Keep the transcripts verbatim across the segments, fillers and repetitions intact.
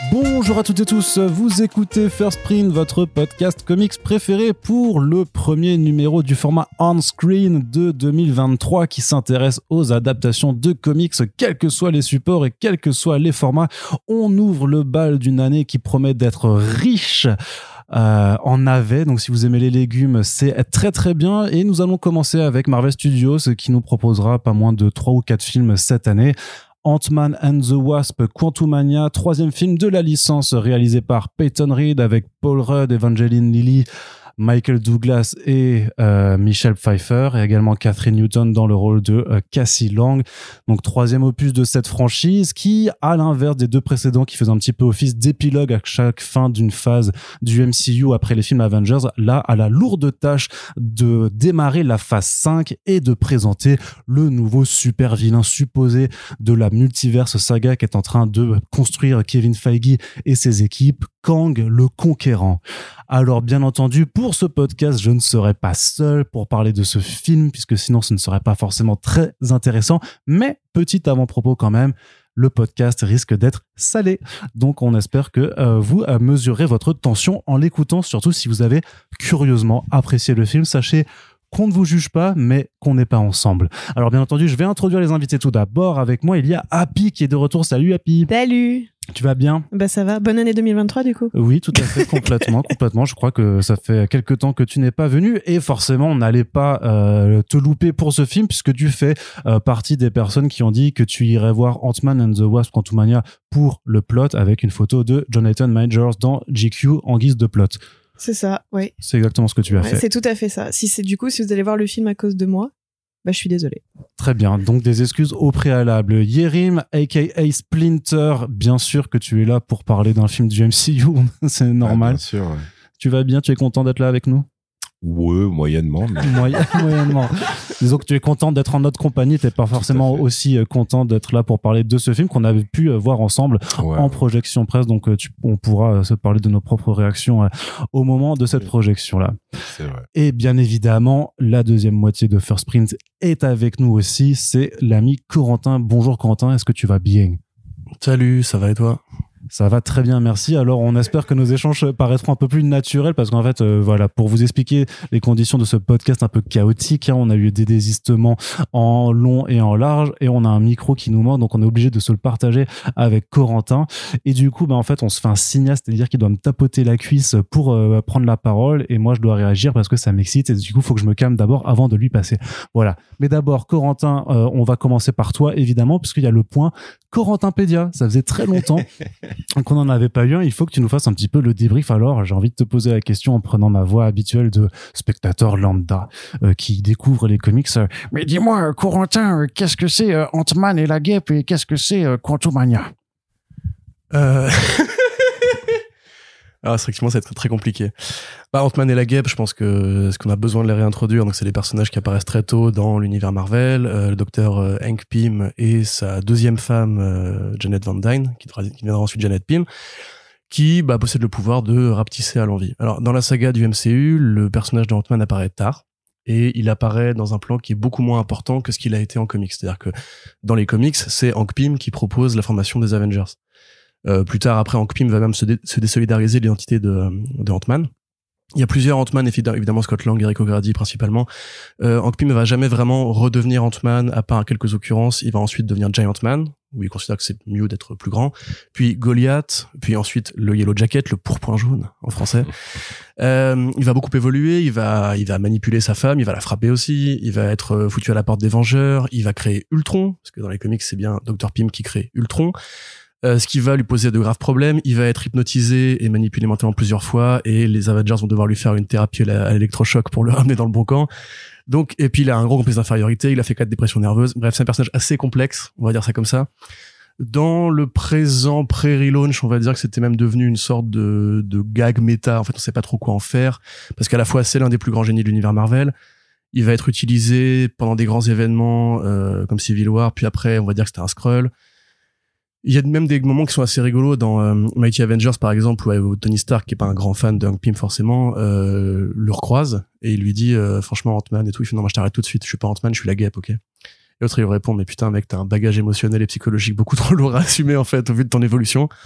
Bonjour à toutes et tous, vous écoutez First Print, votre podcast comics préféré pour le premier numéro du format On-Screen de deux mille vingt-trois qui s'intéresse aux adaptations de comics, quels que soient les supports et quels que soient les formats. On ouvre le bal d'une année qui promet d'être riche Euh, en navet, donc si vous aimez les légumes, c'est très très bien. Et nous allons commencer avec Marvel Studios qui nous proposera pas moins de trois ou quatre films cette année. Ant-Man and the Wasp, Quantumania, troisième film de la licence réalisé par Peyton Reed avec Paul Rudd, Evangeline Lilly, Michael Douglas et euh, Michelle Pfeiffer, et également Catherine Newton dans le rôle de euh, Cassie Lang. Donc troisième opus de cette franchise qui, à l'inverse des deux précédents qui faisaient un petit peu office d'épilogue à chaque fin d'une phase du M C U après les films Avengers, là a la lourde tâche de démarrer la phase cinq et de présenter le nouveau super vilain supposé de la multiverse saga qu'est en train de construire Kevin Feige et ses équipes, Kang le Conquérant. Alors bien entendu, pour ce podcast, je ne serai pas seul pour parler de ce film, puisque sinon ce ne serait pas forcément très intéressant, mais petit avant-propos quand même, le podcast risque d'être salé. Donc on espère que euh, vous euh, mesurez votre tension en l'écoutant, surtout si vous avez curieusement apprécié le film. Sachez qu'on ne vous juge pas, mais qu'on n'est pas ensemble. Alors bien entendu, je vais introduire les invités tout d'abord. Avec moi, il y a Happy qui est de retour. Salut Happy. Salut. Tu vas bien ? Bah ça va. Bonne année deux mille vingt-trois du coup. Oui, tout à fait, complètement, complètement. Je crois que ça fait quelques temps que tu n'es pas venu et forcément, on n'allait pas euh, te louper pour ce film puisque tu fais euh, partie des personnes qui ont dit que tu irais voir Ant-Man and the Wasp Quantumania pour le plot avec une photo de Jonathan Majors dans G Q en guise de plot. C'est ça, oui. C'est exactement ce que tu as ouais, fait. C'est tout à fait ça. Si c'est du coup, si vous allez voir le film à cause de moi, bah je suis désolée. Très bien, donc des excuses au préalable. Yerim, aka Splinter, bien sûr que tu es là pour parler d'un film du M C U, c'est normal. Ah, bien sûr, ouais. Tu vas bien, tu es content d'être là avec nous ? Ouais, moyennement. Mais... Moyen, moyennement. Disons que tu es content d'être en notre compagnie, t'es pas forcément aussi content d'être là pour parler de ce film qu'on avait pu voir ensemble ouais, en ouais. projection presse, donc tu, on pourra se parler de nos propres réactions au moment de cette projection-là. C'est vrai. Et bien évidemment, la deuxième moitié de First Print est avec nous aussi, c'est l'ami Corentin. Bonjour Corentin, est-ce que tu vas bien ? Salut, ça va et toi ? Ça va très bien, merci. Alors, on espère que nos échanges paraîtront un peu plus naturels parce qu'en fait, euh, voilà, pour vous expliquer les conditions de ce podcast un peu chaotique, hein, on a eu des désistements en long et en large et on a un micro qui nous manque, donc on est obligé de se le partager avec Corentin. Et du coup, bah, en fait, on se fait un signal, c'est-à-dire qu'il doit me tapoter la cuisse pour euh, prendre la parole et moi, je dois réagir parce que ça m'excite et du coup, il faut que je me calme d'abord avant de lui passer. Voilà. Mais d'abord, Corentin, euh, on va commencer par toi, évidemment, puisqu'il y a le point Corentinpédia. Ça faisait très longtemps qu'on n'en avait pas eu un. Il faut que tu nous fasses un petit peu le débrief. Alors, j'ai envie de te poser la question en prenant ma voix habituelle de spectateur lambda euh, qui découvre les comics. Euh, mais dis-moi, Corentin, euh, qu'est-ce que c'est euh, Ant-Man et la guêpe et qu'est-ce que c'est euh, Quantumania ? euh... Alors, effectivement, ça va être très compliqué. Bah, Ant-Man et la guêpe, je pense que ce qu'on a besoin de les réintroduire, donc c'est des personnages qui apparaissent très tôt dans l'univers Marvel. Euh, le docteur euh, Hank Pym et sa deuxième femme, euh, Janet Van Dyne, qui, qui deviendra ensuite Janet Pym, qui bah, possède le pouvoir de rapetisser à l'envie. Alors, dans la saga du M C U, le personnage d'Ant-Man apparaît tard. Et il apparaît dans un plan qui est beaucoup moins important que ce qu'il a été en comics. C'est-à-dire que dans les comics, c'est Hank Pym qui propose la formation des Avengers. Euh, plus tard, après, Hank Pym va même se, dé- se désolidariser de l'identité de, de Ant-Man. Il y a plusieurs Ant-Man, évidemment Scott Lang, Eric O'Grady principalement. Euh, Hank Pym ne va jamais vraiment redevenir Ant-Man, à part à quelques occurrences. Il va ensuite devenir Giant Man, où il considère que c'est mieux d'être plus grand. Puis Goliath, puis ensuite le Yellow Jacket, le pourpoint jaune en français. euh, il va beaucoup évoluer, il va, il va manipuler sa femme, il va la frapper aussi, il va être foutu à la porte des Vengeurs, il va créer Ultron, parce que dans les comics c'est bien docteur Pym qui crée Ultron. Euh, ce qui va lui poser de graves problèmes. Il va être hypnotisé et manipulé mentalement plusieurs fois et les Avengers vont devoir lui faire une thérapie à l'électrochoc pour le ramener dans le bon camp. Donc, et puis il a un gros complexe d'infériorité, il a fait quatre dépressions nerveuses. Bref, c'est un personnage assez complexe, on va dire ça comme ça. Dans le présent pré-relaunch, on va dire que c'était même devenu une sorte de, de gag méta. En fait, on sait pas trop quoi en faire parce qu'à la fois c'est l'un des plus grands génies de l'univers Marvel. Il va être utilisé pendant des grands événements euh, comme Civil War, puis après on va dire que c'était un Skrull. Il y a même des moments qui sont assez rigolos dans euh, Mighty Avengers par exemple, où, où Tony Stark, qui est pas un grand fan de Hank Pym forcément, euh, le recroise et il lui dit euh, franchement Ant-Man et tout, il fait non moi je t'arrête tout de suite, je suis pas Ant-Man, je suis la guêpe, ok. Et l'autre il lui répond mais putain mec t'as un bagage émotionnel et psychologique beaucoup trop lourd à assumer en fait au vu de ton évolution.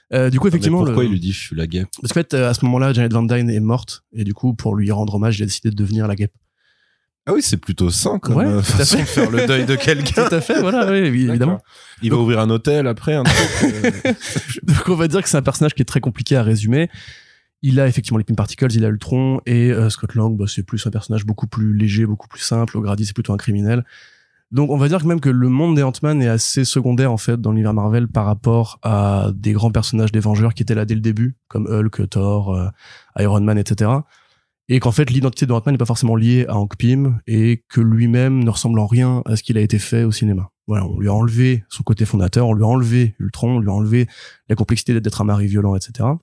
Euh, du coup, effectivement, mais pourquoi le... il lui dit je suis la guêpe? Parce qu'en fait, à ce moment-là, Janet Van Dyne est morte et du coup, pour lui rendre hommage, il a décidé de devenir la guêpe. Ah oui, c'est plutôt sain comme Ouais, euh, tout à façon fait. de faire le deuil de quelqu'un. Tout à fait, voilà, oui, oui, évidemment. Il va Donc- ouvrir un hôtel après, un truc. euh, Donc on va dire que c'est un personnage qui est très compliqué à résumer. Il a effectivement les Pym Particles, il a Ultron, et euh, Scott Lang, bah, c'est plus un personnage beaucoup plus léger, beaucoup plus simple. O'Grady, c'est plutôt un criminel. Donc on va dire que même que le monde des Ant-Man est assez secondaire en fait dans l'univers Marvel par rapport à des grands personnages des Vengeurs qui étaient là dès le début, comme Hulk, Thor, euh, Iron Man, et cetera. Et qu'en fait l'identité de Ant-Man n'est pas forcément liée à Hank Pym et que lui-même ne ressemble en rien à ce qu'il a été fait au cinéma. Voilà, on lui a enlevé son côté fondateur, on lui a enlevé Ultron, on lui a enlevé la complexité d'être un mari violent, et cetera.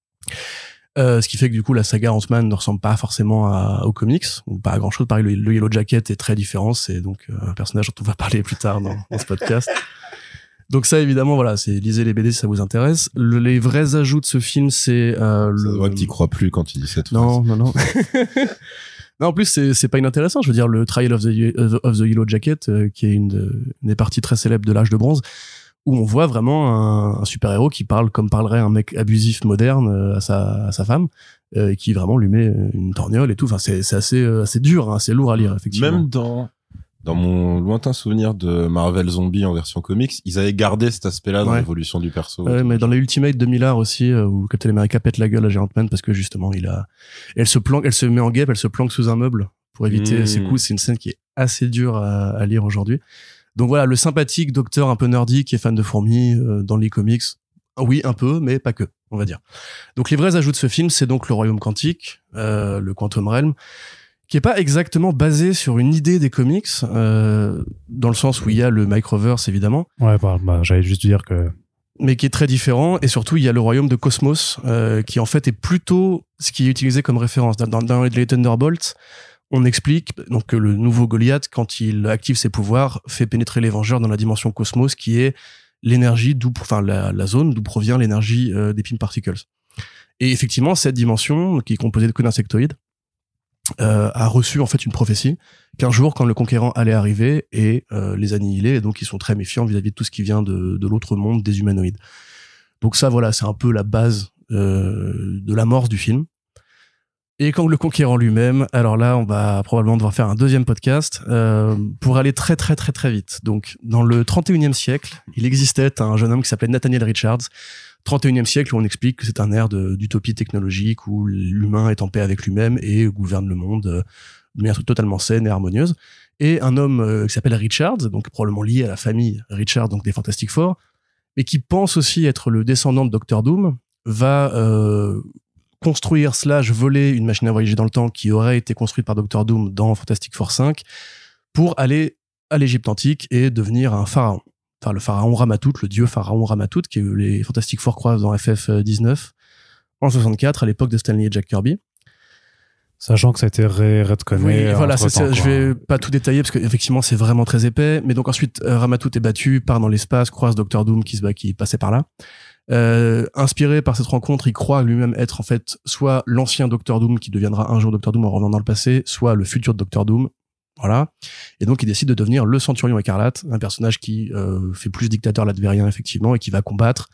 Euh, ce qui fait que du coup la saga Ant-Man ne ressemble pas forcément à, aux comics, ou pas à grand chose. Pareil, le, le Yellow Jacket est très différent, c'est donc euh, un personnage dont on va parler plus tard dans, dans ce podcast. Donc ça évidemment voilà, c'est lisez les B D si ça vous intéresse. Le, les vrais ajouts de ce film c'est euh, Ça le voit que t'y crois plus quand il dit cette non phrase. non non non en plus c'est c'est pas inintéressant. Je veux dire le Trial of the Ye- of the Yellow Jacket euh, qui est une, de, une des parties très célèbres de l'âge de bronze, où on voit vraiment un, un super-héros qui parle comme parlerait un mec abusif moderne euh, à sa à sa femme euh, et qui vraiment lui met une torgnole et tout. Enfin c'est c'est assez euh, assez dur, hein, assez lourd à lire effectivement. Même dans dans mon lointain souvenir de Marvel Zombie en version comics, ils avaient gardé cet aspect-là dans Ouais. l'évolution du perso. Ouais, mais dans les Ultimate de Millar aussi, euh, où Captain America pète la gueule à Giant Man parce que justement il a, elle se planque, elle se met en guêpe, elle se planque sous un meuble pour éviter Mmh. ses coups. C'est une scène qui est assez dure à, à lire aujourd'hui. Donc voilà, le sympathique docteur un peu nerdy qui est fan de fourmis euh, dans les comics, oui un peu, mais pas que, on va dire. Donc les vrais ajouts de ce film, c'est donc le Royaume Quantique, euh, le Quantum Realm, qui est pas exactement basé sur une idée des comics, euh, dans le sens où il y a le Microverse évidemment, Ouais, bah, bah, j'allais juste dire que mais qui est très différent. Et surtout, il y a le royaume de Cosmos, euh, qui en fait est plutôt ce qui est utilisé comme référence. Dans, dans les Thunderbolts, on explique donc que le nouveau Goliath, quand il active ses pouvoirs, fait pénétrer les Vengeurs dans la dimension Cosmos, qui est l'énergie d'où, enfin la, la zone d'où provient l'énergie euh, des Pym Particles. Et effectivement, cette dimension, qui est composée de que d'insectoïdes, euh, a reçu en fait une prophétie qu'un jour, quand le conquérant allait arriver et euh, les annihiler, et donc ils sont très méfiants vis-à-vis de tout ce qui vient de, de l'autre monde des humanoïdes. Donc ça, voilà, c'est un peu la base euh, de l'amorce du film. Et Kang le Conquérant lui-même, alors là, on va probablement devoir faire un deuxième podcast euh, pour aller très très très très vite. Donc, dans le trente et unième siècle, il existait un jeune homme qui s'appelait Nathaniel Richards. trente et unième siècle, où on explique que c'est un ère de, d'utopie technologique où l'humain est en paix avec lui-même et gouverne le monde euh, de manière totalement saine et harmonieuse. Et un homme euh, qui s'appelle Richards, donc probablement lié à la famille Richards, donc des Fantastic Four, mais qui pense aussi être le descendant de Docteur Doom, va euh, construire slash voler une machine à voyager dans le temps qui aurait été construite par Docteur Doom dans Fantastic Four cinq pour aller à l'Égypte antique et devenir un pharaon. Enfin, le pharaon Ramatout, le dieu pharaon Ramatout, que les Fantastic Four croisent dans F F dix-neuf en soixante-quatre, à l'époque de Stanley et Jack Kirby. sachant que ça a été ré- redconné. Oui, voilà, c'est, entre-temps, c'est, je quoi. vais pas tout détailler parce qu'effectivement c'est vraiment très épais. Mais donc ensuite, euh, Ramatout est battu, part dans l'espace, croise Docteur Doom qui se bat, qui passait par là. Euh, inspiré par cette rencontre, il croit lui-même être en fait soit l'ancien Docteur Doom qui deviendra un jour Docteur Doom en revenant dans le passé, soit le futur Docteur Doom. Voilà. Et donc il décide de devenir le Centurion Écarlate, un personnage qui euh, fait plus dictateur latérien effectivement et qui va combattre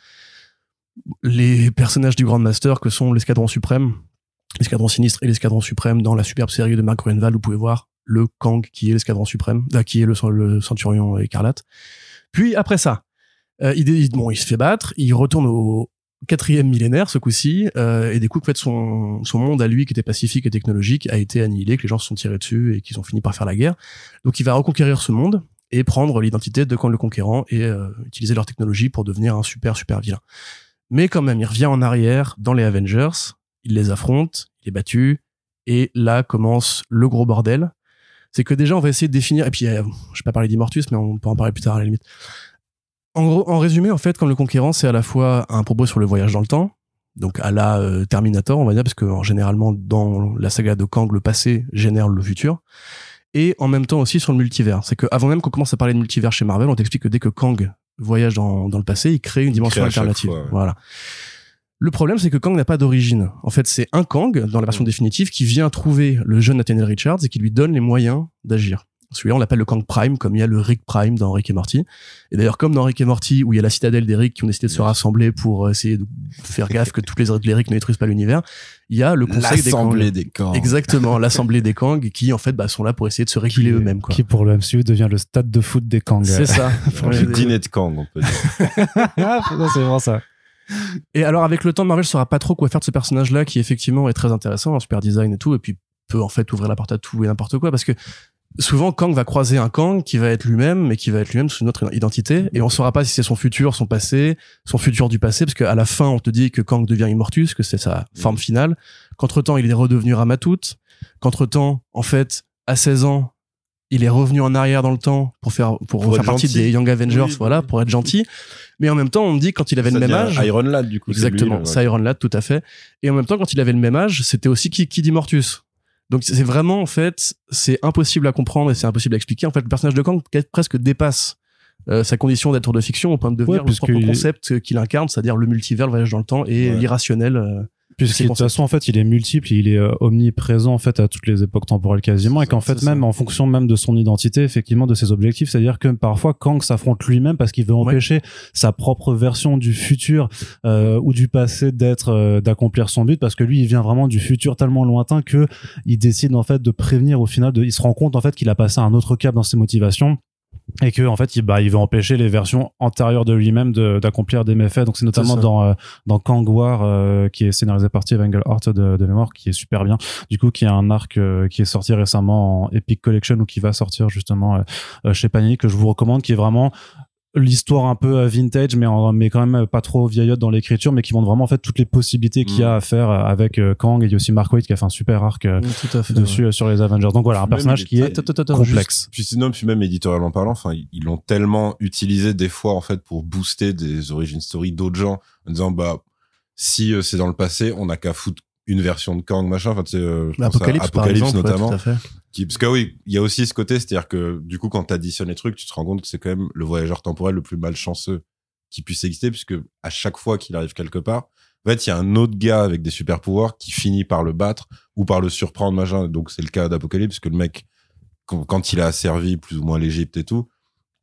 les personnages du Grand Master que sont l'Escadron Suprême, l'Escadron Sinistre et l'Escadron Suprême. Dans la superbe série de Mark Gruenwald, vous pouvez voir le Kang qui est l'Escadron Suprême, euh, qui est le, le Centurion Écarlate. Puis après ça, euh, il, il, bon, il se fait battre, il retourne au quatrième millénaire ce coup-ci, euh, et du coup, en fait, son, son monde à lui, qui était pacifique et technologique, a été annihilé, que les gens se sont tirés dessus et qu'ils ont fini par faire la guerre. Donc il va reconquérir ce monde et prendre l'identité de Kang le Conquérant et euh, utiliser leur technologie pour devenir un super super vilain. Mais quand même, il revient en arrière dans les Avengers, il les affronte, il est battu, et là commence le gros bordel. C'est que déjà, on va essayer de définir, et puis euh, je vais pas parler d'Immortus, mais on peut en parler plus tard à la limite. En gros, en résumé, en fait, Kang le Conquérant, c'est à la fois un propos sur le voyage dans le temps, donc à la euh, Terminator, on va dire, parce que euh, généralement, dans la saga de Kang, le passé génère le futur, et en même temps aussi sur le multivers. C'est que avant même qu'on commence à parler de multivers chez Marvel, on t'explique que dès que Kang voyage dans, dans le passé, il crée une dimension crée à chaque alternative. fois, ouais. Voilà. Le problème, c'est que Kang n'a pas d'origine. En fait, c'est un Kang, dans la version définitive, qui vient trouver le jeune Nathaniel Richards et qui lui donne les moyens d'agir. Celui-là, on l'appelle le Kang Prime, comme il y a le Rick Prime dans Rick et Morty. Et d'ailleurs, comme dans Rick et Morty, où il y a la citadelle des Rick qui ont décidé de se rassembler pour essayer de faire gaffe que toutes les autres les Rick ne détruisent pas l'univers, il y a le conseil des Kang. L'assemblée des Kang. Exactement, l'assemblée des Kang, qui en fait bah, sont là pour essayer de se réguler Qui- eux-mêmes. Quoi. Qui pour le M C U devient le stade de foot des Kang. C'est ça. Le dîner de Kang, on peut dire. Ah, putain, c'est vraiment ça. Et alors, avec le temps, Marvel saura pas trop quoi faire de ce personnage-là, qui effectivement est très intéressant, en super design et tout, et puis peut en fait ouvrir la porte à tout et n'importe quoi, parce que souvent Kang va croiser un Kang qui va être lui-même, mais qui va être lui-même sous une autre identité, et on saura pas si c'est son futur, son passé, son futur du passé, parce qu'à la fin, on te dit que Kang devient Immortus, que c'est sa forme finale, qu'entre-temps, il est redevenu Ramatut, qu'entre-temps, en fait, à seize ans, il est revenu en arrière dans le temps pour faire pour, Pour faire être partie gentil. des Young Avengers, Oui, voilà, oui. pour être gentil. Mais en même temps, on me dit quand il avait Ça le même devient âge, Iron Lad, du coup. c'est lui, exactement, le- c'est Iron Lad, tout à fait. Et en même temps, quand il avait le même âge, c'était aussi Kid Kid Immortus. Donc c'est vraiment en fait, c'est impossible à comprendre et c'est impossible à expliquer. En fait, le personnage de Kang presque dépasse euh, sa condition d'être de fiction au point de devenir Ouais, le propre puisqu'il- concept qu'il incarne, c'est-à-dire le multivers, le voyage dans le temps et Ouais. l'irrationnel. euh, Puisque C'est de pour toute ça. façon, en fait, il est multiple, il est euh, omniprésent en fait à toutes les époques temporelles quasiment, et qu'en fait c'est même ça. en fonction même de son identité, effectivement, de ses objectifs, c'est-à-dire que parfois Kang s'affronte lui-même parce qu'il veut Ouais. empêcher sa propre version du futur euh, ou du passé d'être euh, d'accomplir son but, parce que lui, il vient vraiment du futur tellement lointain que il décide en fait de prévenir au final, de, il se rend compte en fait qu'il a passé un autre cap dans ses motivations. Et que en fait il, bah, il veut empêcher les versions antérieures de lui-même de, d'accomplir des méfaits. Donc c'est notamment ça. dans euh, dans Kang War euh, qui est scénarisé par Steve Englehart de, de mémoire, qui est super bien, du coup qui est un arc euh, qui est sorti récemment en Epic Collection ou qui va sortir justement euh, euh, chez Panini, que je vous recommande, qui est vraiment l'histoire un peu euh, vintage, mais en, mais quand même pas trop vieillotte dans l'écriture, mais qui montre vraiment en fait toutes les possibilités qu'il y a à faire euh, avec euh, Kang. Et il y a aussi Mark Waid qui a fait un super arc euh, tout à fait. dessus euh, sur les Avengers. Donc voilà, un Même personnage il qui est Attends, attends, attends, juste- complexe. Puis sinon, puis même éditorialement parlant, enfin, ils ils l'ont tellement utilisé des fois, en fait, pour booster des origin story d'autres gens, en disant, bah, si euh, c'est dans le passé, on n'a qu'à foutre une version de Kang, machin, enfin, tu sais, euh, je pense à Apocalypse, par Apocalypse exemple, ouais, notamment. tout à fait. Qui, parce que oui, il y a aussi ce côté, c'est-à-dire que, du coup, quand t'additionnes les trucs, tu te rends compte que c'est quand même le voyageur temporel le plus malchanceux qui puisse exister, puisque à chaque fois qu'il arrive quelque part, en fait, il y a un autre gars avec des super pouvoirs qui finit par le battre ou par le surprendre, machin. Donc, c'est le cas d'Apocalypse, que le mec, quand, quand il a asservi plus ou moins l'Égypte et tout,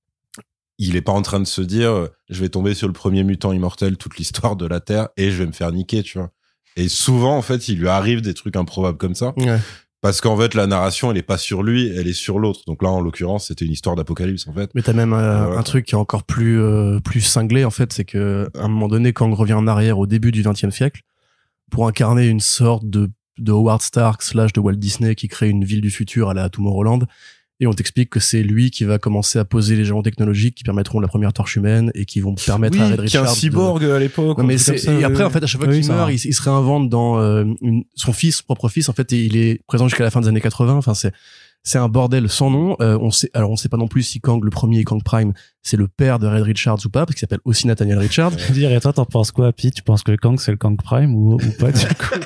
il est pas en train de se dire, euh, je vais tomber sur le premier mutant immortel, toute l'histoire de la Terre, et je vais me faire niquer, tu vois. Et souvent, en fait, il lui arrive des trucs improbables comme ça. Ouais. Parce qu'en fait, la narration, elle est pas sur lui, elle est sur l'autre. Donc là, en l'occurrence, c'était une histoire d'apocalypse, en fait. Mais t'as même euh, Voilà. un truc qui est encore plus euh, plus cinglé en fait, c'est que à un moment donné, Kang revient en arrière au début du vingtième siècle pour incarner une sorte de de Howard Stark slash de Walt Disney qui crée une ville du futur à la Tomorrowland. Et on t'explique que c'est lui qui va commencer à poser les jalons technologiques qui permettront la première torche humaine et qui vont permettre à Red qui est Richards un de- cyborg à l'époque. Non, un mais truc c'est, comme ça, et après, ouais. en fait, à chaque fois Oui, qu'il ça meurt, va. il, il se réinvente dans euh, une- son fils, son propre fils. En fait, et il est présent jusqu'à la fin des années quatre-vingts. Enfin, c'est c'est un bordel sans nom. Euh, on sait, alors on sait pas non plus si Kang, le premier Kang Prime, c'est le père de Red Richards ou pas, parce qu'il s'appelle aussi Nathaniel Richards. Dire, et toi, t'en penses quoi, Pete? Tu penses que Kang, c'est le Kang Prime ou, ou pas, du coup?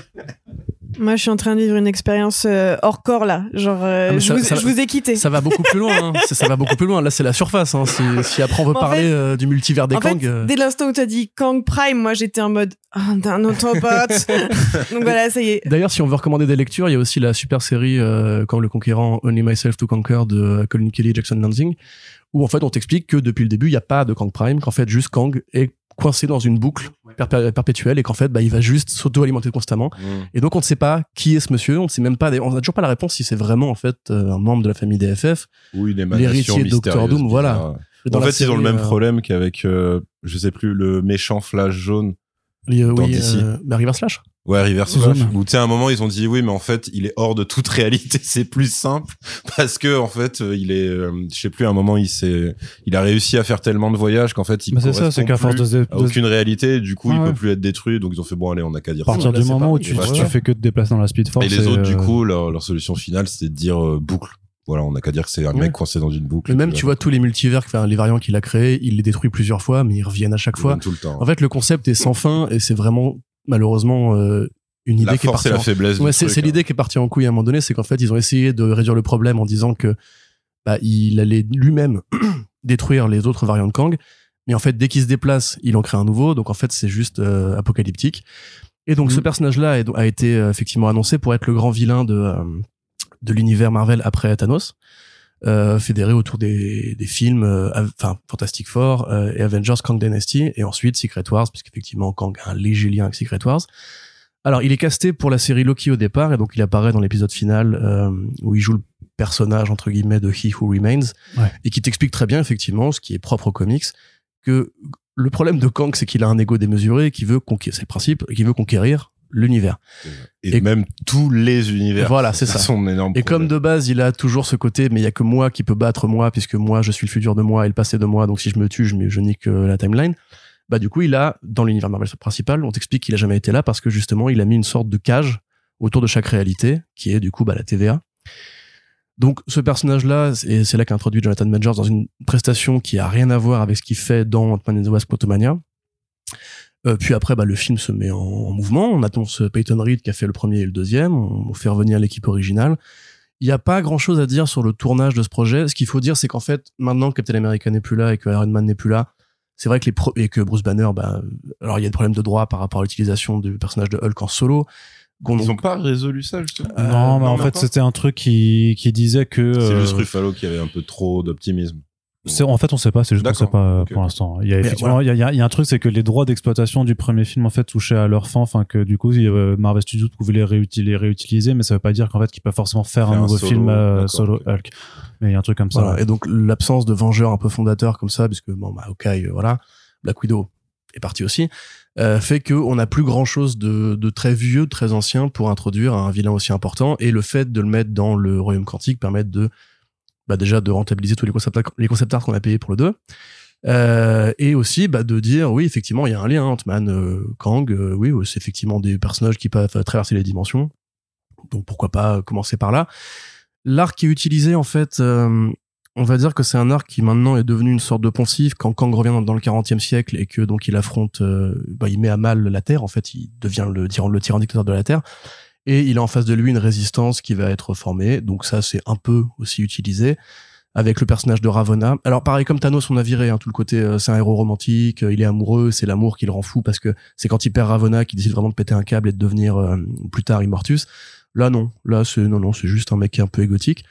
Moi, je suis en train de vivre une expérience euh, hors corps là. Genre, euh, Ah, mais je, ça- vous, ça- je vous ai quitté. Ça va beaucoup plus loin. Hein. Ça, ça va beaucoup plus loin. Là, c'est la surface. Hein. Si, si après on veut En parler fait- euh, du multivers des En Kang. fait, euh, dès l'instant où tu as dit Kang Prime, moi j'étais en mode ah, d'un autobot. Donc voilà, ça y est. D'ailleurs, si on veut recommander des lectures, il y a aussi la super série euh, Kang le Conquérant, Only Myself to Conquer de euh, Colin Kelly et Jackson Lansing, où en fait on t'explique que depuis le début, il n'y a pas de Kang Prime, qu'en fait juste Kang est coincé dans une boucle perpé- perpétuelle et qu'en fait bah, il va juste s'auto-alimenter constamment. Mmh. Et donc on ne sait pas qui est ce monsieur, on ne sait même pas, on n'a toujours pas la réponse si c'est vraiment en fait euh, un membre de la famille D F F. Ou une émanation L'héritier de Doctor mystérieuse, Doom, voilà. bizarre. Dans En la fait, ils ont série, le même euh, problème qu'avec, euh, je sais plus, le méchant Flash jaune. les- dans oui, D C. euh, bah, Reverse Flash. Ouais, Reverse Zoom. Flash. Où tu sais, à un moment, ils ont dit oui, mais en fait, il est hors de toute réalité. C'est plus simple parce que en fait, euh, il est, euh, je sais plus, à un moment, il s'est, il a réussi à faire tellement de voyages qu'en fait, il Bah, c'est ça, c'est correspond qu'à force plus de, à de, aucun réalité. Du coup, Ah il ouais. peut plus être détruit. Donc ils ont fait bon, allez, on a qu'à dire à partir là, du c'est moment où pareil. tu, Voilà. tu fais que te déplacer dans la Speed Force. Et les autres, du euh, coup, leur, leur solution finale, c'était de dire euh, boucle. Voilà, on n'a qu'à dire que c'est un Ouais. mec coincé dans une boucle. Mais même, tu vois, tous les multivers, enfin, les variants qu'il a créés, il les détruit plusieurs fois, mais ils reviennent à chaque fois. tout le temps. En fait, le concept est sans fin et c'est vraiment, malheureusement, euh, une idée La qui est force partie et la en... faiblesse. du Ouais, c'est, truc, c'est hein. l'idée qui est partie en couille à un moment donné, c'est qu'en fait, ils ont essayé de réduire le problème en disant que, bah, il allait lui-même détruire les autres variants de Kang. Mais en fait, dès qu'il se déplace, il en crée un nouveau. Donc, en fait, c'est juste euh, apocalyptique. Et donc, Mhm. ce personnage-là est- a été euh, effectivement annoncé pour être le grand vilain de, euh, de l'univers Marvel après Thanos. euh, fédérés autour des, des films, enfin euh, Fantastic Four euh, et Avengers Kang Dynasty, et ensuite Secret Wars, puisqu'effectivement Kang a un léger lien avec Secret Wars. Alors, il est casté pour la série Loki au départ, et donc il apparaît dans l'épisode final euh, où il joue le personnage entre guillemets de He Who Remains, ouais. et qui t'explique très bien, effectivement, ce qui est propre aux comics, que le problème de Kang, c'est qu'il a un ego démesuré, qui veut conquérir, c'est le principe, qui veut conquérir l'univers. Et, et même tous les univers. Voilà, c'est ça. Son énorme et problème. comme de base, il a toujours ce côté, mais il y a que moi qui peut battre moi, puisque moi, je suis le futur de moi et le passé de moi, donc si je me tue, je, je nique la timeline. Bah du coup il a dans l'univers Marvel principal, on t'explique qu'il a jamais été là parce que justement il a mis une sorte de cage autour de chaque réalité qui est du coup bah la T V A. Donc ce personnage là, et c'est là qu'a introduit Jonathan Majors dans une prestation qui a rien à voir avec ce qu'il fait dans Ant-Man and the Wasp: Quantumania. Euh, puis après bah le film se met en, en mouvement, on attend ce Peyton Reed qui a fait le premier et le deuxième, on fait revenir l'équipe originale. Il y a pas grand chose à dire sur le tournage de ce projet. Ce qu'il faut dire c'est qu'en fait maintenant que Captain America n'est plus là et que Iron Man n'est plus là, c'est vrai que les pro- et que Bruce Banner, bah, alors il y a des problèmes de droit par rapport à l'utilisation du personnage de Hulk en solo. Ils donc... ont pas résolu ça justement. Euh, non, mais non, en fait pas. C'était un truc qui qui disait que. C'est euh, juste Ruffalo qui avait un peu trop d'optimisme. C'est, en fait, on sait pas, c'est juste qu'on sait pas okay, pour okay. l'instant. Il y a Mais effectivement, voilà. il y a, il y a un truc, c'est que les droits d'exploitation du premier film, en fait, touchaient à leur fin, enfin, que du coup, euh, Marvel Studios pouvait les, réuti- les réutiliser, mais ça veut pas dire qu'en fait, qu'ils peuvent forcément faire, faire un nouveau un solo, film euh, solo okay. Hulk. Mais il y a un truc comme ça. Voilà. Ouais. Et donc, l'absence de Vengeurs un peu fondateurs comme ça, puisque, bon, bah, ok, euh, voilà, Black Widow est parti aussi, euh, fait que on n'a plus grand chose de, de très vieux, de très ancien pour introduire un vilain aussi important, et le fait de le mettre dans le Royaume Quantique permet de, bah, déjà de rentabiliser tous les concept, les concept art qu'on a payé pour le deux, euh, et aussi, bah, de dire, oui, effectivement, il y a un lien, Ant-Man, euh, Kang, euh, oui, c'est effectivement des personnages qui peuvent traverser les dimensions, donc pourquoi pas commencer par là. L'arc qui est utilisé, en fait, euh, on va dire que c'est un arc qui maintenant est devenu une sorte de poncif quand Kang revient dans, dans le quarantième siècle et que donc il affronte, euh, bah, il met à mal la Terre, en fait, il devient le tyran, le tyran dictateur de la Terre, et il a en face de lui une résistance qui va être formée, donc ça c'est un peu aussi utilisé, avec le personnage de Ravonna. Alors pareil, comme Thanos, on a viré hein, tout le côté, euh, c'est un héros romantique, euh, il est amoureux, c'est l'amour qui le rend fou, parce que c'est quand il perd Ravonna qu'il décide vraiment de péter un câble et de devenir euh, plus tard Immortus. Là non, là c'est non non, c'est juste un mec qui est un peu égotique.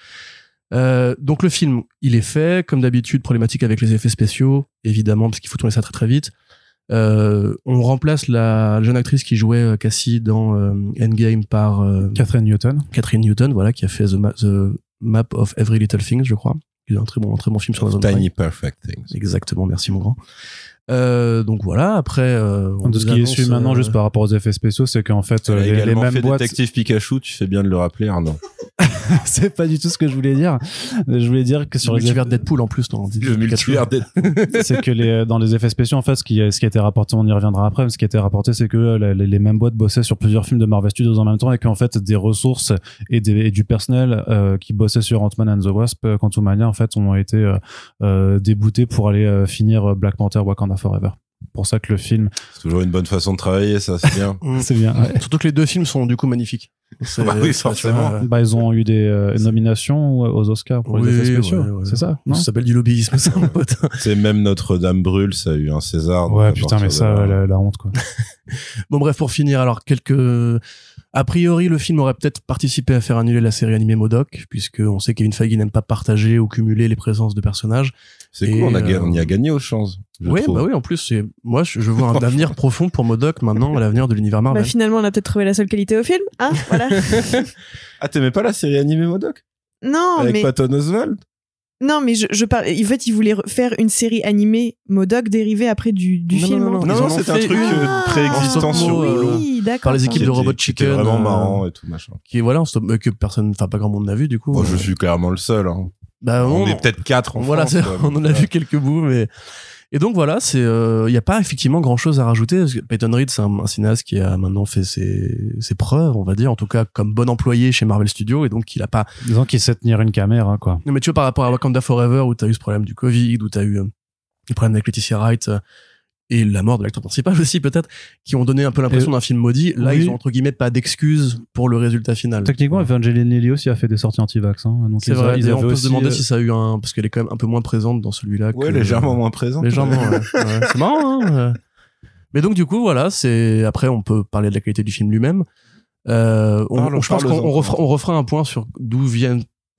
Euh, donc le film, il est fait, comme d'habitude, problématique avec les effets spéciaux, évidemment, parce qu'il faut tourner ça très très vite. Euh, on remplace la jeune actrice qui jouait Cassie dans euh, Endgame par euh, Catherine Newton. Catherine Newton, voilà, qui a fait The, Ma- The Map of Every Little Thing, je crois. Il a un très bon, un très bon film sur Amazon Prime. Tiny Perfect Things. Exactement, merci mon grand. Euh, donc voilà, après... Euh, on de ce qui est su maintenant, euh... juste par rapport aux effets spéciaux, c'est qu'en fait, Elle a les, les mêmes fait boîtes... Détective Pikachu, tu fais bien de le rappeler, Arnaud. C'est pas du tout ce que je voulais dire. Je voulais dire que sur le les multivers effets... Deadpool en plus, non, le multivers Deadpool. C'est que les, dans les effets spéciaux, en fait, ce qui, ce qui a été rapporté, on y reviendra après, mais ce qui a été rapporté, c'est que les, les mêmes boîtes bossaient sur plusieurs films de Marvel Studios en même temps et qu'en fait, des ressources et, des, et du personnel euh, qui bossait sur Ant-Man and the Wasp, Quantumania, en fait, ont été euh, euh, déboutés pour aller euh, finir Black Panther Wakanda Forever. Pour ça que le film... C'est toujours une bonne façon de travailler, ça, c'est bien. C'est bien. Ouais. Surtout que les deux films sont du coup magnifiques. C'est, bah oui, forcément. Euh... Bah, ils ont eu des euh, nominations aux Oscars pour oui, les effets spéciaux. Ouais, ouais. C'est ça, non? Ça s'appelle du lobbyisme, ça, mon pote. C'est même Notre-Dame brûle, ça a eu un César. Ouais, putain, mais ça, la, la honte, quoi. Bon, bref, pour finir, alors, quelques... A priori, le film aurait peut-être participé à faire annuler la série animée MODOK, puisque on sait que Kevin Feige n'aime pas partager ou cumuler les présences de personnages. C'est cool, on, a, euh... on y a gagné aux chances. Oui, bah oui, en plus, c'est, moi, je, je vois un avenir profond pour MODOK maintenant, à l'avenir de l'univers Marvel. Bah, finalement, on a peut-être trouvé la seule qualité au film, hein, voilà. Ah, t'aimais pas la série animée MODOK? Non, Avec mais... Patton Oswalt? Non, mais je, je parle. En fait, ils voulaient faire une série animée MODOK dérivée après du, du non, film. Non, non, non, non c'est un truc ah, préexistant sur Hulu. Oui, d'accord. Par les équipes qui de Robot était, Chicken. Qui vraiment euh, marrant et tout machin. Qui est voilà, stop, que personne, enfin pas grand monde n'a vu du coup. Bon, euh... je suis clairement le seul. Hein. Bah, on, on est peut-être quatre en voilà, France. on en a vu quelques bouts, mais. Et donc voilà, c'est il euh, y a pas effectivement grand chose à rajouter parce que Peyton Reed c'est un, un cinéaste qui a maintenant fait ses, ses preuves, on va dire, en tout cas comme bon employé chez Marvel Studios, et donc il a pas disons qu'il sait tenir une caméra quoi. Non mais tu vois par rapport à Wakanda Forever où t'as eu ce problème du Covid, où t'as eu euh, le problème avec Laetitia Wright euh, et la mort de l'acteur principal aussi peut-être, qui ont donné un peu l'impression et d'un film maudit. Là oui. Ils ont entre guillemets pas d'excuses pour le résultat final. Techniquement, ouais. Evangeline Lilly aussi a fait des sorties anti-vax. Hein. Donc c'est ils vrai. A, ils on peut aussi... se demander si ça a eu un, parce qu'elle est quand même un peu moins présente dans celui-là. Ouais, que... légèrement moins présente. Légèrement. Ouais. Ouais. C'est marrant. Hein. Mais donc du coup voilà, c'est après on peut parler de la qualité du film lui-même. Euh, on, Parle, on, je pense qu'on on refera, on refera un point sur d'où viennent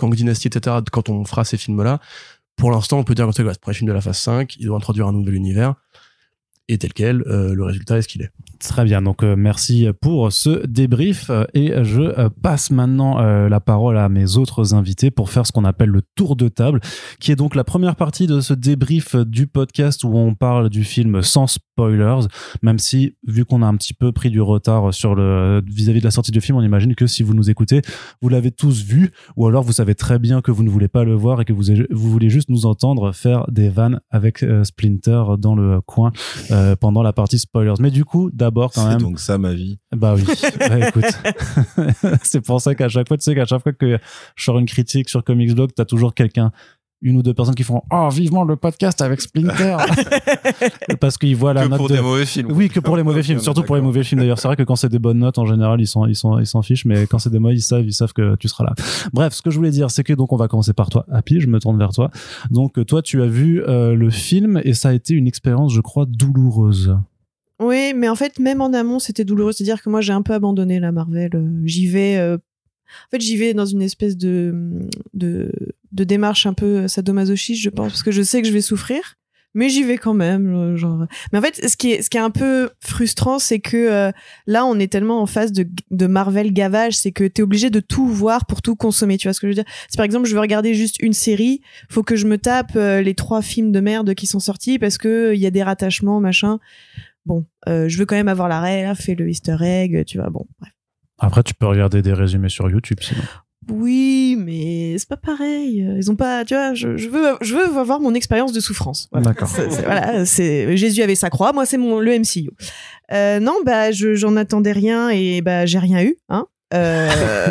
Kang Dynasty, et cetera, quand on fera ces films-là, pour l'instant, on peut dire que c'est le premier film de la phase cinq, il doit introduire un nouvel univers, et tel quel, euh, le résultat est ce qu'il est. Très bien, donc euh, merci pour ce débrief euh, et je euh, passe maintenant euh, la parole à mes autres invités pour faire ce qu'on appelle le tour de table, qui est donc la première partie de ce débrief du podcast où on parle du film sans spoilers, même si, vu qu'on a un petit peu pris du retard sur le vis-à-vis de la sortie du film, on imagine que si vous nous écoutez, vous l'avez tous vu, ou alors vous savez très bien que vous ne voulez pas le voir et que vous, vous voulez juste nous entendre faire des vannes avec euh, Splinter dans le coin euh, pendant la partie spoilers. Mais du coup, d'abord quand même. C'est donc ça ma vie. Bah oui. Bah, écoute, c'est pour ça qu'à chaque fois, tu sais qu'à chaque fois que je sors une critique sur Comics Blog, t'as toujours quelqu'un, une ou deux personnes qui font oh vivement le podcast avec Splinter parce qu'ils voient la que note pour de... des mauvais films. Oui, que pour les mauvais films, surtout pour les mauvais films d'ailleurs. C'est vrai que quand c'est des bonnes notes en général, ils sont ils sont ils s'en fichent, mais quand c'est des mauvais, ils savent ils savent que tu seras là. Bref, ce que je voulais dire, c'est que donc on va commencer par toi, Happy. Je me tourne vers toi. Donc toi, tu as vu euh, le film et ça a été une expérience, je crois, douloureuse. Oui, mais en fait, même en amont, c'était douloureux. C'est-à-dire que moi, j'ai un peu abandonné la Marvel. J'y vais. Euh... En fait, j'y vais dans une espèce de, de, de démarche un peu sadomasochiste, je pense, parce que je sais que je vais souffrir, mais j'y vais quand même. Genre. Mais en fait, ce qui est, ce qui est un peu frustrant, c'est que euh, là, on est tellement en phase de, de Marvel gavage, c'est que t'es obligé de tout voir pour tout consommer. Tu vois ce que je veux dire? Si par exemple, je veux regarder juste une série, faut que je me tape euh, les trois films de merde qui sont sortis parce que il y a des rattachements, machin. Bon, euh, je veux quand même avoir la ref et le easter egg, tu vois, bon, bref. Après, tu peux regarder des résumés sur YouTube, sinon. Oui, mais c'est pas pareil. Ils ont pas, tu vois, je, je veux, je veux avoir mon expérience de souffrance. Voilà. D'accord. C'est, c'est, voilà, c'est, Jésus avait sa croix, moi c'est mon, le M C U. Euh, non, bah, je, j'en attendais rien et bah, j'ai rien eu, hein. Euh...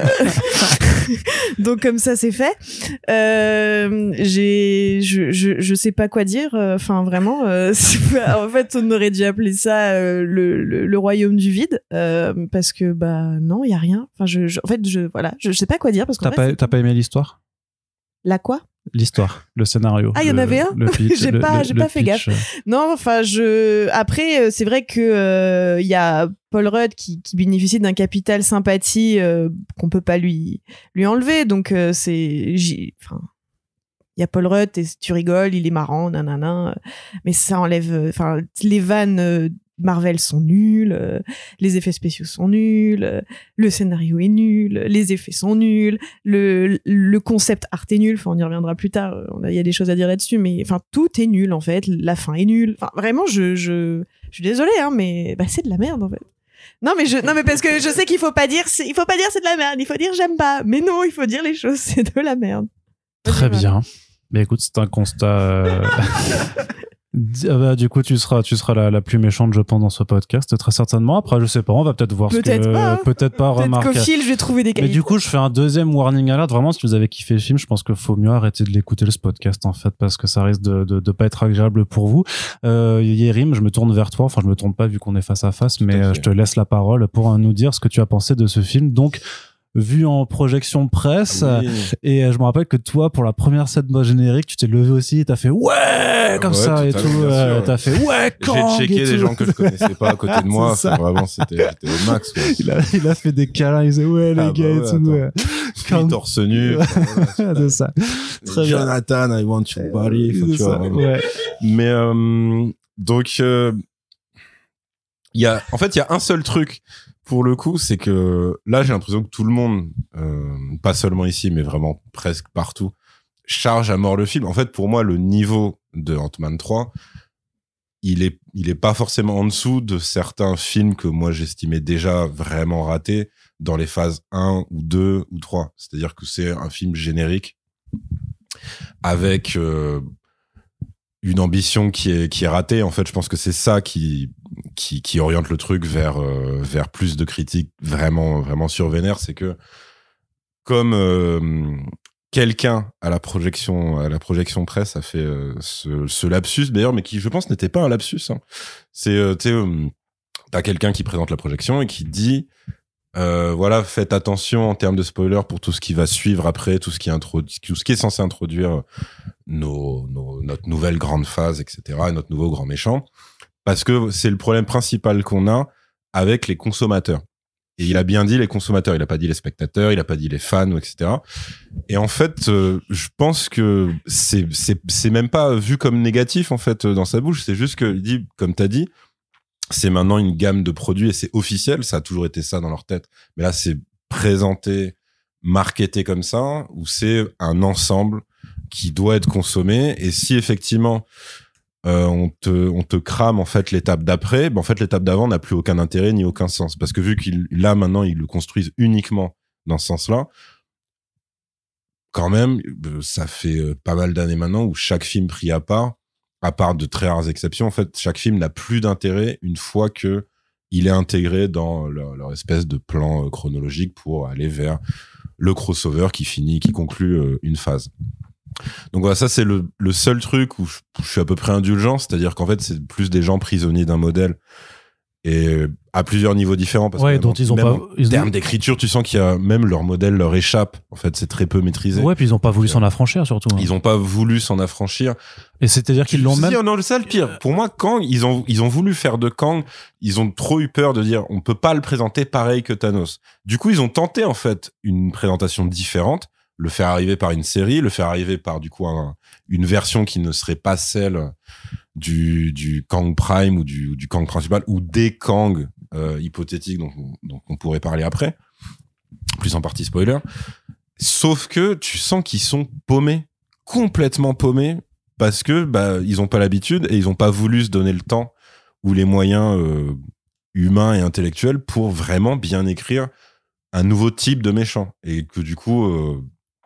Donc comme ça c'est fait. Euh, j'ai, je, je, je sais pas quoi dire. Enfin vraiment, euh, en fait on aurait dû appeler ça euh, le, le, le royaume du vide euh, parce que bah non il y a rien. Enfin je, je, en fait je, voilà, je, je sais pas quoi dire parce que t'as pas, t'as pas aimé l'histoire? La quoi? L'histoire, le scénario. Ah, il y en le, avait un. Le pitch, j'ai le, pas, le, j'ai le pas fait pitch. gaffe. Non, enfin, je. Après, c'est vrai que il euh, y a Paul Rudd qui, qui bénéficie d'un capital sympathie euh, qu'on peut pas lui lui enlever. Donc euh, c'est, enfin, il y a Paul Rudd et tu rigoles, il est marrant, nanana. Mais ça enlève, enfin, les vannes. Euh, Marvel sont nuls, euh, les effets spéciaux sont nuls, euh, le scénario est nul, les effets sont nuls, le, le concept art est nul, enfin on y reviendra plus tard, il y a des choses à dire là-dessus, mais enfin tout est nul en fait, la fin est nulle, enfin vraiment je, je, je suis désolée hein, mais bah, c'est de la merde en fait. Non mais je, non mais parce que je sais qu'il faut pas dire, il faut pas dire c'est de la merde, il faut dire j'aime pas, mais non il faut dire les choses, c'est de la merde. Très bien. Mais écoute, c'est un constat. Euh... Ah bah, du coup, tu seras, tu seras la, la plus méchante, je pense, dans ce podcast, très certainement. Après, je sais pas, on va peut-être voir peut-être ce que, pas, hein. peut-être pas, peut-être remarque. Qu'au fil, je vais trouver des qualités. Mais du coup, je fais un deuxième warning alert. Vraiment, si vous avez kiffé le film, je pense qu'il faut mieux arrêter de l'écouter, ce podcast, en fait, parce que ça risque de, de, de pas être agréable pour vous. Euh, Yérim, je me tourne vers toi. Enfin, je me tourne pas vu qu'on est face à face, mais euh, je te laisse la parole pour nous dire ce que tu as pensé de ce film. Donc, vu en projection presse, oui. Et euh, je me rappelle que toi, pour la première scène de générique, tu t'es levé aussi et t'as fait ouais comme ouais, ça et tout, euh, t'as fait ouais Kang. J'ai checké des gens que je connaissais pas à côté de moi, enfin, vraiment c'était, c'était au max quoi. il, a, il a fait des câlins, il disait ouais les ah gars bah ouais, et tout ouais. Kang torse nu, c'est ça. Très Jonathan, bien. I want your body, enfin, tu vois, ouais. Mais euh, donc il euh, y a en fait il y a un seul truc pour le coup, c'est que là, j'ai l'impression que tout le monde, euh, pas seulement ici, mais vraiment presque partout, charge à mort le film. En fait, pour moi, le niveau de Ant-Man trois, il est, il est pas forcément en dessous de certains films que moi, j'estimais déjà vraiment ratés dans les phases un ou deux ou trois. C'est-à-dire que c'est un film générique avec euh, une ambition qui est, qui est ratée. En fait, je pense que c'est ça qui... Qui, qui oriente le truc vers euh, vers plus de critiques vraiment vraiment survénères, c'est que comme euh, quelqu'un à la projection à la projection presse a fait euh, ce, ce lapsus d'ailleurs, mais qui je pense n'était pas un lapsus. Hein. C'est euh, tu sais euh, t'as quelqu'un qui présente la projection et qui dit euh, voilà, faites attention en termes de spoiler pour tout ce qui va suivre après, tout ce qui introduit tout ce qui est censé introduire nos, nos notre nouvelle grande phase, et cetera, et notre nouveau grand méchant. Parce que c'est le problème principal qu'on a avec les consommateurs. Et il a bien dit les consommateurs, il a pas dit les spectateurs, il a pas dit les fans, et cetera. Et en fait, euh, je pense que c'est c'est c'est même pas vu comme négatif en fait dans sa bouche. C'est juste que il dit, comme t'as dit, c'est maintenant une gamme de produits et c'est officiel. Ça a toujours été ça dans leur tête, mais là c'est présenté, marketé comme ça, où c'est un ensemble qui doit être consommé. Et si effectivement euh, on te on te crame en fait l'étape d'après, ben en fait l'étape d'avant n'a plus aucun intérêt ni aucun sens, parce que vu qu'il là maintenant ils le construisent uniquement dans ce sens-là, quand même ça fait pas mal d'années maintenant où chaque film pris à part, à part de très rares exceptions, en fait chaque film n'a plus d'intérêt une fois que il est intégré dans leur, leur espèce de plan chronologique pour aller vers le crossover qui finit, qui conclut une phase. Donc voilà, ça c'est le, le seul truc où je, où je suis à peu près indulgent, c'est-à-dire qu'en fait c'est plus des gens prisonniers d'un modèle et à plusieurs niveaux différents. Parce ouais, que dont ils ont même pas. En Ils termes ont... d'écriture, tu sens qu'il y a même leur modèle leur échappe. En fait, c'est très peu maîtrisé. Ouais, puis ils ont pas voulu s'en affranchir surtout. Hein. Ils ont pas voulu s'en affranchir. Et c'est-à-dire qu'ils l'ont même. Si, non, c'est le pire. Pour moi, Kang, ils ont ils ont voulu faire de Kang, ils ont trop eu peur de dire on peut pas le présenter pareil que Thanos. Du coup, ils ont tenté en fait une présentation différente. Le faire arriver par une série, le faire arriver par du coup un, une version qui ne serait pas celle du, du Kang Prime ou du, du Kang principal ou des Kang euh, hypothétiques dont, dont on pourrait parler après, plus en partie spoiler. Sauf que tu sens qu'ils sont paumés, complètement paumés, parce que bah ils ont pas l'habitude et ils ont pas voulu se donner le temps ou les moyens euh, humains et intellectuels pour vraiment bien écrire un nouveau type de méchant, et que du coup euh,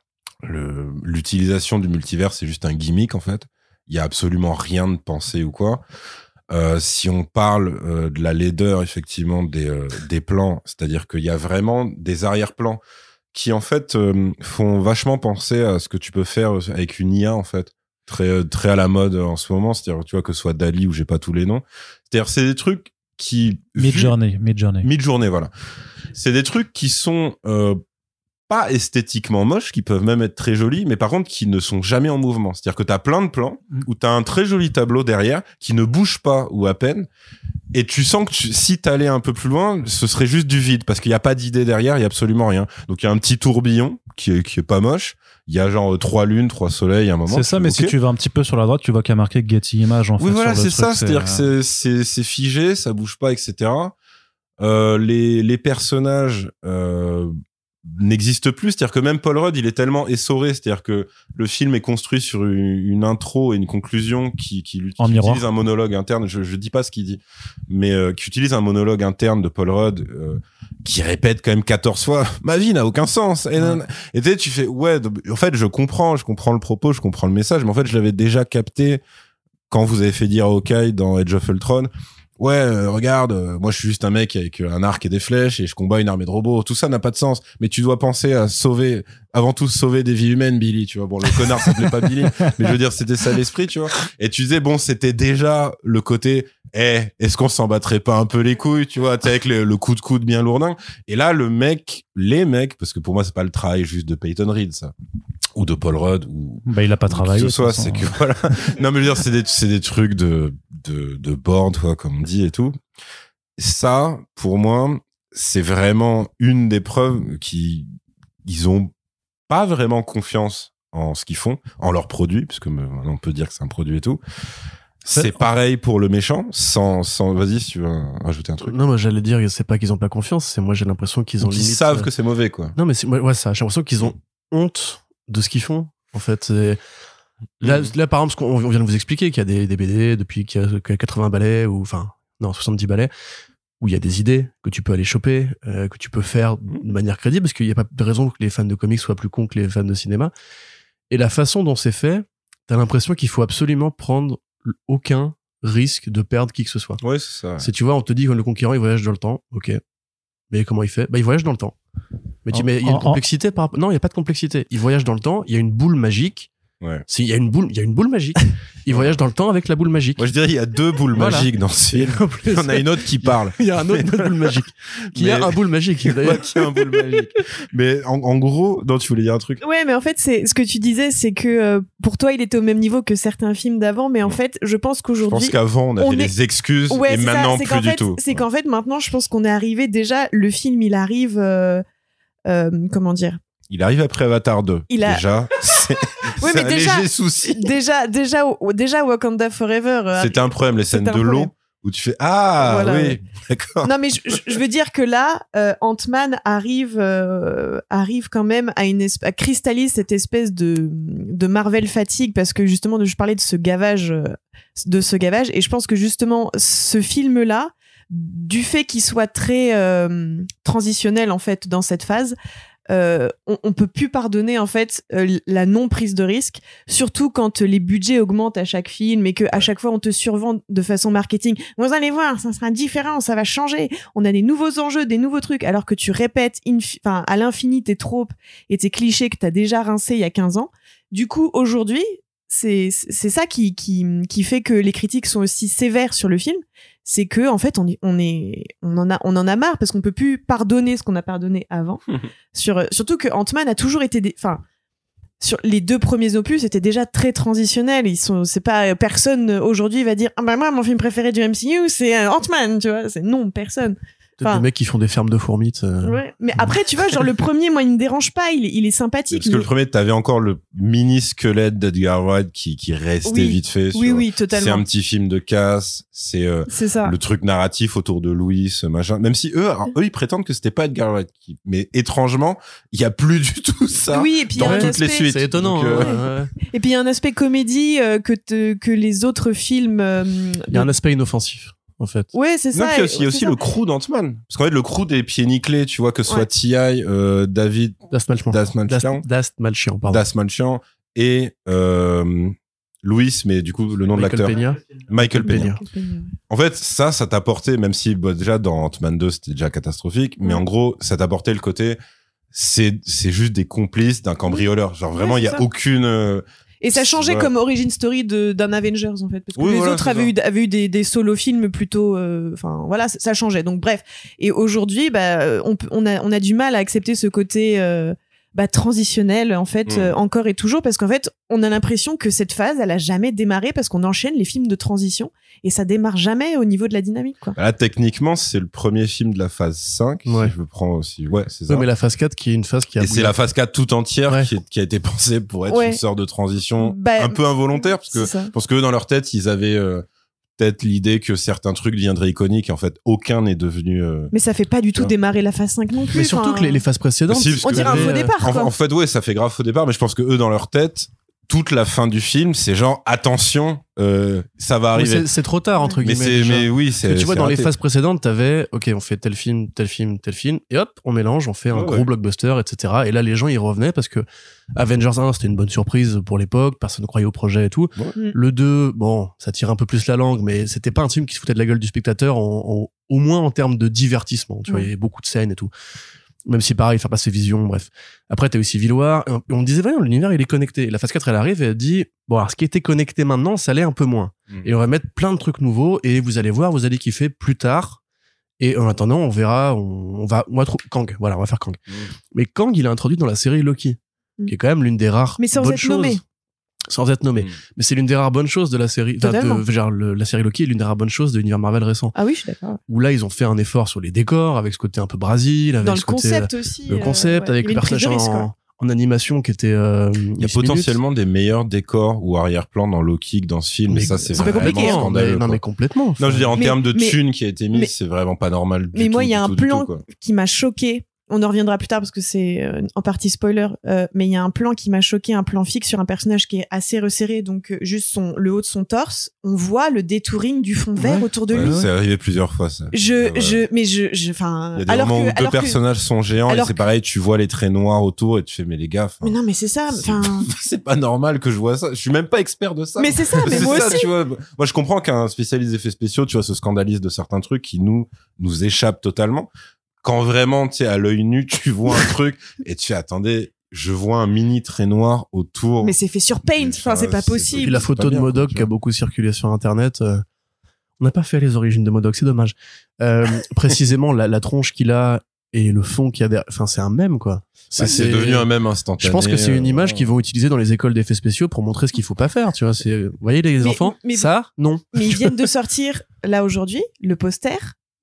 Le, l'utilisation du multivers, c'est juste un gimmick en fait. Il y a absolument rien de pensé ou quoi. Euh, si on parle euh, de la laideur effectivement des euh, des plans, c'est-à-dire qu'il y a vraiment des arrière-plans qui en fait euh, font vachement penser à ce que tu peux faire avec une I A en fait, très très à la mode en ce moment. C'est-à-dire tu vois que ce soit Dali ou j'ai pas tous les noms. C'est-à-dire c'est des trucs qui Mid-journey, mid-journey. Mid-journée, voilà. C'est des trucs qui sont euh, pas esthétiquement moches, qui peuvent même être très jolis, mais par contre qui ne sont jamais en mouvement. C'est-à-dire que t'as plein de plans mmh. où t'as un très joli tableau derrière qui ne bouge pas ou à peine, et tu sens que tu, si t'allais un peu plus loin, ce serait juste du vide, parce qu'il y a pas d'idée derrière, il y a absolument rien. Donc il y a un petit tourbillon qui est qui est pas moche. Il y a genre trois lunes, trois soleils à un moment. C'est ça, mais okay. Si tu vas un petit peu sur la droite, tu vois qu'il y a marqué Getty Images en fait. Oui, voilà, c'est truc, ça. c'est, C'est-à-dire euh... que c'est c'est c'est figé, ça bouge pas, et cetera. Euh, les les personnages euh, n'existe plus, c'est-à-dire que même Paul Rudd il est tellement essoré, c'est-à-dire que le film est construit sur une, une intro et une conclusion qui, qui, qui utilise un monologue interne, je, je dis pas ce qu'il dit, mais euh, qui utilise un monologue interne de Paul Rudd euh, qui répète quand même quatorze fois ma vie n'a aucun sens, et, ouais. et tu sais, tu fais ouais, en fait je comprends je comprends le propos, je comprends le message, mais en fait je l'avais déjà capté quand vous avez fait dire à Hawkeye dans Age of Ultron ouais, euh, regarde, euh, moi je suis juste un mec avec un arc et des flèches et je combats une armée de robots. Tout ça n'a pas de sens. Mais tu dois penser à sauver, avant tout sauver des vies humaines, Billy. Tu vois, bon, le connard s'appelait pas Billy, mais je veux dire, c'était ça l'esprit, tu vois. Et tu disais, bon, c'était déjà le côté, eh, est-ce qu'on s'en battrait pas un peu les couilles, tu vois, avec le, le coup de coude bien lourdin. Et là, le mec, les mecs, parce que pour moi, c'est pas le travail juste de Peyton Reed, ça. Ou de Paul Rudd, ou. Bah, il a pas travaillé. Que ce soit, c'est que voilà. Non, mais je veux dire, c'est des, c'est des trucs de, de, de board, quoi, comme on dit et tout. Ça, pour moi, c'est vraiment une des preuves qu'ils, ils ont pas vraiment confiance en ce qu'ils font, en leurs produits, puisque on peut dire que c'est un produit et tout. C'est pareil pour le méchant, sans, sans, vas-y, si tu veux rajouter un truc. Non, moi, j'allais dire, c'est pas qu'ils ont pas confiance, c'est moi, j'ai l'impression qu'ils ont Ils limite, savent que c'est mauvais, quoi. Non, mais c'est, ouais, ça, j'ai l'impression qu'ils ont honte de ce qu'ils font, en fait. C'est... Là, mmh. là, par exemple, ce qu'on on vient de vous expliquer, qu'il y a des, des B D depuis qu'il y a, qu'il y a quatre-vingts ballets, ou, enfin, non, soixante-dix ballets, où il y a des idées que tu peux aller choper, euh, que tu peux faire de manière crédible, parce qu'il n'y a pas de raison que les fans de comics soient plus cons que les fans de cinéma. Et la façon dont c'est fait, t'as l'impression qu'il faut absolument prendre aucun risque de perdre qui que ce soit. Ouais, c'est ça. Ouais. C'est, tu vois, on te dit que le conquérant, il voyage dans le temps. Ok. Mais comment il fait? Bah, il voyage dans le temps. Mais tu, en, mais il y a une en, complexité par rapport, non, il n'y a pas de complexité. Il voyage dans le temps, il y a une boule magique, Ouais. C'est, il y a une boule, il y a une boule magique. Il voyage dans le temps avec la boule magique. Moi, je dirais, il y a deux boules Voilà. magiques dans ce film. En plus, Il y en a une autre qui parle. il y a un autre, une autre boule magique. Qui Mais- a un boule magique, d'ailleurs. Ouais, qui a un boule magique. Mais en, en gros, non, tu voulais dire un truc? Ouais, mais en fait, c'est ce que tu disais, c'est que euh, pour toi, il était au même niveau que certains films d'avant, mais en fait, je pense Je qu'aujourd'hui, pense qu'avant, on avait on les excuses ouais, et c'est ça, maintenant c'est plus qu'en du fait, tout. c'est qu'en fait, maintenant, je pense qu'on est arrivé déjà. Le film, il arrive, euh, euh, comment dire Il arrive après Avatar deux. Il a- Déjà, c'est Oui, c'est mais un déjà- léger souci. Déjà, déjà, au- déjà, Wakanda Forever. euh, C'était un problème, les scènes C'était un de l'eau problème. où tu fais ah Voilà, oui, ouais. d'accord. Non, mais je, je- je veux dire que là, euh, Ant-Man arrive, euh, arrive quand même à une esp- à cristallise cette espèce de de Marvel fatigue parce que justement, je parlais de ce gavage, euh, de ce gavage, et je pense que justement, ce film-là, du fait qu'il soit très euh, transitionnel en fait dans cette phase. Euh, on, on peut plus pardonner en fait euh, la non prise de risque, surtout quand les budgets augmentent à chaque film et que à chaque fois on te survend de façon marketing. Vous allez voir, ça sera différent, ça va changer. On a des nouveaux enjeux, des nouveaux trucs, alors que tu répètes infi- enfin à l'infini tes tropes et tes clichés que t'as déjà rincés il y a quinze ans. Du coup, aujourd'hui, c'est c'est ça qui qui qui fait que les critiques sont aussi sévères sur le film. C'est que en fait on est on est on en a on en a marre parce qu'on peut plus pardonner ce qu'on a pardonné avant. sur surtout que Ant-Man a toujours été des enfin sur les deux premiers opus c'était déjà très transitionnel. Ils sont c'est pas personne aujourd'hui va dire ah bah moi mon film préféré du M C U c'est euh, Ant-Man, tu vois, c'est non, personne. Peut-être Enfin- des mecs qui font des fermes de fourmites. euh. Ouais, mais après tu vois genre le premier moi il me dérange pas, il est, il est sympathique. Parce que mais- le premier, t'avais encore le mini squelette d'Edgar Wright qui, qui restait Oui. vite fait. Oui sur- oui, C'est totalement. un petit film de casse. C'est euh, C'est ça. le truc narratif autour de Louis, ce machin. Même si eux, alors, eux, ils prétendent que c'était pas Edgar Wright. Qui... Mais étrangement, il y a plus du tout ça. Oui, et puis il y a dans un toutes les aspect- suites. C'est étonnant. Donc, euh, hein, ouais. Et puis il y a un aspect comédie euh, que te- que les autres films euh, Il y a un aspect inoffensif, en fait. Ouais, c'est Non, ça. puis il y a aussi, il y a c'est aussi ça. le crew d'Ant-Man. Parce qu'en fait, le crew des pieds nickelés, tu vois, que ce soit Ouais. T I, euh, David Dast Malchian. Das Malchian, Dast, Dast Malchian, pardon. Das Malchian et euh, Louis, mais du coup, le nom Michael de l'acteur. Peña. Michael Peña. Peña. En fait, ça, ça t'apportait, même si bah, déjà dans Ant-Man deux, c'était déjà catastrophique, mais Ouais. en gros, ça t'apportait le côté, c'est c'est juste des complices d'un cambrioleur. Genre vraiment, Ouais, il c'est y a ça. aucune. euh, Et ça changeait Voilà. comme origin story de d'un Avengers en fait, parce que Oui, les voilà, autres c'est avaient ça. eu, avaient eu des, des solo films plutôt, euh, enfin voilà, ça, ça changeait. Donc bref. Et aujourd'hui, bah, on, peut- on a on a du mal à accepter ce côté euh, bah, transitionnel en fait Mm. euh, encore et toujours, parce qu'en fait on a l'impression que cette phase elle a jamais démarré parce qu'on enchaîne les films de transition et ça démarre jamais au niveau de la dynamique quoi. Là, techniquement, c'est le premier film de la phase cinq. Ouais. Si je prends aussi. Ouais, c'est ça. Ouais, mais la phase quatre qui est une phase qui a Et c'est la phase quatre tout entière Ouais. qui, est- qui a été pensée pour être Ouais. une sorte de transition Bah, un peu involontaire, parce C'est que ça. parce que eux, dans leur tête, ils avaient euh, peut-être l'idée que certains trucs deviendraient iconiques, et en fait, aucun n'est devenu. euh, Mais ça fait pas du tout Ouais. démarrer la phase cinq non plus. Mais surtout enfin, que les, les phases précédentes, Si, parce on que dirait un avaient, faux euh, départ En, quoi. en fait, ouais, ça fait grave faux départ, mais je pense que eux, dans leur tête, toute la fin du film, c'est genre attention, euh, ça va mais arriver. c'est- c'est trop tard entre Mais guillemets. c'est, déjà. mais oui, Parce c'est. que tu vois, c'est dans les raté. phases précédentes, t'avais, ok, on fait tel film, tel film, tel film, et hop, on mélange, on fait un Ouais, gros ouais. blockbuster, et cetera. Et là, les gens, ils revenaient parce que Avengers un, c'était une bonne surprise pour l'époque, personne ne croyait au projet et tout. Ouais. Mm. Le deux, bon, ça tire un peu plus la langue, mais c'était pas un film qui se foutait de la gueule du spectateur, en- en- au moins en termes de divertissement. Tu vois, Ouais. il y avait beaucoup de scènes et tout. Même si pareil, faire passer Vision, bref. Après, t'as eu Civil War, et on, on me disait, voyons, l'univers, il est connecté. La phase quatre, elle arrive et elle dit, bon, alors, ce qui était connecté maintenant, ça l'est un peu moins. Mm. Et on va mettre plein de trucs nouveaux, et vous allez voir, vous allez kiffer plus tard. Et en attendant, on verra, on, on va, on va trou- Kang. Voilà, on va faire Kang. Mm. Mais Kang, il est introduit dans la série Loki, Mm. qui est quand même l'une des rares Mais sans bonnes être choses. nommé. Sans être nommé. Mm. Mais c'est l'une des rares bonnes choses de la série. Enfin, Totalement. de, genre, le- la série Loki est l'une des rares bonnes choses de l'univers Marvel récent. Ah oui, je suis d'accord. Où là, ils ont fait un effort sur les décors, avec ce côté un peu Brésil, avec Dans ce le côté, concept aussi. le euh, concept, ouais. avec Il y le avait une prise personnage de risque, en, quoi. en animation qui était, euh, Il y a potentiellement des meilleurs décors ou arrière-plans dans Loki que dans ce film, mais, Mais ça, c'est c'est pas vraiment compliqué, hein. scandaleux. non, quoi. mais complètement. Non, je veux dire, en Mais- termes de mais- thunes qui a été mise, mais- c'est vraiment pas normal. Du Mais moi, tout, il y a du un tout, du plan tout, quoi. qui m'a choqué. On en reviendra plus tard parce que c'est euh, en partie spoiler, euh, mais il y a un plan qui m'a choqué, un plan fixe sur un personnage qui est assez resserré, donc euh, juste son, le haut de son torse. On voit le détouring du fond vert Ouais. autour de Ouais, lui. c'est arrivé plusieurs fois, ça. Je, Ouais. je, mais je, je, enfin, Il y a des alors moments que, où deux alors que- personnages sont géants et alors c'est que- pareil, tu vois les traits noirs autour et tu fais, mais les gars, enfin, mais non, mais c'est ça, c'est- enfin, c'est pas normal que je vois ça. Je suis même pas expert de ça. mais c'est ça, mais C'est moi ça, aussi. tu vois. Moi, je comprends qu'un spécialiste des effets spéciaux, tu vois, se scandalise de certains trucs qui nous, nous échappent totalement. Quand vraiment, tu sais, à l'œil nu, tu vois un truc et tu fais, attendez, je vois un mini trait noir autour. Mais c'est fait sur Paint, enfin, c'est pas c'est- possible. Et puis la C'est photo pas de bien, Modoc quoi, qui a beaucoup circulé sur Internet. euh, on n'a pas fait les origines de Modoc, c'est dommage. Euh, précisément, la, la tronche qu'il a et le fond qu'il y a derrière. Enfin, c'est un mème, quoi. Bah, c'est devenu un mème instantané. Je pense que c'est une euh, image voilà. qu'ils vont utiliser dans les écoles d'effets spéciaux pour montrer ce qu'il faut pas faire, tu vois. C'est, vous voyez les Mais- enfants? mais- Ça? Non. Mais ils viennent de sortir, là, aujourd'hui, le poster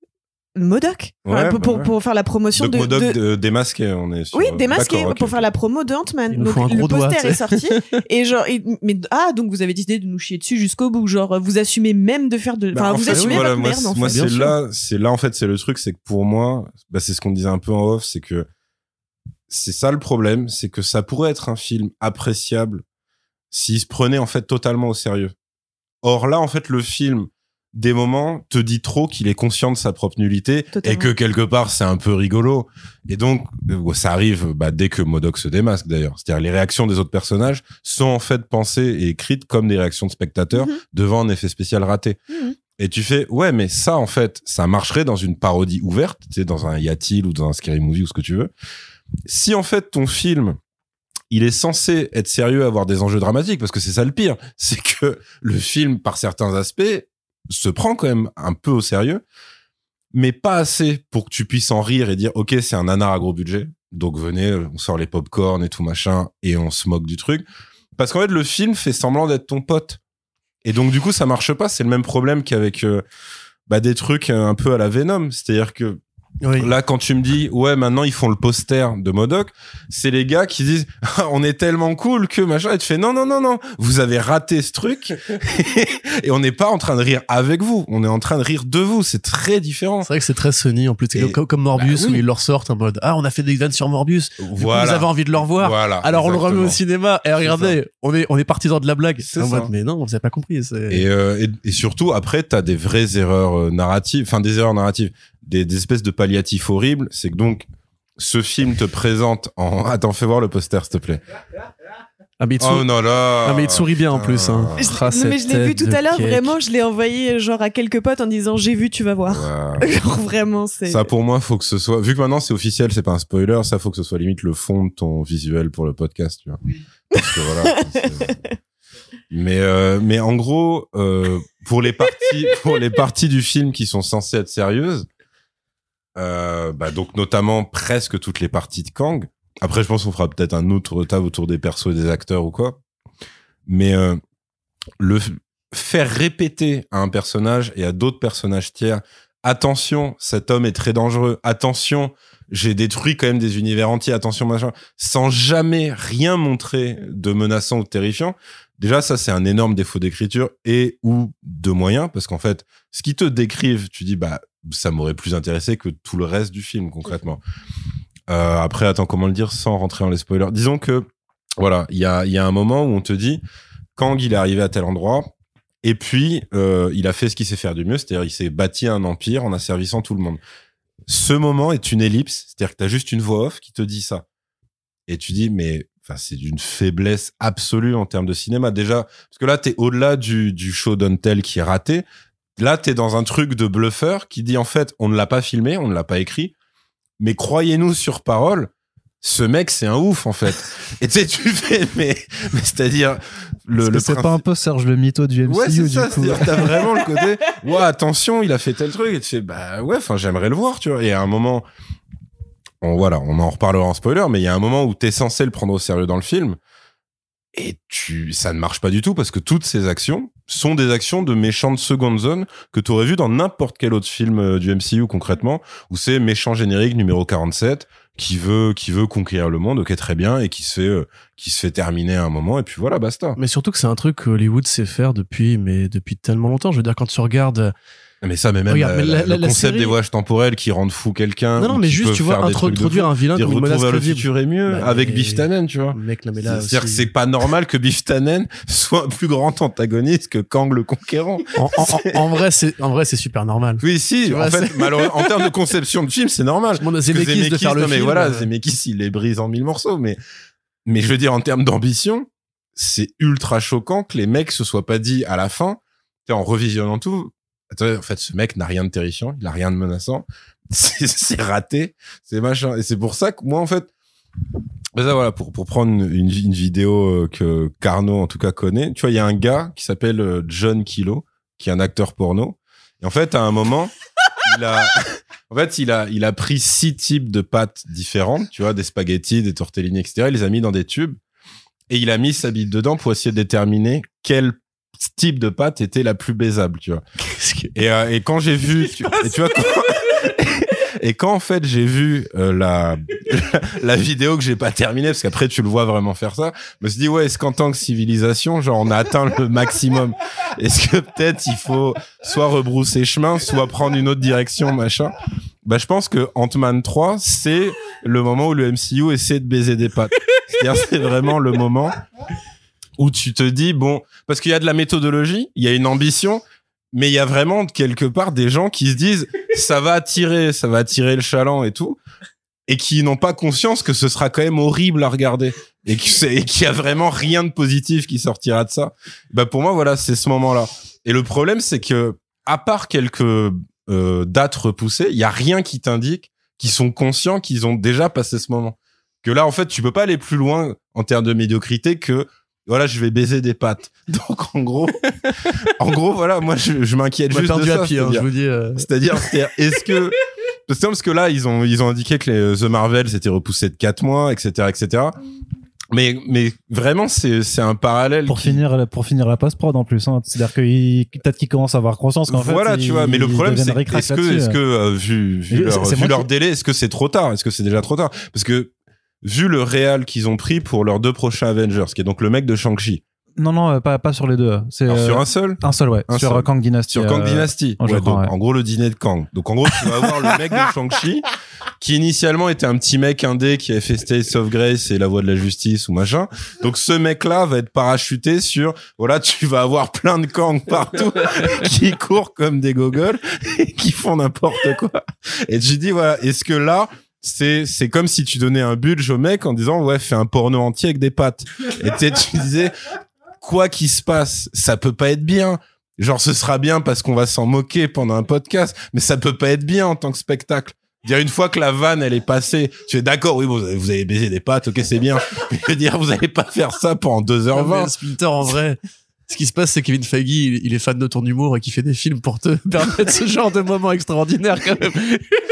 Modoc. Enfin, Ouais, pour, bah pour, ouais. pour faire la promotion Donc de... Modoc de- de- démasqué, on est sur. Oui, démasqué D'accord, ok, pour ok. faire la promo de Ant-Man. Il nous Donc faut un le gros doigt, poster tu est sais. sorti et genre et- mais ah donc vous avez décidé de nous chier dessus jusqu'au bout, genre vous assumez même de faire de Bah, enfin en vous fait, assumez voilà, votre moi, merde c'est- en moi, fait. c'est Bien sûr. là, c'est là en fait, c'est le truc, c'est que pour moi, bah, c'est ce qu'on disait un peu en off, c'est que c'est ça le problème, c'est que ça pourrait être un film appréciable s'il se prenait en fait totalement au sérieux. Or là, en fait, le film, des moments, te dit trop qu'il est conscient de sa propre nullité Totalement. et que quelque part, c'est un peu rigolo. Et donc, euh, ça arrive bah, dès que Modoc se démasque d'ailleurs. C'est-à-dire les réactions des autres personnages sont en fait pensées et écrites comme des réactions de spectateurs Mhm. devant un effet spécial raté. Mhm. Et tu fais, ouais, mais ça, en fait, ça marcherait dans une parodie ouverte, tu sais, dans un Y-a-t-il ou dans un Scary Movie ou ce que tu veux. Si, en fait, ton film, il est censé être sérieux, avoir des enjeux dramatiques, parce que c'est ça le pire, c'est que le film, par certains aspects, se prend quand même un peu au sérieux, mais pas assez pour que tu puisses en rire et dire, ok, c'est un nanar à gros budget, donc venez, on sort les pop-corn et tout machin, et on se moque du truc. Parce qu'en fait, le film fait semblant d'être ton pote. Et donc, du coup, ça marche pas. C'est le même problème qu'avec euh, bah, des trucs euh, un peu à la Venom. C'est-à-dire que Oui. là, quand tu me dis, ouais, maintenant, ils font le poster de Modoc, c'est les gars qui disent, ah, on est tellement cool que machin. Et tu fais, non, non, non, non, vous avez raté ce truc. Et on n'est pas en train de rire avec vous. On est en train de rire de vous. C'est très différent. C'est vrai que c'est très Sony en plus. C'est Et- comme, comme Morbius bah oui. où ils leur sortent en mode ah on a fait des vannes sur Morbius. Du coup, vous avez envie de le revoir. Voilà, Alors on le remet au exactement. cinéma et regardez on est on est partisans de la blague. C'est En ça. mode, mais non vous avez pas compris. C'est... Et, euh, et, et surtout, après, t'as des vraies erreurs euh, narratives, enfin des erreurs narratives, des, des espèces de palliatifs horribles. C'est que donc, ce film te présente en... Attends, fais voir le poster, s'il te plaît. Ah mais il te, Oh sou- non là ah, mais il te sourit bien en plus. Hein. Je- Ah, non, mais je l'ai vu cette tout tête à l'heure, de cake. vraiment, je l'ai envoyé genre à quelques potes en disant j'ai vu, tu vas voir. Ouais. Genre vraiment, c'est. Ça, pour moi, faut que ce soit... Vu que maintenant, c'est officiel, c'est pas un spoiler, ça, faut que ce soit limite le fond de ton visuel pour le podcast, tu vois. Parce que voilà... c'est- Mais euh, mais en gros, euh, pour les parties pour les parties du film qui sont censées être sérieuses, euh, bah donc notamment presque toutes les parties de Kang. Après, je pense qu'on fera peut-être un autre table autour des persos et des acteurs ou quoi. Mais euh, le f- faire répéter à un personnage et à d'autres personnages tiers, attention, cet homme est très dangereux. Attention, j'ai détruit quand même des univers entiers. Attention, machin, sans jamais rien montrer de menaçant ou de terrifiant. Déjà, ça, c'est un énorme défaut d'écriture et ou de moyens, parce qu'en fait, ce qu'ils te décrivent, tu dis, bah, ça m'aurait plus intéressé que tout le reste du film, concrètement. Euh, après, attends, comment le dire sans rentrer dans les spoilers? Disons que, voilà, il y a, il y a un moment où on te dit, Kang, il est arrivé à tel endroit, et puis, euh, il a fait ce qu'il sait faire du mieux, c'est-à-dire, il s'est bâti un empire en asservissant tout le monde. Ce moment est une ellipse, c'est-à-dire que t'as juste une voix off qui te dit ça. Et tu dis, mais, enfin, c'est d'une faiblesse absolue en termes de cinéma. Déjà, parce que là, t'es au-delà du, du show don't tell qui est raté. Là, t'es dans un truc de bluffeur qui dit, en fait, on ne l'a pas filmé, on ne l'a pas écrit, mais croyez-nous sur parole, ce mec, c'est un ouf, en fait. Et tu sais, tu fais, mais, mais c'est-à-dire, le, Est-ce que le c'est principe- pas un peu Serge le mytho du M C U Ouais, c'est du ça, coup c'est-à-dire, t'as vraiment le côté, ouais, attention, il a fait tel truc, et tu fais, bah, ouais, enfin, j'aimerais le voir, tu vois. Et à un moment, on, voilà, on en reparlera en spoiler, mais il y a un moment où t'es censé le prendre au sérieux dans le film, et tu, ça ne marche pas du tout parce que toutes ces actions sont des actions de méchants de seconde zone que t'aurais vu dans n'importe quel autre film euh, du M C U concrètement, où c'est méchant générique numéro quarante-sept qui veut, qui veut conquérir le monde, ok, très bien, et qui se fait, euh, qui se fait terminer à un moment, et puis voilà, basta. Mais surtout que c'est un truc que Hollywood sait faire depuis mais depuis tellement longtemps. Je veux dire quand tu regardes Mais ça, mais même Regarde, la- mais la- la- la- le la concept série- des voyages temporels qui rendent fou quelqu'un. non non ou mais qui juste peuvent tu vois faire des trucs de introduire fou. un vilain Dire comme une menace Retour vers le crédible. futur est mieux Bah, avec mais- Biff Tannen, tu vois. Mec, non, mais là C'est-à-dire que aussi- c'est pas normal que Biff Tannen soit un plus grand antagoniste que Kang le Conquérant. En, en- en- en vrai, c'est en vrai, c'est super normal. Oui, si, Tu en vois, fait, c'est- malheureusement, en termes de conception de film, c'est normal. Je demande à Parce que Zemeckis de faire le non, mais film. voilà, euh, Zemeckis, il les brise en mille morceaux, mais, mais je veux dire, en termes d'ambition, c'est ultra choquant que les mecs se soient pas dit à la fin, tu sais, en revisionnant tout, attendez, en fait, ce mec n'a rien de terrifiant, il a rien de menaçant, c'est, c'est raté, c'est machin. Et c'est pour ça que moi, en fait, Mais ça, voilà, pour, pour prendre une, une vidéo que Carnot, en tout cas, connaît, tu vois, il y a un gars qui s'appelle John Kilo, qui est un acteur porno. Et en fait, à un moment, il a, en fait, il a, il a pris six types de pâtes différentes, tu vois, des spaghettis, des tortellini, et cetera. Il les a mis dans des tubes. Et il a mis sa bite dedans pour essayer de déterminer quel type de pâte était la plus baisable, tu vois. Et, euh, et quand j'ai vu, tu, et tu vois, quand, et quand en fait j'ai vu euh, la, la la vidéo que j'ai pas terminée, parce qu'après tu le vois vraiment faire ça, je me suis dit ouais, est-ce qu'en tant que civilisation, genre on a atteint le maximum? Est-ce que peut-être il faut soit rebrousser chemin, soit prendre une autre direction, machin? Bah je pense que Ant-Man trois, c'est le moment où le M C U essaie de baiser des pattes. C'est-à-dire c'est vraiment le moment où tu te dis bon, parce qu'il y a de la méthodologie, il y a une ambition. Mais il y a vraiment quelque part des gens qui se disent ça va attirer, ça va attirer le chaland et tout, et qui n'ont pas conscience que ce sera quand même horrible à regarder et que c'est, et qu'il y a vraiment rien de positif qui sortira de ça. Bah pour moi voilà, c'est ce moment-là. Et le problème c'est que à part quelques euh, dates repoussées, il y a rien qui t'indique qu'ils sont conscients qu'ils ont déjà passé ce moment. Que là en fait tu peux pas aller plus loin en termes de médiocrité que voilà, je vais baiser des pattes. Donc en gros, en gros, voilà, moi je, je m'inquiète juste de ça. Pied, hein, je vous dis. Euh... C'est-à-dire, c'est-à-dire, est-ce que parce que là ils ont ils ont indiqué que les The Marvel s'étaient repoussés de quatre mois, et cetera, et cetera. Mais mais vraiment c'est c'est un parallèle. Pour qui... finir pour finir la post-prod en plus, hein. C'est-à-dire que il, peut-être qu'ils commencent à avoir conscience qu'en fait. Voilà, tu vois. Mais le problème c'est est-ce que est-ce que euh, vu vu leur, vu leur qui... délai, est-ce que c'est trop tard? Est-ce que c'est déjà trop tard? Parce que vu le réal qu'ils ont pris pour leurs deux prochains Avengers, qui est donc le mec de Shang-Chi. Non, non, pas, pas sur les deux. C'est, Alors, euh, sur un seul? Un seul, ouais. Un sur seul. Kang Dynasty. Sur Kang euh, Dynasty. Ouais, ouais, crois, donc, ouais. en gros, le dîner de Kang. Donc, en gros, tu vas avoir le mec de Shang-Chi, qui initialement était un petit mec indé qui avait fait States of Grace et La Voie de la Justice ou machin. Donc, ce mec-là va être parachuté sur, voilà, tu vas avoir plein de Kang partout, qui courent comme des gogoles et qui font n'importe quoi. Et tu dis, voilà, est-ce que là, c'est c'est comme si tu donnais un budget au mec en disant, ouais, fais un porno entier avec des pattes. Et tu sais, tu disais, quoi qu'il se passe, ça peut pas être bien. Genre, ce sera bien parce qu'on va s'en moquer pendant un podcast, mais ça peut pas être bien en tant que spectacle. Dire une fois que la vanne, elle est passée, tu es d'accord, oui, bon, vous avez baisé des pattes, ok, c'est bien. Mais je veux dire, vous allez pas faire ça pendant deux heures vingt. Splinter, en vrai, ce qui se passe, c'est que Kevin Feige, il, il est fan de ton humour et qui fait des films pour te permettre ce genre de moments extraordinaires, quand même.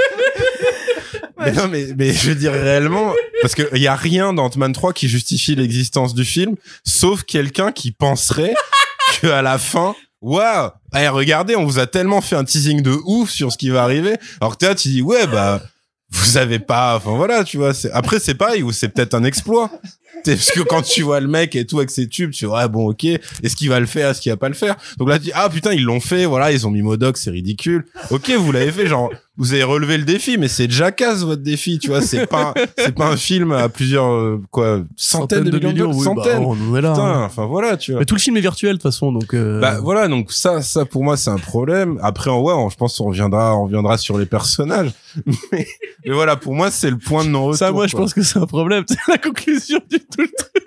Mais non, mais, mais je veux dire réellement, parce que il y a rien dans Ant-Man trois qui justifie l'existence du film, sauf quelqu'un qui penserait que à la fin, waouh, hey, regardez, on vous a tellement fait un teasing de ouf sur ce qui va arriver. Alors que là, tu dis, ouais, bah, vous avez pas, enfin voilà, tu vois, c'est, après, c'est pareil, ou c'est peut-être un exploit. Parce que quand tu vois le mec et tout avec ses tubes, tu vois, ah, bon, ok, est-ce qu'il va le faire, est-ce qu'il va pas le faire? Donc là, tu dis, ah, putain, ils l'ont fait, voilà, ils ont mis Modoc, c'est ridicule. Ok, vous l'avez fait, genre, vous avez relevé le défi, mais c'est Jackass, votre défi, tu vois, c'est pas, c'est pas un film à plusieurs, euh, quoi, centaines, centaines de, de millions, millions de, oui, centaines. Bah, on est là. Putain, hein. Enfin, voilà, tu vois. Mais tout le film est virtuel, de toute façon, donc, euh... Bah, voilà, donc ça, ça, pour moi, c'est un problème. Après, en ouais, on, je pense qu'on reviendra, on reviendra sur les personnages. mais, mais voilà, pour moi, c'est le point de non-retour. Ça, moi, je quoi. pense que c'est un problème. C'est la conclusion du tout le truc.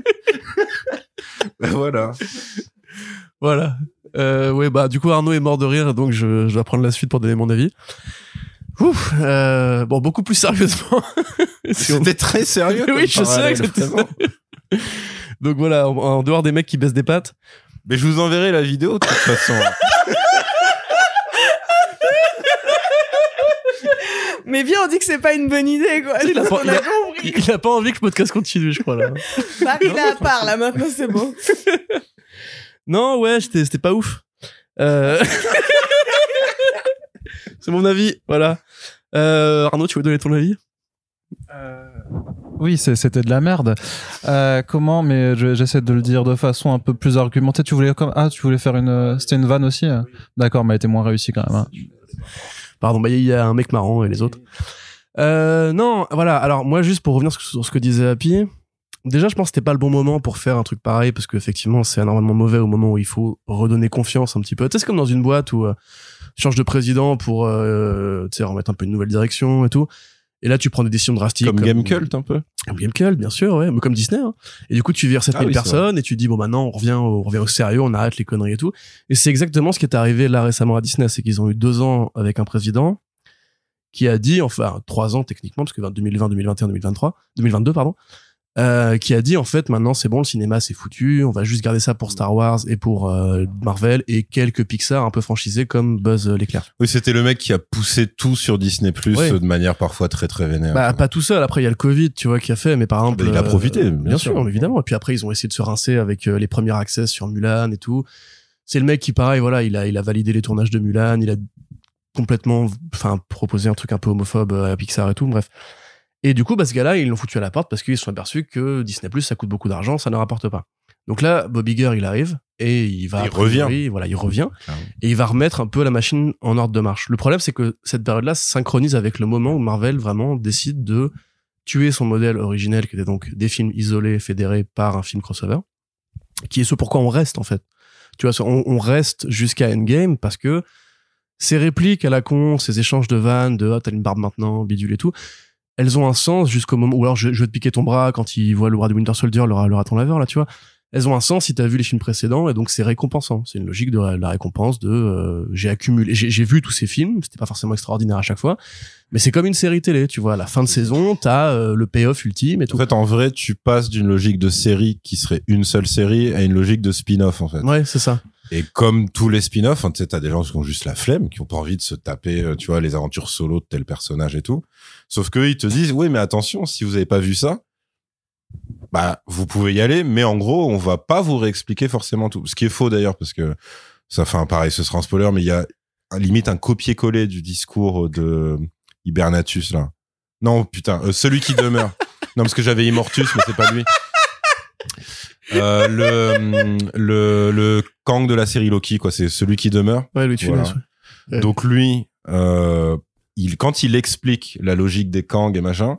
Ben voilà. Voilà. Euh, ouais, bah, du coup, Arnaud est mort de rire, donc je, je vais prendre la suite pour donner mon avis. Ouf, euh, bon, beaucoup plus sérieusement. C'était très sérieux. Oui, je sais que c'était ça. Donc voilà, en, en dehors des mecs qui baissent des pattes. Mais je vous enverrai la vidéo, de toute façon. Mais bien, on dit que c'est pas une bonne idée, quoi. Il a, pas, il, a, il a pas envie que le podcast continue, je crois, là. Marie, là, à part, là, maintenant, c'est bon. Non, ouais, c'était, c'était pas ouf. Euh... c'est mon avis, voilà. Euh, Arnaud, tu veux donner ton avis? euh... Oui, c'est, c'était de la merde. Euh, comment? Mais je, j'essaie de le dire de façon un peu plus argumentée. Tu voulais comme ah, tu voulais faire une, c'était une vanne aussi. Hein. D'accord, mais elle était moins réussie quand même. Hein. Pardon, bah il y a un mec marrant et les autres. Euh, non, voilà. Alors moi, juste pour revenir sur ce que disait Happy, déjà, je pense que c'était pas le bon moment pour faire un truc pareil parce qu'effectivement, c'est anormalement mauvais au moment où il faut redonner confiance un petit peu. Tu sais, c'est comme dans une boîte où euh, tu changes de président pour, euh, tu sais, remettre un peu une nouvelle direction et tout. Et là, tu prends des décisions drastiques. Comme, comme Gamecult, un peu. Comme Gamecult, bien sûr, ouais. Mais comme Disney, hein. Et du coup, tu vires sept mille ah, oui, personnes et tu dis, bon, maintenant, on revient au, on revient au sérieux, on arrête les conneries et tout. Et c'est exactement ce qui est arrivé là récemment à Disney. C'est qu'ils ont eu deux ans avec un président qui a dit, enfin, trois ans techniquement, parce que deux mille vingt, deux mille vingt et un, deux mille vingt-trois, deux mille vingt-deux, pardon, Euh, qui a dit en fait maintenant c'est bon, le cinéma c'est foutu, on va juste garder ça pour Star Wars et pour euh, Marvel et quelques Pixar un peu franchisés comme Buzz l'éclair. Oui, c'était le mec qui a poussé tout sur Disney Plus Ouais. de manière parfois très très vénère. Bah pas tout seul, après il y a le Covid tu vois qui a fait, mais par exemple Bah, il a profité, euh, bien bien sûr. sûr. évidemment, et puis après ils ont essayé de se rincer avec euh, les premiers accès sur Mulan et tout. C'est le mec qui pareil voilà, il a il a validé les tournages de Mulan, il a complètement enfin proposé un truc un peu homophobe à Pixar et tout, bref. Et du coup, bah, ce gars-là, ils l'ont foutu à la porte parce qu'ils se sont aperçus que Disney+, ça coûte beaucoup d'argent, ça ne rapporte pas. Donc là, Bob Iger, il arrive et il va... Il a priori, revient. Voilà, il revient Clairement. et il va remettre un peu la machine en ordre de marche. Le problème, c'est que cette période-là se synchronise avec le moment où Marvel vraiment décide de tuer son modèle originel, qui était donc des films isolés fédérés par un film crossover, qui est ce pourquoi on reste, en fait. Tu vois, on, on reste jusqu'à Endgame parce que ces répliques à la con, ces échanges de vannes, de « ah, t'as une barbe maintenant, bidule et tout », elles ont un sens jusqu'au moment où alors je, je vais te piquer ton bras quand il voit le bras de Winter Soldier, le, le raton laveur là, tu vois. Elles ont un sens si t'as vu les films précédents et donc c'est récompensant. C'est une logique de la, la récompense de euh, j'ai accumulé, j'ai, j'ai vu tous ces films, c'était pas forcément extraordinaire à chaque fois, mais c'est comme une série télé, tu vois. À la fin de saison, t'as euh, le payoff ultime et tout. En fait, en vrai, tu passes d'une logique de série qui serait une seule série à une logique de spin-off, en fait. Ouais, c'est ça. Et comme tous les spin-offs, hein, tu sais, t'as des gens qui ont juste la flemme, qui ont pas envie de se taper, euh, tu vois, les aventures solo de tel personnage et tout. Sauf que ils te disent, oui, mais attention, si vous avez pas vu ça, bah, vous pouvez y aller, mais en gros, on va pas vous réexpliquer forcément tout. Ce qui est faux d'ailleurs, parce que ça fait un pareil, ce sera un spoiler, mais il y a un, limite un copier-coller du discours de Hibernatus, là. Non, putain, euh, celui qui demeure. Non, parce que j'avais Immortus, mais c'est pas lui. Euh, le, le, le Kang de la série Loki, quoi, c'est celui qui demeure. Ouais, lui tu Voilà. laisses, ouais. Donc lui, euh, il, quand il explique la logique des Kang et machin,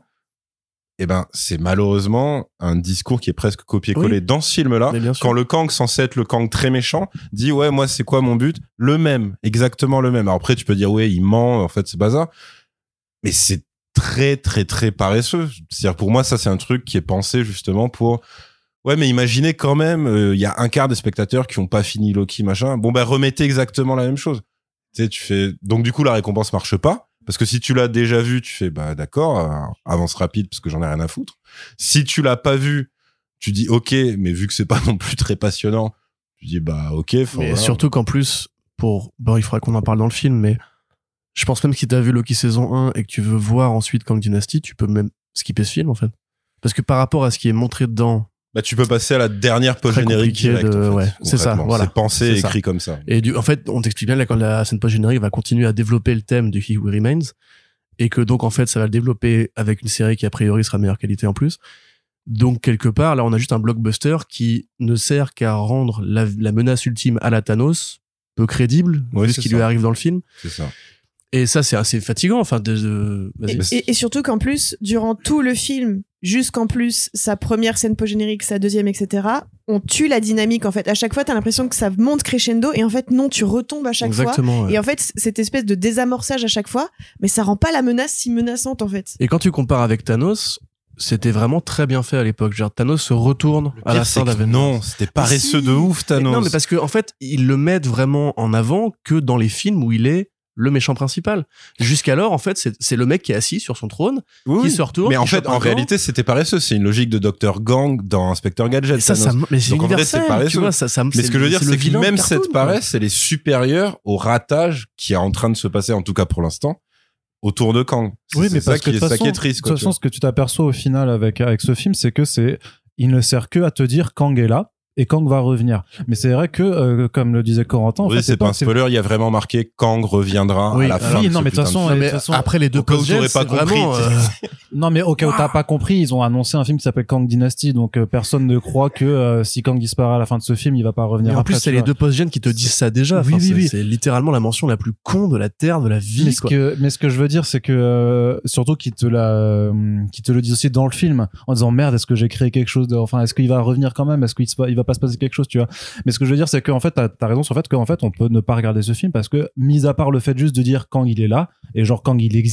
eh ben, c'est malheureusement un discours qui est presque copié-collé Oui. dans ce film-là. Mais bien sûr. Quand le Kang, censé être le Kang très méchant, dit, ouais, moi, c'est quoi mon but? Le même. Exactement le même. Alors après, tu peux dire, ouais, il ment, en fait, c'est bazar. Mais c'est très, très, très paresseux. C'est-à-dire, pour moi, ça, c'est un truc qui est pensé justement pour, ouais, mais imaginez quand même, il euh, y a un quart des spectateurs qui ont pas fini Loki, machin. Bon, ben, remettez exactement la même chose. Tu sais, tu fais, donc, du coup, la récompense marche pas. Parce que si tu l'as déjà vu, tu fais, bah, d'accord, euh, avance rapide parce que j'en ai rien à foutre. Si tu l'as pas vu, tu dis, ok, mais vu que c'est pas non plus très passionnant, tu dis, bah, ok, faut, Mais voilà. surtout qu'en plus, pour, bon, il faudra qu'on en parle dans le film, mais je pense même que si t'as vu Loki saison un et que tu veux voir ensuite Kang Dynasty, tu peux même skipper ce film, en fait. Parce que par rapport à ce qui est montré dedans, Bah, tu peux passer à la dernière Très post-générique compliqué direct, de- en fait, ouais, c'est ça, concrètement. voilà. C'est pensé et C'est ça. écrit comme ça. et du, en fait, on t'explique bien là quand la scène post-générique va continuer à développer le thème de He Who Remains, et que donc, en fait, ça va le développer avec une série qui, a priori, sera de meilleure qualité en plus. Donc, quelque part, là, on a juste un blockbuster qui ne sert qu'à rendre la, la menace ultime à la Thanos peu crédible, Oui, vu c'est ce qui ça. lui arrive dans le film. C'est ça. Et ça, c'est assez fatigant, enfin, de, de- Et, vas-y. et- et surtout qu'en plus, durant tout le film, jusqu'en plus sa première scène post-générique, sa deuxième, et cetera, on tue la dynamique en fait. À chaque fois, t'as l'impression que ça monte crescendo et en fait, non, tu retombes à chaque fois. Exactement. ouais. Et en fait, c- cette espèce de désamorçage à chaque fois, mais ça rend pas la menace si menaçante en fait. Et quand tu compares avec Thanos, c'était vraiment très bien fait à l'époque. Genre, Thanos se retourne à la Pire, c'est fin que d'Avengers. non, c'était paresseux Si. de ouf, Thanos. Non, mais parce que en fait, ils le mettent vraiment en avant que dans les films où il est le méchant principal. Jusqu'alors, en fait, c'est, c'est le mec qui est assis sur son trône, Oui, qui oui. se retourne. Mais en qui fait, chope en un réalité, c'était paresseux. C'est une logique de docteur Gang dans Inspecteur Gadget. Et ça, ça, Thanos. mais c'est Donc, en vrai, c'est universel, paresseux. tu vois, ça, ça, Mais ce que je veux dire, le c'est que vilain même de cartoon, cette quoi. paresse, elle est supérieure au ratage qui est en train de se passer, en tout cas pour l'instant, autour de Kang. C'est, Oui, c'est mais ça parce que qui de est, toute ça qui est façon, triste. de Quoi, toute tu façon, vois. ce que tu t'aperçois au final avec, avec ce film, c'est que c'est, il ne sert que à te dire Kang est là et Kang va revenir. Mais c'est vrai que, euh, comme le disait Corentin, en Oui, fait, c'est pas un spoiler, il y a vraiment marqué Kang reviendra Oui, à la alors- fin. oui, de non, ce mais de toute putain façon, Non, et de mais toute façon- après les deux au cas où post-gens, t'aurais pas c'est compris, vraiment, tu sais. euh, Non, mais au cas où t'as pas compris, ils ont annoncé un film qui s'appelle Kang Dynasty, donc euh, personne ne croit que euh, si Kang disparaît à la fin de ce film, il va pas revenir Et en après. plus, tu c'est les vois. deux post-gens qui te disent ça déjà. Oui, Enfin, oui, c'est, oui. c'est littéralement la mention la plus con de la Terre, de la vie, Mais ce quoi. que, mais ce que je veux dire, c'est que euh, surtout qu'ils te la, euh, qu'ils te le disent aussi dans le film, en disant merde, est-ce que j'ai créé quelque chose de, enfin, est-ce qu'il va revenir quand même, est-ce qu'il se, il va pas se passer quelque chose, tu vois. Mais ce que je veux dire, c'est qu'en fait, t'as, t'as raison sur le fait qu'en fait, on peut ne pas regarder ce film parce que, mis à part le fait juste de dire Kang il est là et genre Kang il existe,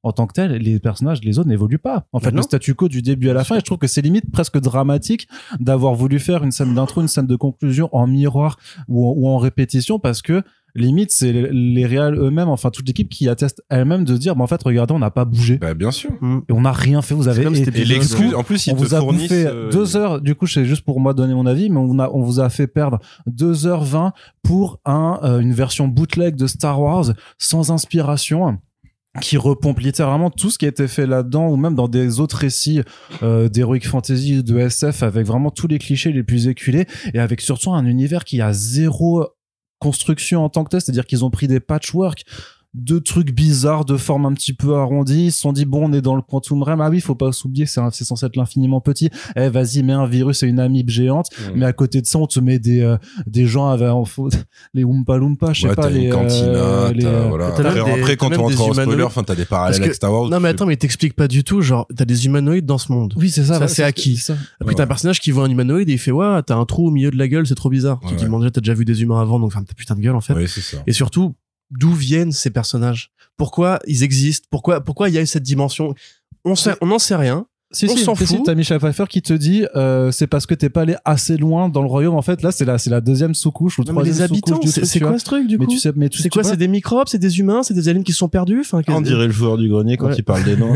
en tant que tel, les personnages, les autres n'évoluent pas. En fait, Mais non. le statu quo du début à la fin, et je trouve que c'est limite presque dramatique d'avoir voulu faire une scène d'intro, une scène de conclusion en miroir ou en, ou en répétition, parce que limite, c'est les, les réals eux-mêmes, enfin toute l'équipe qui atteste elle-même de dire, bah, en fait, regardez, on n'a pas bougé. Bah, bien sûr. Et on n'a rien fait, vous avez... comme et- cet Et épisode, l'excuse, en plus, ils on te vous a fournissent. bouffé euh, deux heures, du coup, c'est juste pour moi donner mon avis, mais on, a, on vous a fait perdre deux heures vingt pour un, euh, une version bootleg de Star Wars sans inspiration, qui repompe littéralement tout ce qui a été fait là-dedans, ou même dans des autres récits euh, d'heroic fantasy, de S F, avec vraiment tous les clichés les plus éculés, et avec surtout un univers qui a zéro construction en tant que tel, c'est-à-dire qu'ils ont pris des patchwork de trucs bizarres de forme un petit peu arrondie, ils se sont dit bon, on est dans le quantum realm, ah oui, faut pas s'oublier, c'est, un- c'est censé être l'infiniment petit, eh vas-y, mets un virus et une amibe géante, Ouais. mais à côté de ça on te met des euh, des gens avec en faux- les Oompa Loompa, je sais Ouais, pas, t'as les une cantina, euh, les, t'as- euh, voilà. t'as même Après, des- après, quand t'as on même rentre des en spoiler, humanoïdes. enfin, t'as des parallèles Parce que- avec Star Wars. Non, mais tu- attends, mais il t'explique pas du tout. Genre, t'as des humanoïdes dans ce monde. oui, c'est ça, Ça, ouais, c'est acquis. ça. Après, Ouais. t'as un personnage qui voit un humanoïde et il fait, ouais, t'as un trou au milieu de la gueule, c'est trop bizarre. Ouais, tu te dis, ouais. bon, déjà, t'as déjà vu des humains avant, donc ferme ta putain de gueule, en fait. Oui, c'est ça. Et surtout, d'où viennent ces personnages? Pourquoi ils existent? Pourquoi, pourquoi il y a cette dimension? On sait, on n'en sait rien. Si, On si, s'en si, si, fout. t'as Michel Pfeiffer qui te dit euh, c'est parce que t'es pas allé assez loin dans le royaume. En fait, là, c'est la, c'est la deuxième sous-couche ou Non, mais troisième les habitants, sous-couche du c'est truc, c'est tu quoi vois. ce truc, du Mais coup? tu sais, mais tu C'est tu quoi? vois, C'est des microbes? C'est des humains? C'est des aliens qui se sont perdus? Enfin, On dirait le joueur du grenier quand Ouais. il parle des noms.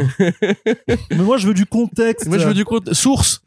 Mais moi, je veux du contexte. Moi, je veux du compte. Source!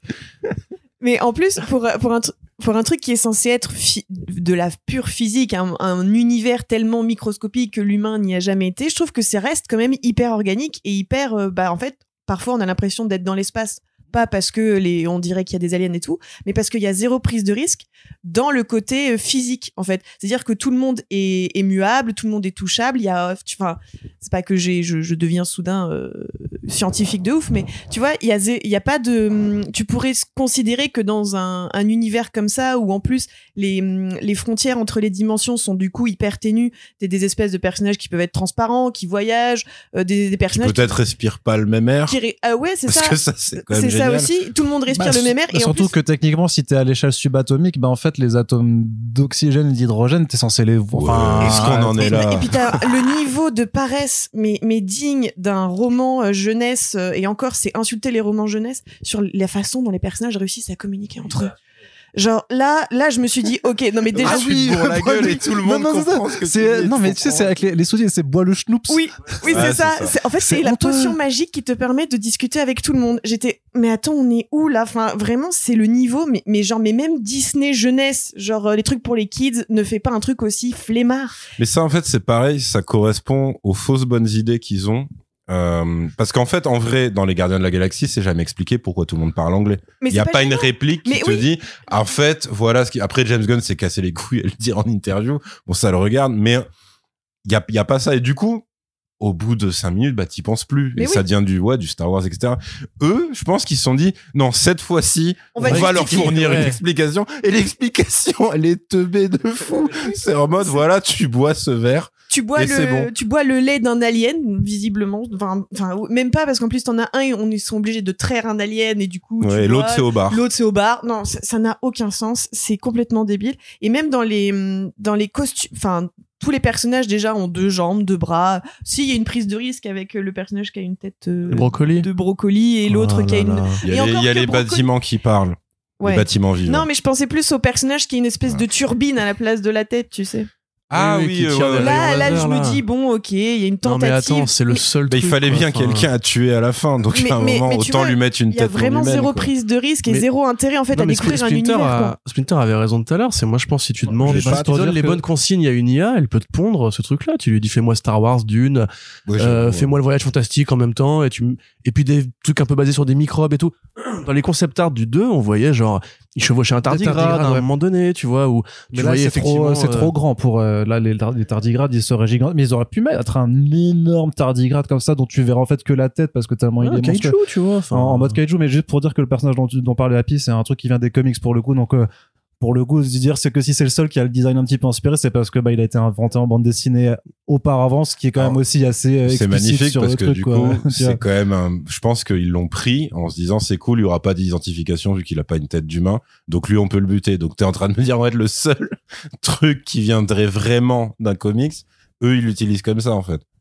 Mais en plus, pour, pour, un, tr- pour un truc qui est censé être fi- de la pure physique, un, un univers tellement microscopique que l'humain n'y a jamais été, je trouve que ça reste quand même hyper organique et hyper... euh, bah, en fait, parfois, on a l'impression d'être dans l'espace. Pas parce que les, on dirait qu'il y a des aliens et tout, mais parce qu'il y a zéro prise de risque dans le côté euh, physique, en fait. C'est-à-dire que tout le monde est, est muable, tout le monde est touchable. Il y a, enfin, c'est pas que j'ai, je, je deviens soudain euh, scientifique de ouf, mais tu vois, il y a, zé- il y a pas de, tu pourrais s- considérer que dans un, un univers comme ça, où en plus les, les frontières entre les dimensions sont du coup hyper ténues, t'as des espèces de personnages qui peuvent être transparents, qui voyagent, euh, des, des personnages Peut-être respire pas le même air. qui, ré- ah ouais, c'est Parce ça. que ça, c'est quand même C'est ça génial. aussi, tout le monde respire Bah, le même air. Et en surtout plus, que techniquement, si t'es à l'échelle subatomique, bah en fait, les atomes d'oxygène et d'hydrogène, t'es censé les voir. Ouais. Est-ce qu'on en est et, là et puis t'as le niveau de paresse, mais, mais digne d'un roman euh, jeunesse, euh, et encore, c'est insulter les romans jeunesse sur la façon dont les personnages réussissent à communiquer entre eux. Genre là, là, je me suis dit, ok, non mais déjà, Ah oui, bourre la gueule et tout le monde non, non, c'est ça. comprend ce que tu C'est- dis, non, tu mais tu sais, comprends. c'est avec les, les souliers, c'est bois le schnoops. oui, oui, Ouais, c'est c'est ça. ça. C'est- En fait, C'est c'est la honteux. potion magique qui te permet de discuter avec tout le monde. J'étais, mais attends, on est où là? Enfin, vraiment, c'est le niveau, mais, mais genre, mais même Disney jeunesse, genre euh, les trucs pour les kids, ne fait pas un truc aussi flemmard. Mais ça, en fait, c'est pareil, ça correspond aux fausses bonnes idées qu'ils ont. Euh, parce qu'en fait, en vrai, dans les Gardiens de la Galaxie, c'est jamais expliqué pourquoi tout le monde parle anglais. Mais Il y a c'est pas une gênant. réplique qui Mais te oui. dit, en fait, voilà ce qui, après James Gunn s'est cassé les couilles à le dire en interview. Bon, ça le regarde, mais il y a, il y a pas ça. Et du coup, au bout de cinq minutes, bah, t'y penses plus. Mais et oui. ça devient du, ouais, du Star Wars, et cetera. Eux, je pense qu'ils se sont dit, non, cette fois-ci, on On va, va leur expliquer, fournir une ouais. explication. Et l'explication, elle est teubée de fou. C'est en mode, voilà, tu bois ce verre. Tu bois Et c'est le, bon. tu bois le lait d'un alien, visiblement. Enfin, enfin, même pas parce qu'en plus t'en as un, et on ils sont obligés de traire un alien et du coup. tu Ouais, et bois- l'autre, c'est au bar. L'autre c'est au bar. Non, ça ça n'a aucun sens. C'est complètement débile. Et même dans les, hum, dans les costumes, enfin, tous les personnages déjà ont deux jambes, deux bras. Si, il y a une prise de risque avec euh, le personnage qui a une tête euh, Le brocoli. de brocoli et l'autre Oh qui a là une. là. Il y Et a les, encore il y a que les Brocoli- bâtiments qui parlent. Ouais. Les bâtiments vivants. Non, mais je pensais plus au personnage qui a une espèce de turbine à la place de la tête, tu sais. ah Oui, oui, oui, qui euh, tire ouais, des ouais. Là, rayons là, laser, je me là. dis bon, ok, il y a une Non, tentative. mais attends, c'est le Mais- seul Bah, il truc. fallait quoi. bien Enfin, quelqu'un à tuer à la fin, donc Mais- à un mais- moment, mais tu autant vois, lui mettre une Il y a tête non vraiment humaine, zéro quoi. prise de risque et Mais- zéro intérêt en fait Non, à mais découvrir un Splinter, univers. a- quoi. Splinter avait raison tout à l'heure. C'est moi, je pense, si tu demandes, j'ai si pas tu donnes dire les que- bonnes consignes à une I A, elle peut te pondre ce truc-là. Tu lui dis, fais-moi Star Wars, Dune, Ouais, euh, j'avoue, fais-moi le voyage fantastique en même temps, et tu, m- et puis des trucs un peu basés sur des microbes et tout. Dans les concept art du deux, on voyait genre, il chevauchait un tardigrade, tardigrades, à un ouais. moment donné, tu vois, où Mais tu là, voyais c'est effectivement. trop, c'est euh, trop grand pour euh, là les, tar- les tardigrades, ils seraient gigants, mais ils auraient pu mettre un énorme tardigrade comme ça dont tu verras en fait que la tête parce que tellement il ouais, est monstrueux. kaiju, tu vois. enfin, En, en mode kaiju, mais juste pour dire que le personnage dont, tu- dont parlait Happy, c'est un truc qui vient des comics pour le coup, donc euh, pour le coup, se dire c'est que si c'est le seul qui a le design un petit peu inspiré, c'est parce que bah il a été inventé en bande dessinée auparavant, ce qui est quand même Alors, aussi assez euh, C'est explicite magnifique sur parce le que truc, du quoi. coup, Tu vois. c'est quand même un, je pense qu'ils l'ont pris en se disant c'est cool, il y aura pas d'identification vu qu'il a pas une tête d'humain. Donc lui, on peut le buter. Donc t'es en train de me dire, on va être le seul truc qui viendrait vraiment d'un comics. Eux, ils l'utilisent comme ça, en fait.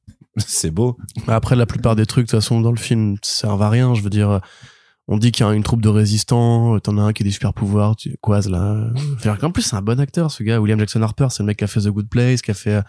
C'est beau. Après, la plupart des trucs, de toute façon, dans le film, ça servent à rien. Je veux dire, on dit qu'il y a une troupe de résistants, t'en as un qui a des super pouvoirs, tu quoi, là. En plus, c'est un bon acteur, ce gars. William Jackson Harper, c'est le mec qui a fait The Good Place, qui a fait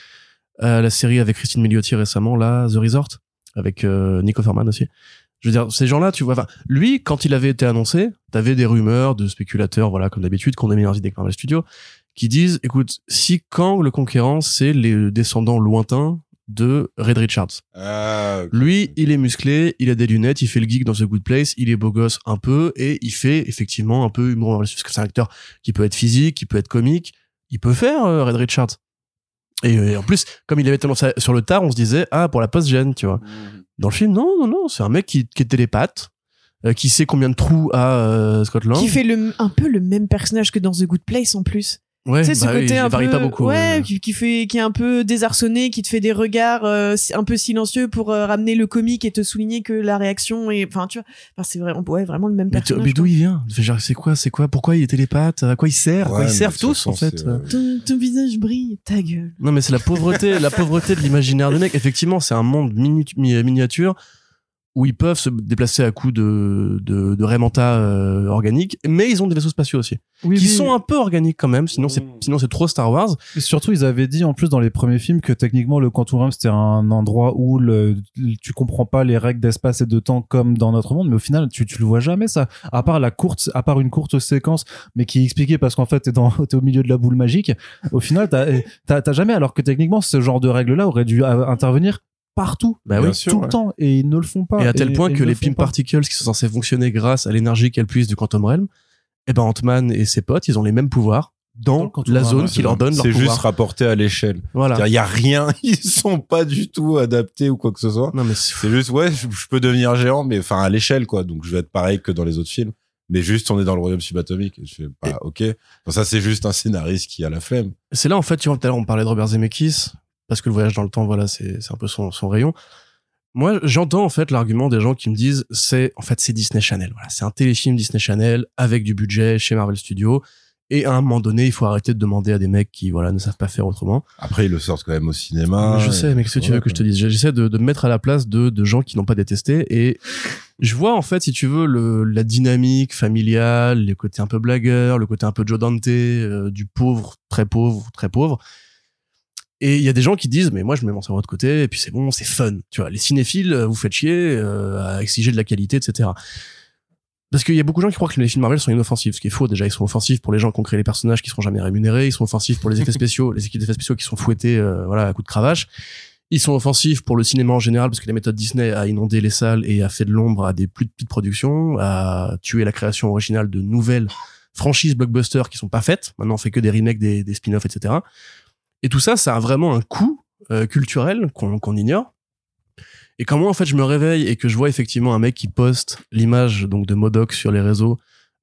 euh, la série avec Christine Milioti récemment, là, The Resort, avec euh, Nick Offerman aussi. Je veux dire, ces gens-là, tu vois, enfin, lui, quand il avait été annoncé, t'avais des rumeurs de spéculateurs, voilà, comme d'habitude, qu'on a mis leurs idées avec Marvel Studios, qui disent, écoute, si Kang le Conquérant, c'est les descendants lointains de Reed Richards. Ah, okay. Lui, il est musclé, il a des lunettes, il fait le geek dans The Good Place, il est beau gosse un peu, et il fait effectivement un peu humour, parce que c'est un acteur qui peut être physique, qui peut être comique, il peut faire euh, Reed Richards. Et, et en plus, comme il avait tellement ça sur le tard, on se disait, ah, pour la post-gène, tu vois. Mmh. Dans le film, non, non, non, c'est un mec qui, qui est télépathe, euh, qui sait combien de trous a euh, Scott Lang. Qui fait le, un peu le même personnage que dans The Good Place en plus. Ouais, tu sais, ce bah, côté il un varie peu, pas beaucoup. ouais, ouais. qui, qui fait, qui est un peu désarçonné, qui te fait des regards euh, un peu silencieux pour euh, ramener le comique et te souligner que la réaction est, enfin, tu vois, enfin, c'est vraiment, ouais, vraiment le même Mais, personnage. mais d'où il vient? Genre, c'est quoi, c'est quoi? Pourquoi il est télépathe? À quoi il sert? À quoi Ouais, ils servent tous, façon, en fait? Euh... Ton, ton visage brille, ta gueule. Non, mais c'est la pauvreté, la pauvreté de l'imaginaire des mecs. Effectivement, c'est un monde mini- miniature où ils peuvent se déplacer à coups de, de, de Raymanta euh, organiques, mais ils ont des vaisseaux spatiaux aussi. Oui, qui oui. sont un peu organiques quand même, sinon c'est, sinon c'est trop Star Wars. Et surtout, ils avaient dit en plus dans les premiers films que techniquement le Quantum Realm c'était un endroit où le, tu comprends pas les règles d'espace et de temps comme dans notre monde, mais au final tu, tu le vois jamais ça. À part la courte, à part une courte séquence, mais qui est expliquée parce qu'en fait t'es dans, t'es au milieu de la boule magique. Au final, t'as, t'as, t'as jamais, alors que techniquement ce genre de règles-là aurait dû intervenir partout, bah oui, oui, sûr, tout ouais. le temps, et ils ne le font pas. Et à tel et, point et que les Pym Particles qui sont censés fonctionner grâce à l'énergie qu'elles puissent du Quantum Realm, eh ben Ant-Man et ses potes, ils ont les mêmes pouvoirs dans, dans la zone qui leur donne leur pouvoir. C'est juste rapporté à l'échelle. Voilà. Il y a rien, ils sont pas du tout adaptés ou quoi que ce soit. Non mais c'est, c'est juste ouais, je, je peux devenir géant, mais enfin à l'échelle quoi. Donc je vais être pareil que dans les autres films. Mais juste, on est dans le royaume subatomique. Et je fais, bah, et... ok. Donc ça, c'est juste un scénariste qui a la flemme. C'est là, en fait, tu vois, tout à l'heure, on parlait de Robert Zemeckis, parce que le voyage dans le temps, voilà, c'est, c'est un peu son, son rayon. Moi, j'entends, en fait, l'argument des gens qui me disent, c'est, en fait, c'est Disney Channel. Voilà. C'est un téléfilm Disney Channel avec du budget chez Marvel Studios. Et à un moment donné, il faut arrêter de demander à des mecs qui, voilà, ne savent pas faire autrement. Après, ils le sortent quand même au cinéma. Mais je sais, mais qu'est-ce que tu veux que je te dise? J'essaie de, de me mettre à la place de, de gens qui n'ont pas détesté. Et je vois, en fait, si tu veux, le, la dynamique familiale, le côté un peu blagueur, le côté un peu Joe Dante, euh, du pauvre, très pauvre, très pauvre. Et il y a des gens qui disent, mais moi, je mets mon cerveau de côté, et puis c'est bon, c'est fun. Tu vois, les cinéphiles, vous faites chier euh, à exiger de la qualité, et cetera. Parce qu'il y a beaucoup de gens qui croient que les films Marvel sont inoffensifs, ce qui est faux. Déjà, ils sont offensifs pour les gens qui ont créé les personnages qui seront jamais rémunérés. Ils sont offensifs pour les effets spéciaux, les équipes d'effets spéciaux qui sont fouettées, euh, voilà, à coups de cravache. Ils sont offensifs pour le cinéma en général, parce que la méthode Disney a inondé les salles et a fait de l'ombre à des plus petites productions, a tué la création originale de nouvelles franchises blockbusters qui sont pas faites. Maintenant, on fait que des remakes, des, des spin-offs, et cetera. Et tout ça, ça a vraiment un coût euh, culturel qu'on, qu'on ignore. Et quand moi, en fait, je me réveille et que je vois effectivement un mec qui poste l'image donc de M O D O K sur les réseaux,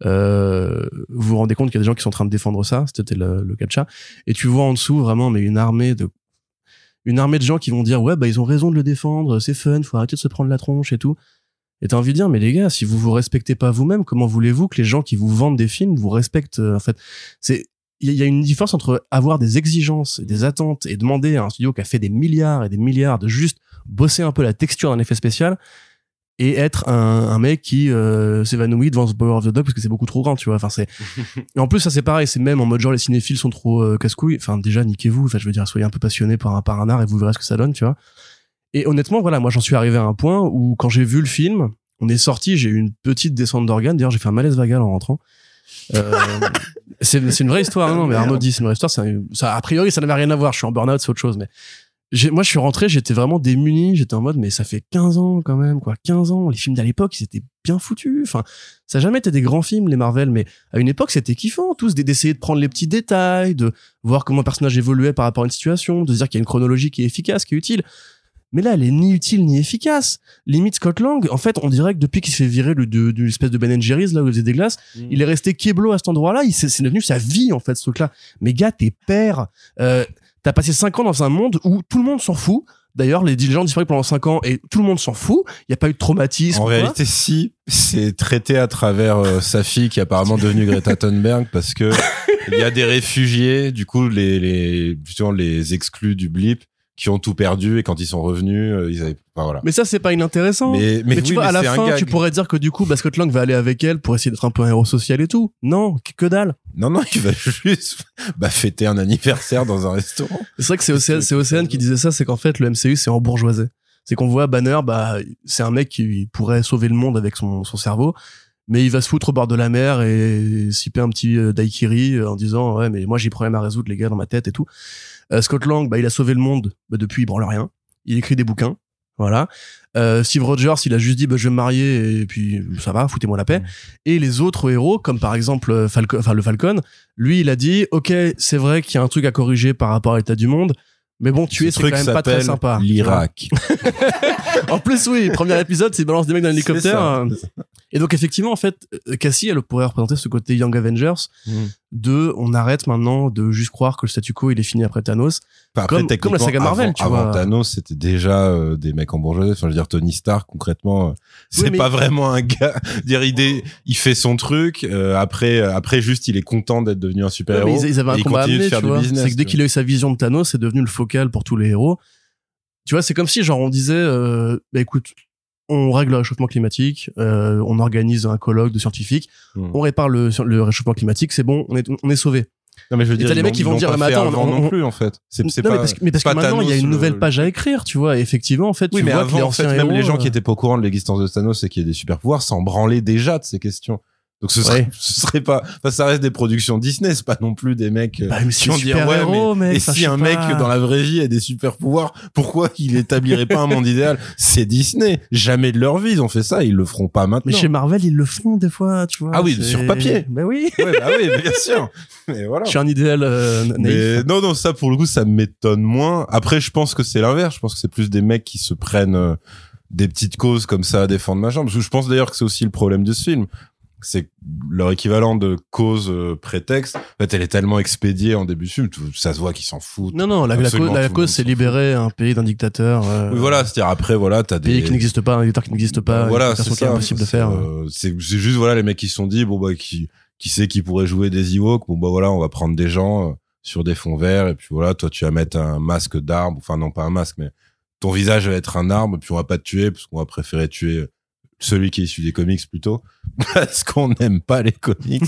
euh, vous vous rendez compte qu'il y a des gens qui sont en train de défendre ça, c'était le, le catcha, et tu vois en dessous vraiment mais une armée de une armée de gens qui vont dire ouais bah ils ont raison de le défendre, c'est fun, faut arrêter de se prendre la tronche et tout. Et t'as envie de dire mais les gars, si vous vous respectez pas vous-même, comment voulez-vous que les gens qui vous vendent des films vous respectent? En fait, c'est il y a une différence entre avoir des exigences et des attentes et demander à un studio qui a fait des milliards et des milliards de juste bosser un peu la texture d'un effet spécial et être un, un mec qui euh, s'évanouit devant The Power of the Dog parce que c'est beaucoup trop grand, tu vois. Enfin, c'est... Et en plus, ça c'est pareil, c'est même en mode genre les cinéphiles sont trop euh, casse-couilles. Enfin, déjà, niquez-vous. Enfin, je veux dire, soyez un peu passionnés par un, par un art et vous verrez ce que ça donne, tu vois. Et honnêtement, voilà, moi j'en suis arrivé à un point où quand j'ai vu le film, on est sorti, j'ai eu une petite descente d'organes. D'ailleurs, j'ai fait un malaise vagal en rentrant. Euh, c'est, c'est une vraie histoire, hein, non, mais Arnaud dit c'est une vraie histoire. Ça, ça, a priori, ça n'avait rien à voir. Je suis en burn-out, c'est autre chose, mais j'ai, moi, je suis rentré, j'étais vraiment démuni. J'étais en mode, mais ça fait quinze ans quand même, quoi. quinze ans. Les films d'à l'époque, ils étaient bien foutus. Enfin, ça a jamais été des grands films, les Marvel, mais à une époque, c'était kiffant, tous, d'essayer de prendre les petits détails, de voir comment un personnage évoluait par rapport à une situation, de se dire qu'il y a une chronologie qui est efficace, qui est utile. Mais là, elle est ni utile ni efficace. Limite Scott Lang, en fait, on dirait que depuis qu'il s'est fait virer de, de, de l'espèce de Ben and Jerry's, là où il faisait des glaces, mmh. il est resté keblo à cet endroit-là. Il, c'est, c'est devenu sa vie, en fait, ce truc-là. Mais gars, t'es père. Euh, t'as passé cinq ans dans un monde où tout le monde s'en fout. D'ailleurs, les gens ont disparu pendant cinq ans et tout le monde s'en fout. Il n'y a pas eu de traumatisme. En réalité, si, c'est traité à travers euh, sa fille qui est apparemment devenue Greta Thunberg parce que il y a des réfugiés, du coup, les, les, justement, les exclus du blip qui ont tout perdu et quand ils sont revenus, euh, ils avaient, enfin voilà. Mais ça, c'est pas inintéressant. Mais, mais, Mais tu oui, vois, mais à la c'est un fin, gag. tu pourrais dire que du coup, bah, Scott Lang va aller avec elle pour essayer d'être un peu un héros social et tout. Non, que que dalle. Non, non, il va juste, bah, fêter un anniversaire dans un restaurant. C'est vrai que c'est Océane, c'est Océane qui disait ça, c'est qu'en fait, le M C U, c'est embourgeoisé. C'est qu'on voit Banner, bah, c'est un mec qui pourrait sauver le monde avec son, son cerveau, mais il va se foutre au bord de la mer et siper un petit euh, daiquiri euh, en disant, ouais, mais moi, j'ai des problèmes à résoudre, les gars, dans ma tête et tout. Euh, Scott Lang, bah, il a sauvé le monde, bah, depuis, il branle rien. Il écrit des bouquins. Voilà. Euh, Steve Rogers, il a juste dit, bah, je vais me marier et puis ça va, foutez-moi la paix. Mmh. Et les autres héros, comme par exemple Falcon, enfin le Falcon, lui, il a dit, ok, c'est vrai qu'il y a un truc à corriger par rapport à l'état du monde, mais bon, tuer, c'est quand même pas très sympa. L'Irak. En plus, oui, premier épisode, c'est il balance des mecs dans l'hélicoptère. Et donc, effectivement, en fait, Cassie, elle pourrait représenter ce côté Young Avengers mmh. de, on arrête maintenant de juste croire que le statu quo, il est fini après Thanos. Enfin, après, comme, comme la saga Marvel, avant, tu avant vois. Thanos, c'était déjà euh, des mecs en bourgeoisie. Enfin, je veux dire, Tony Stark, concrètement, euh, c'est oui, mais... pas vraiment un gars. dire, il, dé... il fait son truc. Euh, après, après, juste, il est content d'être devenu un super héros. Ouais, ils, ils avaient un combat à mener, tu vois. C'est que dès qu'il a eu sa vision de Thanos, c'est devenu le focal pour tous les héros. Tu vois, c'est comme si, genre, on disait, euh, bah écoute, on règle le réchauffement climatique, euh, on organise un colloque de scientifiques, mmh. on répare le, le réchauffement climatique, c'est bon, on est, on est sauvé. Non mais je veux dire, t'as les mecs qui vont dire, mais attends, on, on, non plus en fait. C'est, c'est non, pas, mais parce que, mais parce que maintenant il y a une nouvelle page à écrire, tu vois. Et effectivement, en fait, oui, tu mais vois avant, que les en fait, anciens même héros, les gens euh... qui étaient pas au courant de l'existence de Thanos et qui avaient des super pouvoirs s'en branlaient déjà de ces questions. Donc ce serait, ouais. ce serait pas, enfin, ça reste des productions Disney, c'est pas non plus des mecs bah, mais qui vont dire ouais, héros, mais mec, et si un mec dans la vraie vie a des super pouvoirs, pourquoi il établirait pas un monde idéal? C'est Disney. Jamais de leur vie ils ont fait ça, ils le feront pas maintenant. Mais chez Marvel ils le font des fois, tu vois. Ah oui, c'est... sur papier. Bah oui. Ouais, bah oui, bien sûr. Mais voilà. Je suis un idéal euh, naïf. Mais non, non, ça pour le coup, ça m'étonne moins. Après, je pense que c'est l'inverse. Je pense que c'est plus des mecs qui se prennent euh, des petites causes comme ça à défendre machin. Parce que je pense d'ailleurs que c'est aussi le problème de ce film. C'est leur équivalent de cause euh, prétexte. En fait, elle est tellement expédiée en début de film, tout, ça se voit qu'ils s'en foutent. Non, non, la, la, cause, la cause, c'est libérer un pays d'un dictateur. Euh, oui, voilà, c'est-à-dire après, voilà, t'as des pays qui n'existe pas, un dictateur qui n'existe pas, voilà, une personne qui est impossible de faire. Euh, c'est, c'est juste voilà, les mecs qui se sont dit, bon bah qui, qui sait qui pourrait jouer des Ewoks, bon bah voilà, on va prendre des gens euh, sur des fonds verts et puis voilà, toi tu vas mettre un masque d'arbre, enfin non pas un masque, mais ton visage va être un arbre, puis on va pas te tuer parce qu'on va préférer tuer celui qui est issu des comics plutôt parce qu'on n'aime pas les comics.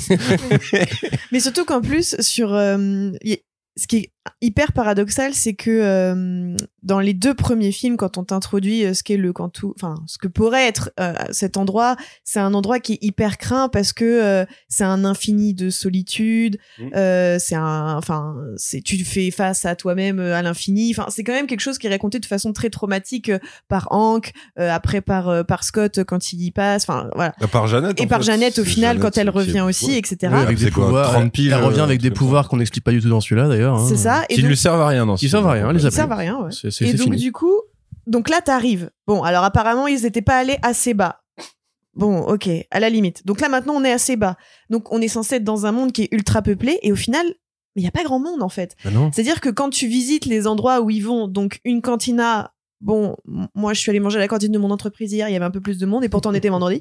Mais surtout qu'en plus sur euh, y, ce qui est hyper paradoxal, c'est que euh, dans les deux premiers films, quand on t'introduit euh, ce qu'est le Cantu, enfin ce que pourrait être euh, cet endroit, c'est un endroit qui est hyper craint parce que euh, c'est un infini de solitude, mmh. euh, c'est un, enfin c'est tu fais face à toi-même à l'infini, enfin c'est quand même quelque chose qui est raconté de façon très traumatique euh, par Hank, euh, après par euh, par Scott quand il y passe, enfin voilà. Et par Jeannette. Et par fait, Jeannette au final Jeannette, quand elle qui revient est... aussi, ouais. et cetera. Oui, avec des quoi, pouvoirs. trente piles, elle revient avec des pouvoirs ça. qu'on n'explique pas du tout dans celui-là d'ailleurs. Hein. C'est ça. Et qui ne lui servent à rien dans ce Qui servent à rien, les Ils servent à rien, ouais. C'est, c'est, et c'est donc fini. du coup, donc là t'arrives. Bon, alors apparemment ils étaient pas allés assez bas. Bon, ok, à la limite. Donc là maintenant on est assez bas. Donc on est censé être dans un monde qui est ultra peuplé et au final, il y a pas grand monde en fait. Ah non. C'est-à-dire que quand tu visites les endroits où ils vont, donc une cantina. Bon, moi je suis allée manger à la cantine de mon entreprise hier, il y avait un peu plus de monde et pourtant on était vendredi.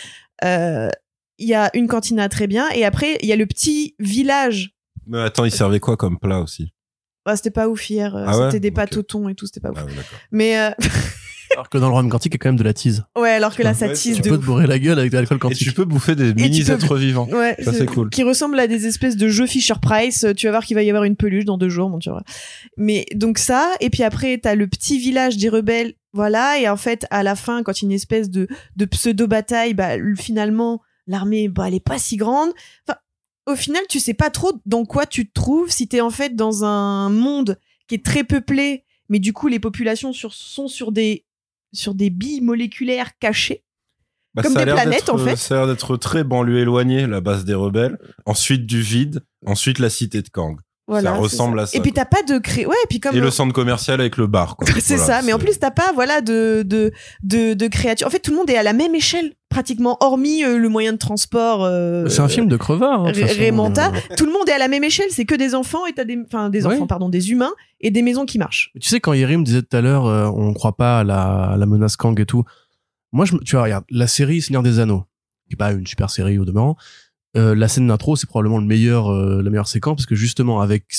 Euh, il y a une cantina très bien et après il y a le petit village. Mais attends, ils servaient quoi comme plat aussi? Ah, c'était pas ouf hier, ah c'était ouais des pâtes okay. au thon et tout, c'était pas ouf. Ah ouais, mais euh... alors que dans le rhum quantique, il y a quand même de la tease. Ouais, alors que là ça ouais, tease tu de peux ouf. te bourrer la gueule avec de l'alcool quantique. Et tu peux bouffer des mini peux... êtres vivants. Ouais, ça c'est, c'est cool. Qui ressemblent à des espèces de jeux Fisher Price. Tu vas voir qu'il va y avoir une peluche dans deux jours, mon tu vois. Mais donc ça, et puis après t'as le petit village des rebelles, voilà. Et en fait, à la fin, quand il y a une espèce de de pseudo bataille, bah finalement l'armée, bah elle est pas si grande. Enfin, au final, tu sais pas trop dans quoi tu te trouves si t'es en fait dans un monde qui est très peuplé, mais du coup les populations sur, sont sur des sur des billes moléculaires cachées, bah, comme des planètes en fait. Ça a l'air d'être très banlieue éloignée, la base des rebelles. Ensuite du vide, ensuite la cité de Kang. Voilà, ça ressemble ça. à ça. Et puis t'as pas de cré... ouais, et puis comme et le centre commercial avec le bar. Quoi. c'est voilà, ça, mais c'est... en plus t'as pas voilà de de de de créatures. En fait, tout le monde est à la même échelle pratiquement, hormis euh, le moyen de transport. Euh, c'est un film de crevard. Hein, Ré- Raymanta. Tout le monde est à la même échelle. C'est que des enfants et t'as des, enfin des enfants, ouais. pardon, des humains et des maisons qui marchent. Tu sais quand Yerim disait tout à l'heure, euh, on croit pas à la, à la menace Kang et tout. Moi, je, tu vois, regarde, la série Seigneur des Anneaux, qui est pas une super série au demeurant. Euh, la scène d'intro, c'est probablement le meilleur, euh, la meilleure séquence parce que justement avec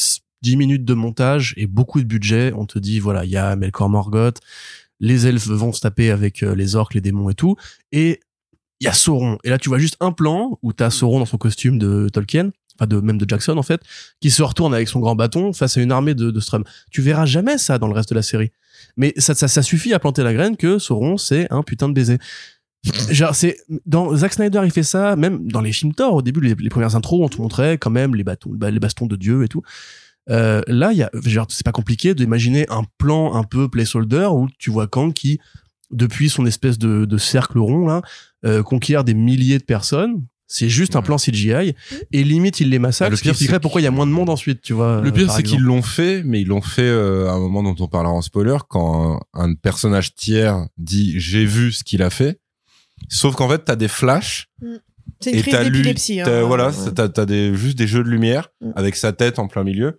dix minutes de montage et beaucoup de budget. On te dit, voilà, il y a Melkor Morgoth, les elfes vont se taper avec euh, les orques, les démons et tout, et il y a Sauron. Et là, tu vois juste un plan où t'as Sauron dans son costume de Tolkien, enfin de même de Jackson en fait, qui se retourne avec son grand bâton face à une armée de, de Strum. Tu verras jamais ça dans le reste de la série. Mais ça, ça, ça suffit à planter la graine que Sauron, c'est un putain de baiser. Genre, c'est, dans Zack Snyder, il fait ça, même dans les films Thor, au début, les, les premières intros, on te montrait quand même les bâtons, les bastons de Dieu et tout. Euh, là, il y a, genre, c'est pas compliqué d'imaginer un plan un peu placeholder où tu vois Kang qui, depuis son espèce de, de cercle rond, là, euh, conquiert des milliers de personnes. C'est juste ouais. un plan C G I et limite il les massacre. Le pire, ce qui expliquerait pourquoi il y a moins de monde ensuite, tu vois. Le pire, euh, c'est qu'ils l'ont fait, mais ils l'ont fait euh, à un moment dont on parlera en spoiler, quand un, un personnage tiers dit j'ai vu ce qu'il a fait. Sauf qu'en fait, t'as des flashs. Mm. C'est une crise d'épilepsie. Hein, voilà, ouais. t'as, t'as des, juste des jeux de lumière mm. avec sa tête en plein milieu.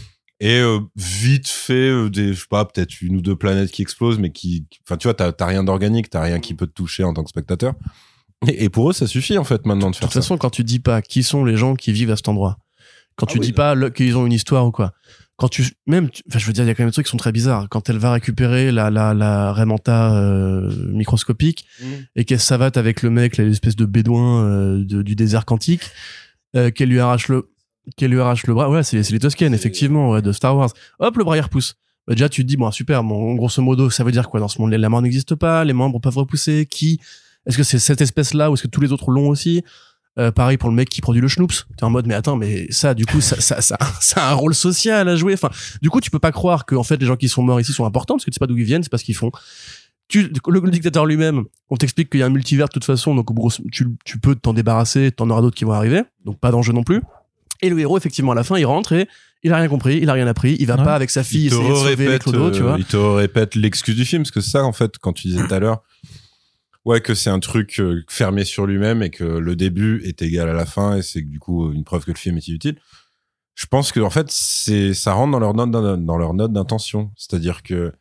Et euh, vite fait, euh, des, je sais pas, peut-être une ou deux planètes qui explosent, mais qui, enfin, tu vois, t'as, t'as rien d'organique, t'as rien qui peut te toucher en tant que spectateur. Et, et pour eux, ça suffit en fait maintenant de faire ça. De toute façon, quand tu dis pas qui sont les gens qui vivent à cet endroit, quand ah tu oui, dis là. pas le, qu'ils ont une histoire ou quoi, quand tu même, enfin, je veux dire, il y a quand même des trucs qui sont très bizarres. Quand elle va récupérer la la la Raymanta euh, microscopique mmh. et qu'elle savate avec le mec, là, l'espèce de bédouin euh, de, du désert quantique, euh, qu'elle lui arrache le qu'elle lui arrache le bras, ouais, c'est, c'est les Tusken, effectivement, ouais, de Star Wars. Hop, le bras il repousse. Bah, déjà, tu te dis, bon, super, bon, grosso modo, ça veut dire quoi? Dans ce monde, la mort n'existe pas, les membres peuvent repousser, qui? Est-ce que c'est cette espèce-là ou est-ce que tous les autres l'ont aussi? Euh, pareil pour le mec qui produit le schnoops. T'es en mode, mais attends, mais ça, du coup, ça, ça, ça, ça a un rôle social à jouer. Enfin, du coup, tu peux pas croire que, en fait, les gens qui sont morts ici sont importants parce que tu sais pas d'où ils viennent, c'est pas ce qu'ils font. Tu, le, le dictateur lui-même, on t'explique qu'il y a un multivers de toute façon, donc, gros, tu, tu peux t'en débarrasser, t'en auras d'autres qui vont arriver. Donc, pas d'enjeu non plus. Et le héros, effectivement, à la fin, il rentre et il a rien compris, il a rien appris, il va ouais. pas avec sa fille essayer de sauver les clodos, tu vois. Il te répète l'excuse du film, parce que ça, en fait, quand tu disais tout à l'heure, ouais, que c'est un truc euh, fermé sur lui-même et que le début est égal à la fin et c'est du coup une preuve que le film est inutile. Je pense que en fait, c'est ça rentre dans leur note dans leur note d'intention, c'est-à-dire que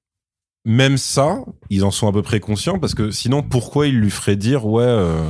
même ça, ils en sont à peu près conscients parce que sinon, pourquoi ils lui feraient dire ouais, euh,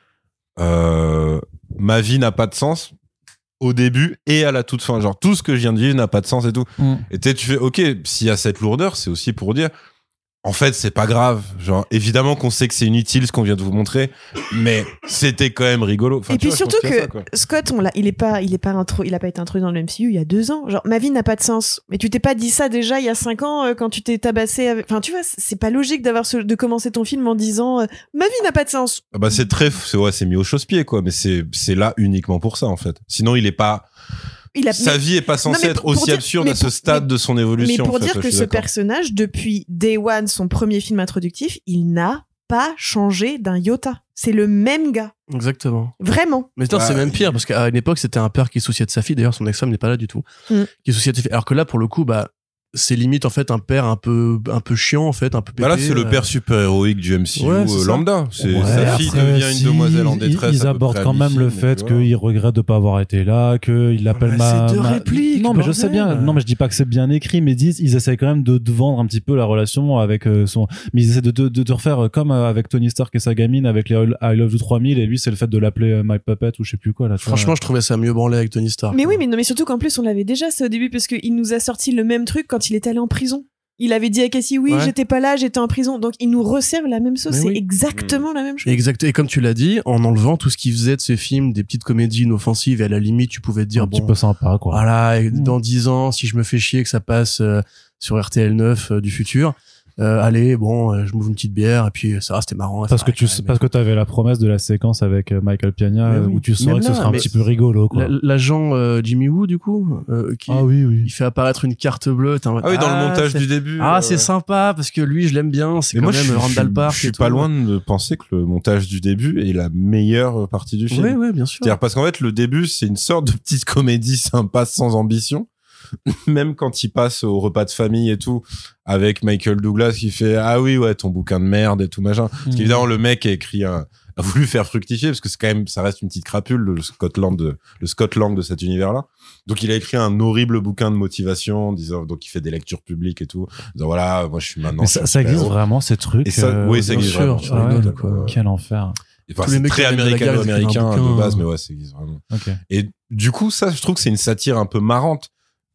euh, ma vie n'a pas de sens au début et à la toute fin, genre tout ce que je viens de vivre n'a pas de sens et tout. Mm. Et tu fais ok, s'il y a cette lourdeur, c'est aussi pour dire. En fait, c'est pas grave. Genre, évidemment qu'on sait que c'est inutile ce qu'on vient de vous montrer, mais c'était quand même rigolo. Enfin, et puis vois, surtout que ça, Scott, on l'a, il est pas, il est pas intro, il a pas été introduit dans le M C U il y a deux ans. Genre, ma vie n'a pas de sens. Mais tu t'es pas dit ça déjà il y a cinq ans euh, quand tu t'es tabassé. Avec... Enfin, tu vois, c'est pas logique d'avoir ce... de commencer ton film en disant euh, ma vie n'a pas de sens. Ah bah c'est très, c'est ouais, c'est mis au chausse-pied quoi. Mais c'est c'est là uniquement pour ça en fait. Sinon, il est pas. Il a... Sa mais... vie est pas censée non, être aussi dire... absurde à ce stade mais... de son évolution. Mais pour en fait, dire que ce d'accord. personnage, depuis Day One, son premier film introductif, il n'a pas changé d'un iota. C'est le même gars. Exactement. Vraiment. Mais non, ouais. c'est même pire parce qu'à une époque, c'était un père qui se souciait de sa fille. D'ailleurs, son ex-femme n'est pas là du tout. Mm. Qui se souciait de sa fille. Alors que là, pour le coup, bah. C'est limite en fait un père un peu un peu chiant en fait un peu pété. Bah là c'est euh... le père super héroïque du M C U ouais, euh, lambda. C'est ouais, sa fille après, devient si, une demoiselle en détresse. Ils abordent quand même le fait qu'il regrette de pas avoir été là, qu'il l'appelle bah, ma. C'est deux ma... répliques. Non mais je sais bien. Non mais je dis pas que c'est bien écrit, mais ils disent ils essayent quand même de, de vendre un petit peu la relation avec euh, son. Mais ils essaient de de, de te refaire comme avec Tony Stark et sa gamine avec les I Love You trois mille et lui c'est le fait de l'appeler My Puppet ou je sais plus quoi là. Franchement je trouvais ça mieux branlé avec Tony Stark. Mais oui mais non mais surtout qu'en plus on l'avait déjà ça au début parce qu'il nous a sorti le même truc quand il était allé en prison. Il avait dit à Cassie, oui, ouais. j'étais pas là, j'étais en prison. Donc, il nous resserve la même sauce. Mais c'est oui. exactement mmh. la même chose. Exact. Et comme tu l'as dit, en enlevant tout ce qu'il faisait de ces films, des petites comédies inoffensives, et à la limite, tu pouvais te dire, un bon. petit peu sympa, quoi. Voilà, et mmh. dans dix ans, si je me fais chier que ça passe euh, sur R T L neuf euh, du futur, euh, allez, bon, euh, je m'ouvre une petite bière, et puis ça va, c'était marrant. Parce que tu, même, parce que t'avais la promesse de la séquence avec euh, Michael Piagna, oui. où tu saurais que ce sera un petit peu rigolo, quoi. L'agent euh, Jimmy Woo, du coup, euh, qui, ah oui, oui. il fait apparaître une carte bleue. Ah oui, dans ah, le montage du début. Ah, euh... c'est sympa, parce que lui, je l'aime bien, c'est quand moi, même Randall Park. Je suis pas loin de penser que le montage du début est la meilleure partie du film. Oui, oui, bien sûr. C'est-à-dire parce qu'en fait, le début, c'est une sorte de petite comédie sympa sans ambition. Même quand il passe au repas de famille et tout, avec Michael Douglas qui fait ah oui ouais ton bouquin de merde et tout machin. Mmh. Parce qu'évidemment le mec a écrit un, a voulu faire fructifier parce que c'est quand même ça reste une petite crapule le Scotland de le Scott Lang de cet univers là. Donc il a écrit un horrible bouquin de motivation, disant donc il fait des lectures publiques et tout. Disant voilà moi je suis maintenant. Mais ça, ça existe vraiment ces trucs. Et ça, euh, oui ça existe vraiment. Sûr, ouais, donc, euh, quel enfer. Enfin, c'est très américano-américain de base mais ouais ça existe vraiment. Okay. Et du coup ça je trouve que c'est une satire un peu marrante.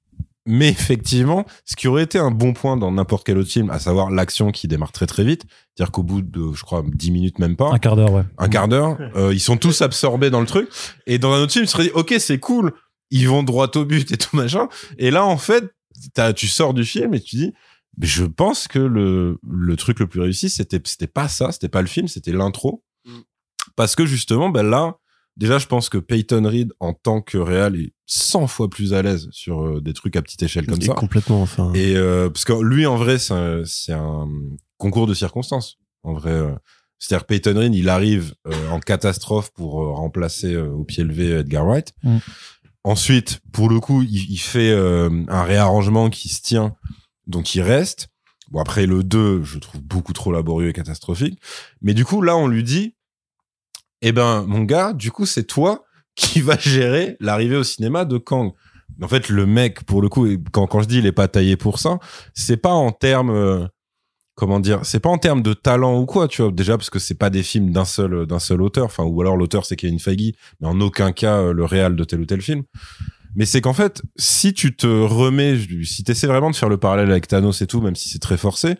Mais effectivement, ce qui aurait été un bon point dans n'importe quel autre film, à savoir l'action qui démarre très très vite, c'est-à-dire qu'au bout de, je crois, dix minutes même pas, Un quart d'heure, ouais. un quart d'heure, euh, ils sont tous absorbés dans le truc. Et dans un autre film, tu serais dit, ok, c'est cool, ils vont droit au but et tout machin. Et là, en fait, t'as, tu sors du film et tu dis, mais je pense que le le truc le plus réussi, c'était c'était pas ça, c'était pas le film, c'était l'intro, mm. parce que justement, ben là. Déjà, je pense que Peyton Reed, en tant que réal, est cent fois plus à l'aise sur euh, des trucs à petite échelle comme et ça. Complètement, enfin. Et euh, parce que lui, en vrai, c'est un, c'est un concours de circonstances. En vrai, euh, c'est-à-dire Peyton Reed, il arrive euh, en catastrophe pour euh, remplacer euh, au pied levé Edgar Wright. Mm. Ensuite, pour le coup, il, il fait euh, un réarrangement qui se tient, donc il reste. Bon, après le deux, je trouve beaucoup trop laborieux et catastrophique. Mais du coup, là, on lui dit, eh ben, mon gars, du coup, c'est toi qui va gérer l'arrivée au cinéma de Kang. En fait, le mec, pour le coup, quand, quand je dis il est pas taillé pour ça, c'est pas en termes, euh, comment dire, c'est pas en termes de talent ou quoi, tu vois. Déjà, parce que c'est pas des films d'un seul, d'un seul auteur. Enfin, ou alors l'auteur, c'est Kevin Feige, mais en aucun cas, euh, le réal de tel ou tel film. Mais c'est qu'en fait, si tu te remets, si t'essaies vraiment de faire le parallèle avec Thanos et tout, même si c'est très forcé,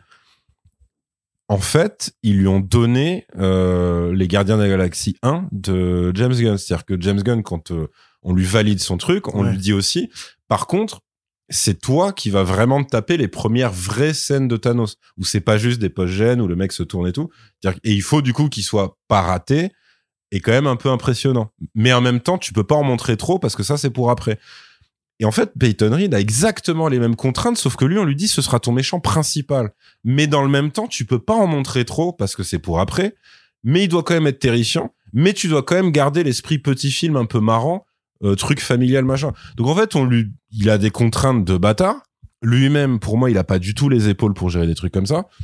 en fait, ils lui ont donné euh, les Gardiens de la Galaxie un de James Gunn. C'est-à-dire que James Gunn, quand euh, on lui valide son truc, on ouais. lui dit aussi, par contre, c'est toi qui vas vraiment te taper les premières vraies scènes de Thanos, où c'est pas juste des post-gènes, où le mec se tourne et tout. C'est-à-dire, et il faut du coup qu'il soit pas raté, et quand même un peu impressionnant. Mais en même temps, tu peux pas en montrer trop, parce que ça, c'est pour après. Et en fait, Peyton Reed a exactement les mêmes contraintes, sauf que lui, on lui dit, ce sera ton méchant principal. Mais dans le même temps, tu peux pas en montrer trop, parce que c'est pour après, mais il doit quand même être terrifiant, mais tu dois quand même garder l'esprit petit film un peu marrant, euh, truc familial, machin. Donc en fait, on lui, il a des contraintes de bâtard. Lui-même, pour moi, il a pas du tout les épaules pour gérer des trucs comme ça.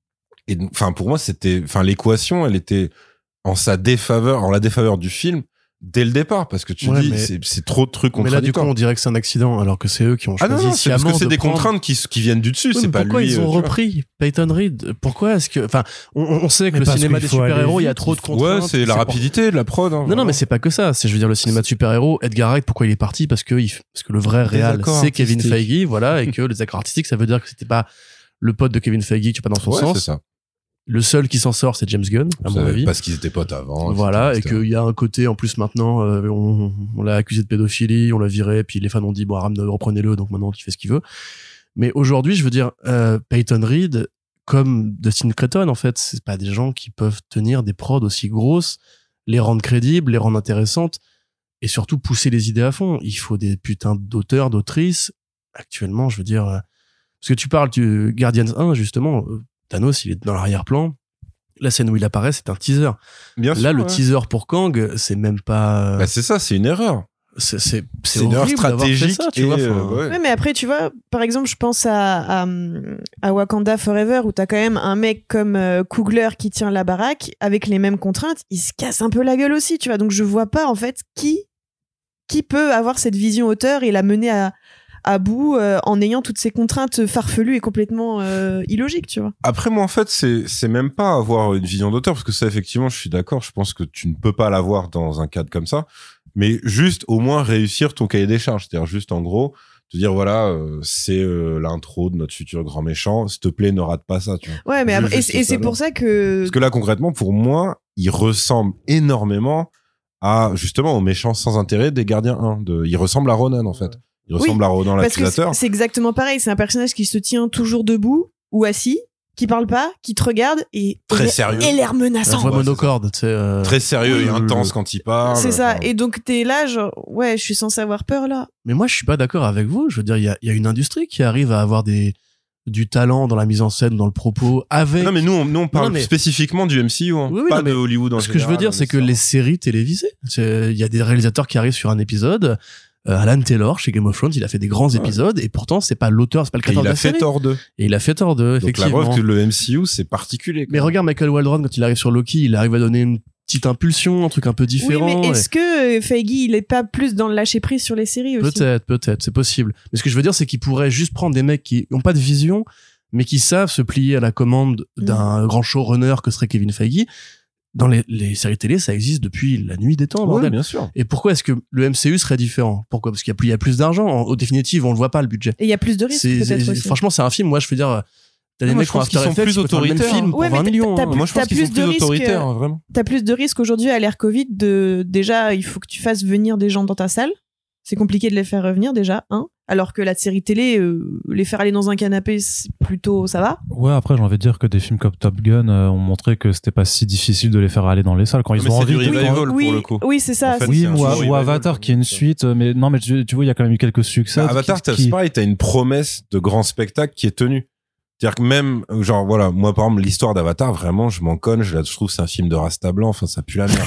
Et enfin, pour moi, c'était, enfin, l'équation, elle était en sa défaveur, en la défaveur du film, dès le départ, parce que tu ouais, dis mais... c'est, c'est trop de trucs contradictoires. Mais là, du coup, on dirait que c'est un accident, alors que c'est eux qui ont choisi. Ah non, non c'est parce que c'est de des prendre... contraintes qui, qui viennent du dessus, oui, c'est pas pourquoi lui. Pourquoi ils ont euh, repris Peyton Reed? Pourquoi est-ce que, enfin, on, on sait que mais le cinéma des super-héros, il y a trop de contraintes. Ouais, c'est la c'est rapidité de la prod. Hein, non, vraiment. Non, mais c'est pas que ça. C'est, je veux dire, le cinéma de super-héros, Edgar Wright, pourquoi il est parti? Parce que, il, parce que le vrai réal, c'est Kevin Feige, voilà, et que les accords artistiques, ça veut dire que c'était pas le pote de Kevin Feige, tu pas dans son ouais, sens. C'est ça. Le seul qui s'en sort, c'est James Gunn, à mon avis. Parce qu'ils étaient potes avant. Voilà, et qu'il y a un côté, en plus, maintenant, euh, on, on l'a accusé de pédophilie, on l'a viré, puis les fans ont dit, bon, Aram, reprenez-le, donc maintenant, il fait ce qu'il veut. Mais aujourd'hui, je veux dire, euh, Peyton Reed, comme Dustin Cretton, en fait, c'est pas des gens qui peuvent tenir des prods aussi grosses, les rendre crédibles, les rendre intéressantes, et surtout pousser les idées à fond. Il faut des putains d'auteurs, d'autrices. Actuellement, je veux dire, euh, parce que tu parles du Guardians un, justement, euh, Thanos, il est dans l'arrière-plan. La scène où il apparaît, c'est un teaser. Bien Là, sûr, le ouais. teaser pour Kang, c'est même pas. Bah c'est ça, c'est une erreur. C'est, c'est, c'est, c'est une erreur stratégique. Ça, tu et vois, euh, ouais. ouais, mais après, tu vois, par exemple, je pense à, à, à Wakanda Forever, où t'as quand même un mec comme euh, Coogler qui tient la baraque, avec les mêmes contraintes, il se casse un peu la gueule aussi, tu vois. Donc, je vois pas, en fait, qui, qui peut avoir cette vision auteur et la mener à. à bout euh, en ayant toutes ces contraintes farfelues et complètement euh, illogiques, tu vois. Après, moi, en fait, c'est, c'est même pas avoir une vision d'auteur, parce que ça, effectivement, je suis d'accord, je pense que tu ne peux pas l'avoir dans un cadre comme ça, mais juste, au moins, réussir ton cahier des charges. C'est-à-dire, juste, en gros, te dire, voilà, euh, c'est euh, l'intro de notre futur grand méchant, s'il te plaît, ne rate pas ça, tu vois. Ouais, mais après, et, et c'est pour ça que... Parce que là, concrètement, pour moi, il ressemble énormément à, justement, au méchant sans intérêt des Gardiens un. De... Il ressemble à Ronan, en fait. Il ressemble oui, à Ronan l'accusateur. C'est, c'est exactement pareil. C'est un personnage qui se tient toujours debout ou assis, qui parle pas, qui te regarde et très et sérieux. Et l'air menaçant. La voix monocorde, tu sais. Euh... Très sérieux et intense quand il parle. C'est ça. Enfin... Et donc t'es là, genre ouais, je suis censé avoir peur là. Mais moi, je suis pas d'accord avec vous. Je veux dire, il y a, y a une industrie qui arrive à avoir des du talent dans la mise en scène, dans le propos, avec. Non, mais nous, on, nous, on parle non, mais... spécifiquement du M C U, hein, oui, oui, pas non, mais de Hollywood en Ce général, que je veux dire, c'est que les séries télévisées, il y a des réalisateurs qui arrivent sur un épisode. Euh, Alan Taylor chez Game of Thrones, il a fait des grands ouais. épisodes et pourtant c'est pas l'auteur, c'est pas le créateur de la série. Il a fait Thor deux. Et il a fait Thor deux, effectivement. Donc la preuve que le M C U c'est particulier. Mais regarde Michael Waldron quand il arrive sur Loki, il arrive à donner une petite impulsion, un truc un peu différent. Oui, mais est-ce et... que Feige il est pas plus dans le lâcher prise sur les séries aussi? Peut-être, peut-être, c'est possible. Mais ce que je veux dire, c'est qu'il pourrait juste prendre des mecs qui ont pas de vision, mais qui savent se plier à la commande d'un mmh. grand showrunner que serait Kevin Feige. dans les, les séries télé, ça existe depuis la nuit des temps, bordel. Oui, bien sûr. Et pourquoi est-ce que le M C U serait différent? Pourquoi? Parce qu'il y a plus, il y a plus d'argent. En, au définitive, on le voit pas, le budget. Et il y a plus de risques, C'est, peut-être c'est- aussi. franchement, c'est un film. Moi, je veux dire, t'as des moi, mecs je qui ont pense qu'ils After sont Effects, plus qui peuvent faire le même autoritaires. film pour Ouais, mais vingt t'as- millions. t'as hein. plus- Moi, je pense t'as qu'ils sont plus de plus risques, autoritaires, euh, vraiment. T'as plus de risques aujourd'hui à l'ère Covid de, déjà, il faut que tu fasses venir des gens dans ta salle. C'est compliqué de les faire revenir, déjà, hein. Alors que la série télé, euh, les faire aller dans un canapé, c'est plutôt, ça va. Ouais, après, j'ai envie de dire que des films comme Top Gun euh, ont montré que c'était pas si difficile de les faire aller dans les salles quand Non, ils mais ont c'est envie. du de- revival. oui, pour le coup. oui, c'est ça. En fait, c'est- Oui, c'est un ou, show ou revival, Avatar qui est une comme ça. suite, mais non, mais tu, tu vois, il y a quand même eu quelques succès. Bah, Avatar, qui- t'as- qui- c'est pareil, t'as une promesse de grand spectacle qui est tenue. C'est-à-dire que même, genre, voilà, moi, par exemple, l'histoire d'Avatar, vraiment, je m'en conne, je, la- je trouve que c'est un film de Rasta blanc, enfin, ça pue la merde.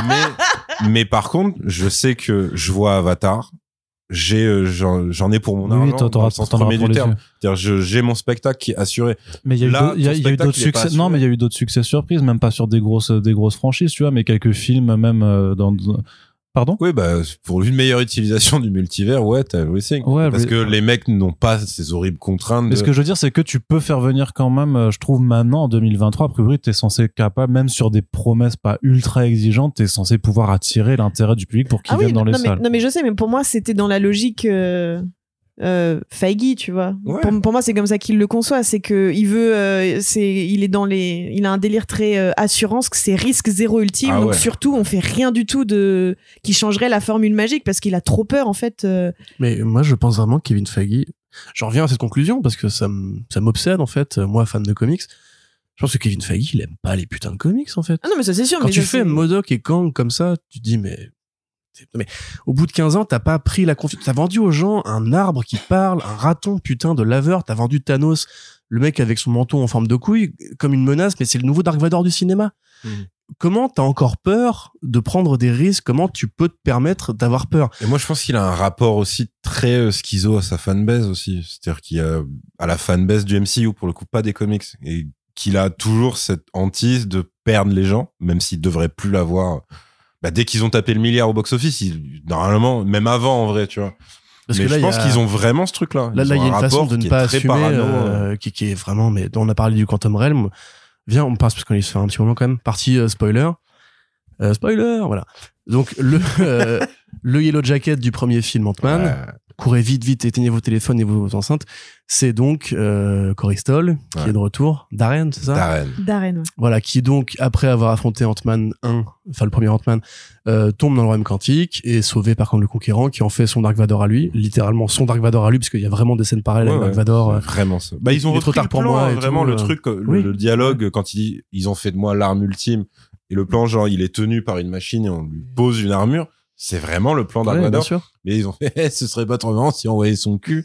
mais, mais par contre, je sais que je vois Avatar, j'ai, euh, j'en, j'en ai pour mon Oui, argent, oui, t'en- dans t'auras- le sens t'en auras premier pour du les terme. yeux. C'est-à-dire, je, j'ai mon spectacle qui est assuré. Mais il y a eu Là, d'autres- il y a- ton il y a eu spectacle, d'autres il est pas succès. assuré. Non, mais il y a eu d'autres succès surprises, même pas sur des grosses, des grosses franchises, tu vois, mais quelques films, même euh, dans. Pardon? Oui, bah, pour une meilleure utilisation du multivers, ouais, t'as everything. Ouais, Parce mais- que les mecs n'ont pas ces horribles contraintes. Mais de... ce que je veux dire, c'est que tu peux faire venir quand même, euh, je trouve maintenant, en deux mille vingt-trois, a priori, t'es censé être capable, même sur des promesses pas ultra exigeantes, t'es censé pouvoir attirer l'intérêt du public pour qu'il Ah oui, vienne dans les non, mais, salles. non, mais je sais, mais pour moi, c'était dans la logique euh, euh, Feige, tu vois. Ouais. Pour, pour moi, c'est comme ça qu'il le conçoit. C'est que il veut, euh, c'est, il est dans les, il a un délire très euh, assurance, que c'est risque zéro ultime. Ah donc ouais. surtout, on fait rien du tout de qui changerait la formule magique parce qu'il a trop peur en fait. euh. Mais moi, je pense vraiment que Kevin Feige, j'en reviens à cette conclusion parce que ça m- ça m'obsède, en fait, moi, fan de comics. Je pense que Kevin Feige, il aime pas les putains de comics, en fait. Ah non, mais ça c'est sûr. Quand mais tu ça, fais c'est- Modok et Kang comme ça, tu te dis, mais, mais au bout de quinze ans, t'as pas pris la confiance. T'as vendu aux gens un arbre qui parle, un raton putain de laveur. T'as vendu Thanos, le mec avec son menton en forme de couille, comme une menace, mais c'est le nouveau Dark Vador du cinéma. Mhm. Comment t'as encore peur de prendre des risques? Comment tu peux te permettre d'avoir peur? Et moi, je pense qu'il a un rapport aussi très euh, schizo à sa fanbase aussi. C'est-à-dire qu'il y a à la fanbase du M C U, pour le coup, pas des comics. Et qu'il a toujours cette hantise de perdre les gens, même s'il devrait plus l'avoir. Bah, dès qu'ils ont tapé le milliard au box-office, ils- normalement, même avant, en vrai, tu vois. Parce mais que là, je il y pense a- qu'ils ont vraiment ce truc-là. Là, Ils là, il ont y a un une façon rapport de qui ne est pas très assumer, parano, euh, qui, qui est vraiment, mais on a parlé du Quantum Realm. Viens, on passe parce qu'on y se fait un petit moment quand même. Partie euh, spoiler. Euh, spoiler, voilà. Donc, le, euh, le Yellow Jacket du premier film Ant-Man. Ouais. Courez vite, vite, éteignez vos téléphones et vos enceintes. C'est donc, euh, Corey Stoll, qui Ouais. est de retour. Darren, c'est ça? Darren. Darren. Ouais. Voilà, qui donc, après avoir affronté Ant-Man un, enfin le premier Ant-Man, euh, tombe dans le royaume quantique et est sauvé par Kang le Conquérant, qui en fait son Dark Vador à lui, littéralement son Dark Vador à lui, parce qu'il y a vraiment des scènes parallèles Ouais, avec ouais. Dark Vador. euh, Vraiment ça. Bah, ils ont il est trop repris tard le pour plan, moi hein, et vraiment tout, le euh. truc, le, Oui. le dialogue, quand ils, ils ont fait de moi l'arme ultime, et le plan, genre, il est tenu par une machine et on lui pose une armure. C'est vraiment le plan Dark ouais, bien Vador. sûr. Mais ils ont fait, eh, ce serait pas trop marrant si on voyait son cul.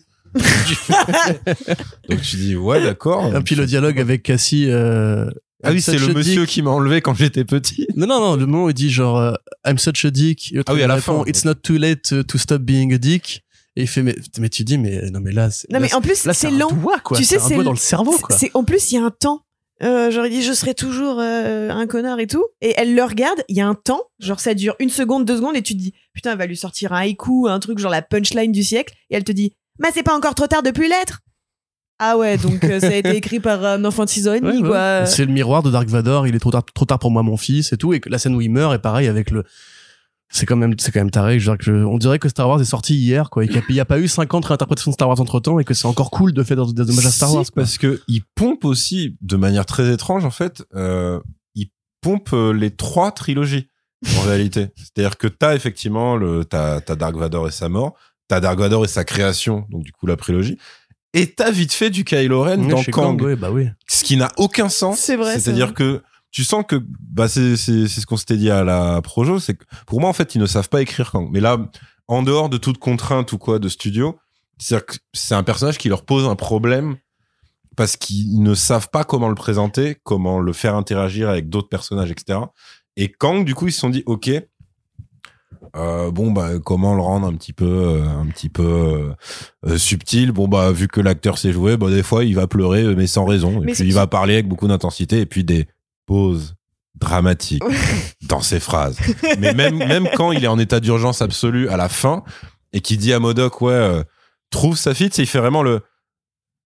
Donc tu dis, ouais, d'accord. Et puis le dialogue avec Cassie. Euh, Ah oui, I'm c'est such le a monsieur dick. qui m'a enlevé quand j'étais petit. Non, non, non, le moment où il dit genre euh, I'm such a dick. Et l'autre, Ah oui, il à la répond, fin. It's not too late to, to stop being a dick. Et il fait, mais, mais tu dis, mais non, mais là, c'est, Non là, mais en plus là, c'est un lent. doigt, quoi. Tu sais, c'est un c'est doigt le- dans le cerveau, quoi. C'est en plus il y a un temps. Euh, genre il dit je serai toujours euh, un connard et tout et elle le regarde, il y a un temps, genre ça dure une seconde, deux secondes et tu te dis putain elle va lui sortir un haïku, un truc genre la punchline du siècle et elle te dit mais c'est pas encore trop tard de plus l'être. Ah ouais donc euh, ça a été écrit par un enfant de six ans et demi Ouais, ouais. quoi. C'est le miroir de Dark Vador, il est trop tard, trop tard pour moi, mon fils, et tout. Et que la scène où il meurt est pareil avec le. C'est quand même, c'est quand même taré. Je veux dire que je- on dirait que Star Wars est sorti hier, quoi. Et qu'il n'y a, pas eu cinquante réinterprétations de Star Wars entre temps et que c'est encore cool de faire des hommages à Star Si, Wars, quoi. parce que il pompe aussi, de manière très étrange, en fait, euh, il pompe euh, les trois trilogies, en réalité. C'est-à-dire que t'as effectivement le, t'as, t'as Dark Vador et sa mort, t'as Dark Vador et sa création, donc du coup la prélogie, et t'as vite fait du Kylo Ren Ouais, dans chez Kang. ouais, bah oui. Ce qui n'a aucun sens. C'est vrai, c'est C'est-à-dire vrai. que tu sens que, bah, c'est, c'est, c'est ce qu'on s'était dit à la Projo, c'est que, pour moi, en fait, ils ne savent pas écrire Kang. Mais là, en dehors de toute contrainte ou quoi de studio, c'est-à-dire que c'est un personnage qui leur pose un problème parce qu'ils ne savent pas comment le présenter, comment le faire interagir avec d'autres personnages, et cetera. Et Kang, du coup, ils se sont dit, OK, euh, bon, bah, comment le rendre un petit peu, euh, un petit peu euh, euh, subtil. Bon, bah, vu que l'acteur sait jouer, bah, des fois, il va pleurer, mais sans raison. Et Mais puis, c'est- il va parler avec beaucoup d'intensité, et puis des pauses dramatiques dans ses phrases. Mais même, même quand il est en état d'urgence absolue à la fin, et qu'il dit à Modok, ouais, euh, trouve sa fille, tu sais, il fait vraiment le,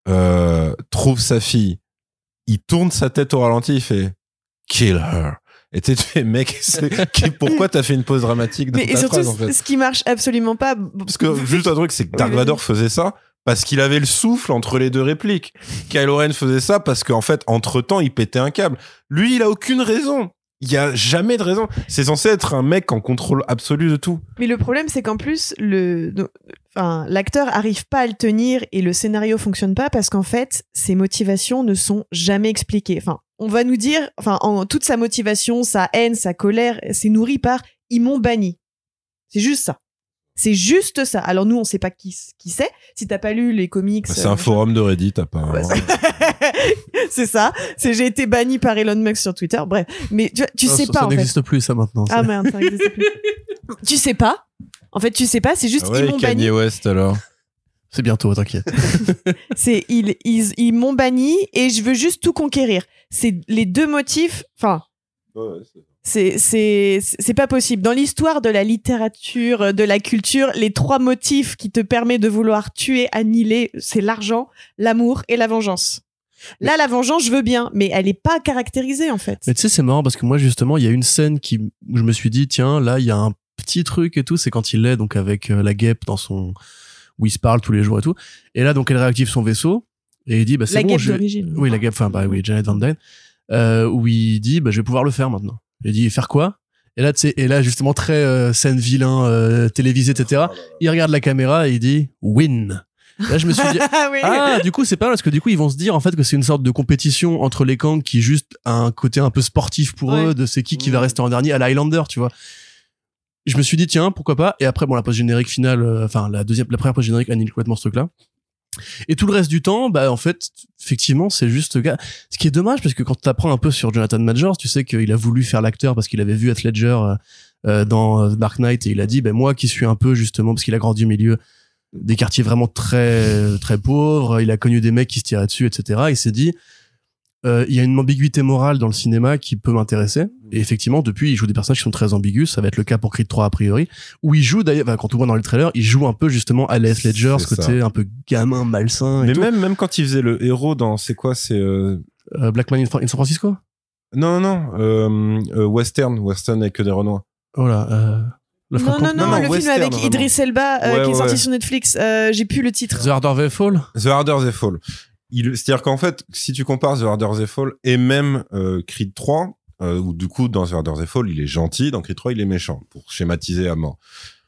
euh, trouve sa fille. Il tourne sa tête au ralenti, il fait, kill her. Et tu fais, mec, c'est... qui- pourquoi t'as fait une pause dramatique dans Mais et ta surtout, phrase, en fait? ce qui marche absolument pas. Parce que juste un truc, c'est que Dark Oui, Vador faisait ça parce qu'il avait le souffle entre les deux répliques. Kylo Ren faisait ça parce qu'en fait, entre-temps, il pétait un câble. Lui, il a aucune raison. Il y a jamais de raison. C'est censé être un mec en contrôle absolu de tout. Mais le problème, c'est qu'en plus, le, enfin, l'acteur arrive pas à le tenir et le scénario fonctionne pas parce qu'en fait, ses motivations ne sont jamais expliquées. Enfin, on va nous dire, enfin, en, toute sa motivation, sa haine, sa colère, c'est nourri par « ils m'ont banni ». C'est juste ça. C'est juste ça. Alors nous, on sait pas qui, qui c'est. Si t'as pas lu les comics... C'est euh, un forum de Reddit, apparemment. Ouais, c'est... c'est ça. C'est j'ai été banni par Elon Musk sur Twitter. Bref, mais tu, tu Non, sais ça, pas ça en n'existe plus, ça, maintenant. fait. Ah c'est- merde, ça n'existe plus. Tu sais pas. En fait, tu sais pas. C'est juste Ah ouais, ils m'ont banni. Kanye West, alors. C'est bientôt, t'inquiète. C'est ils ils ils m'ont banni et je veux juste tout conquérir. C'est les deux motifs. Enfin. C'est, c'est, c'est pas possible. Dans l'histoire de la littérature, de la culture, les trois motifs qui te permettent de vouloir tuer, annihiler, c'est l'argent, l'amour et la vengeance. Là, la vengeance, je veux bien, mais elle est pas caractérisée, en fait. Mais tu sais, c'est marrant parce que moi, justement, il y a une scène qui, où je me suis dit, tiens, là, il y a un petit truc et tout, c'est quand il est donc avec euh, la guêpe dans son, où ils se parlent tous les jours et tout. Et là, donc, elle réactive son vaisseau et il dit, bah, c'est La bon, guêpe je... d'origine. Oui, la guêpe, enfin, bah oui, Janet Van Dyne, euh, où il dit, bah, je vais pouvoir le faire maintenant. Il dit, faire quoi? Et là, tu sais, et là, justement, très euh, scène vilain, euh, télévisé, et cetera. Il regarde la caméra et il dit, win. Là, je me suis dit, Ah oui. ah, du coup, c'est pas mal parce que du coup, ils vont se dire en fait que c'est une sorte de compétition entre les gangs qui juste a un côté un peu sportif pour Ouais. eux, de c'est qui qui va rester en dernier à la Highlander, tu vois. Je me suis dit tiens, pourquoi pas. Et après, bon, la post générique finale, euh, enfin la deuxième, la première post générique annule complètement ce truc-là. Et tout le reste du temps, bah en fait, effectivement, c'est juste ce gars. Ce qui est dommage parce que quand tu apprends un peu sur Jonathan Majors, tu sais qu'il a voulu faire l'acteur parce qu'il avait vu Heath Ledger euh, euh, dans Dark Knight et il a dit, ben moi qui suis un peu justement parce qu'il a grandi au milieu des quartiers vraiment très très pauvres, il a connu des mecs qui se tiraient dessus, et cetera. Il s'est dit, euh, il y a une ambiguïté morale dans le cinéma qui peut m'intéresser. Et effectivement, depuis, il joue des personnages qui sont très ambigus. Ça va être le cas pour Creed trois a priori, où il joue d'ailleurs, enfin, quand on voit dans le trailer, il joue un peu justement à Heath Ledger, ce C'est côté ça. un peu gamin, malsain. Et Mais tout. même, même quand il faisait le héros dans, c'est quoi, c'est, euh... Euh, Black Man in, Fra- in San Francisco. non, non, euh, euh, western, western avec que des Renois. Voilà. Euh, le Non, Franco- non, non, Non, non, le western, film avec vraiment. Idris Elba euh, Ouais, qui est ouais, sorti ouais. sur Netflix. Euh, j'ai plus le titre. The Harder They Fall. The Harder They Fall. Il, c'est-à-dire qu'en fait, si tu compares The Harder They Fall et même euh, Creed trois, euh, où du coup dans The Harder They Fall il est gentil, dans Creed trois il est méchant, pour schématiser à mort.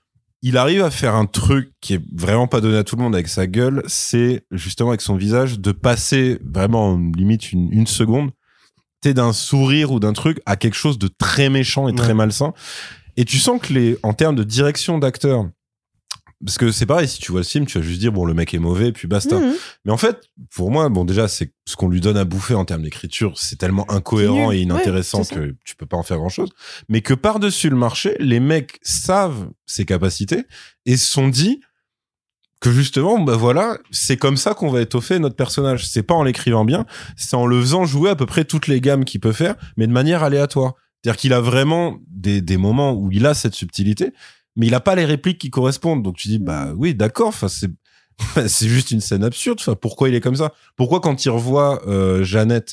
Il arrive à faire un truc qui est vraiment pas donné à tout le monde avec sa gueule, c'est justement avec son visage de passer vraiment limite une, une seconde, t'es d'un sourire ou d'un truc à quelque chose de très méchant et très Ouais. malsain. Et tu sens que les, en termes de direction d'acteur, parce que c'est pareil, si tu vois le film, tu vas juste dire bon le mec est mauvais puis basta. Mhm. Mais en fait, pour moi, bon déjà c'est ce qu'on lui donne à bouffer en termes d'écriture, c'est tellement incohérent C'est nul. et inintéressant Ouais, c'est ça. que tu peux pas en faire grand chose. Mais que par-dessus le marché, les mecs savent ses capacités et se sont dit que justement, bah voilà, c'est comme ça qu'on va étoffer notre personnage. C'est pas en l'écrivant bien, c'est en le faisant jouer à peu près toutes les gammes qu'il peut faire, mais de manière aléatoire. C'est-à-dire qu'il a vraiment des, des moments où il a cette subtilité, mais il a pas les répliques qui correspondent. Donc tu dis, bah oui, d'accord, enfin c'est c'est juste une scène absurde. Enfin, pourquoi il est comme ça? Pourquoi quand il revoit euh, Jeannette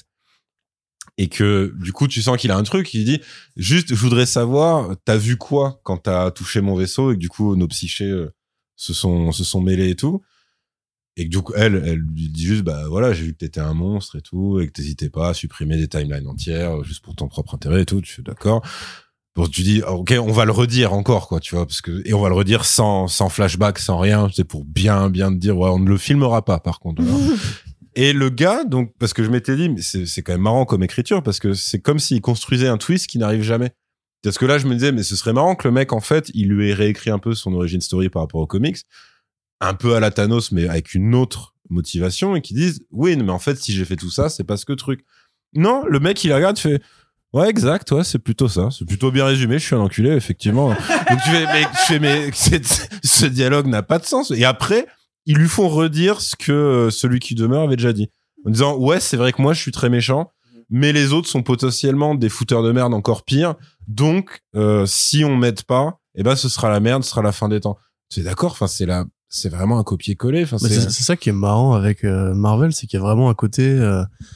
et que du coup tu sens qu'il a un truc, il dit juste, je voudrais savoir, t'as vu quoi quand t'as touché mon vaisseau et que du coup nos psychés euh, se sont se sont mêlés et tout. Et que du coup, elle, elle lui dit juste, bah voilà, j'ai vu que t'étais un monstre et tout, et que t'hésitais pas à supprimer des timelines entières, juste pour ton propre intérêt et tout, tu fais d'accord. Bon, tu dis, ok, on va le redire encore, quoi, tu vois, parce que, et on va le redire sans, sans flashback, sans rien, c'est pour bien, bien te dire, ouais, on ne le filmera pas, par contre. Voilà. Et le gars, donc, parce que je m'étais dit, mais c'est, c'est quand même marrant comme écriture, parce que c'est comme s'il construisait un twist qui n'arrive jamais. Parce que là, je me disais, mais ce serait marrant que le mec, en fait, il lui ait réécrit un peu son origin story par rapport aux comics, un peu à la Thanos, mais avec une autre motivation, et qui disent, oui, mais en fait, si j'ai fait tout ça, c'est parce que truc. Non, le mec, il regarde, fait, ouais, exact, ouais, c'est plutôt ça. C'est plutôt bien résumé, je suis un enculé, effectivement. Donc tu fais, mais, tu fais, mais cette- ce dialogue n'a pas de sens. Et après, ils lui font redire ce que euh, celui qui demeure avait déjà dit. En disant, ouais, c'est vrai que moi, je suis très méchant, mais les autres sont potentiellement des fouteurs de merde encore pire. Donc, euh, si on m'aide pas, eh ben, ce sera la merde, ce sera la fin des temps. Tu es d'accord? Enfin, c'est la, c'est vraiment un copier-coller. Enfin, Mais c'est, c'est c'est ça qui est marrant avec euh, Marvel, c'est qu'il y a vraiment un côté. Euh,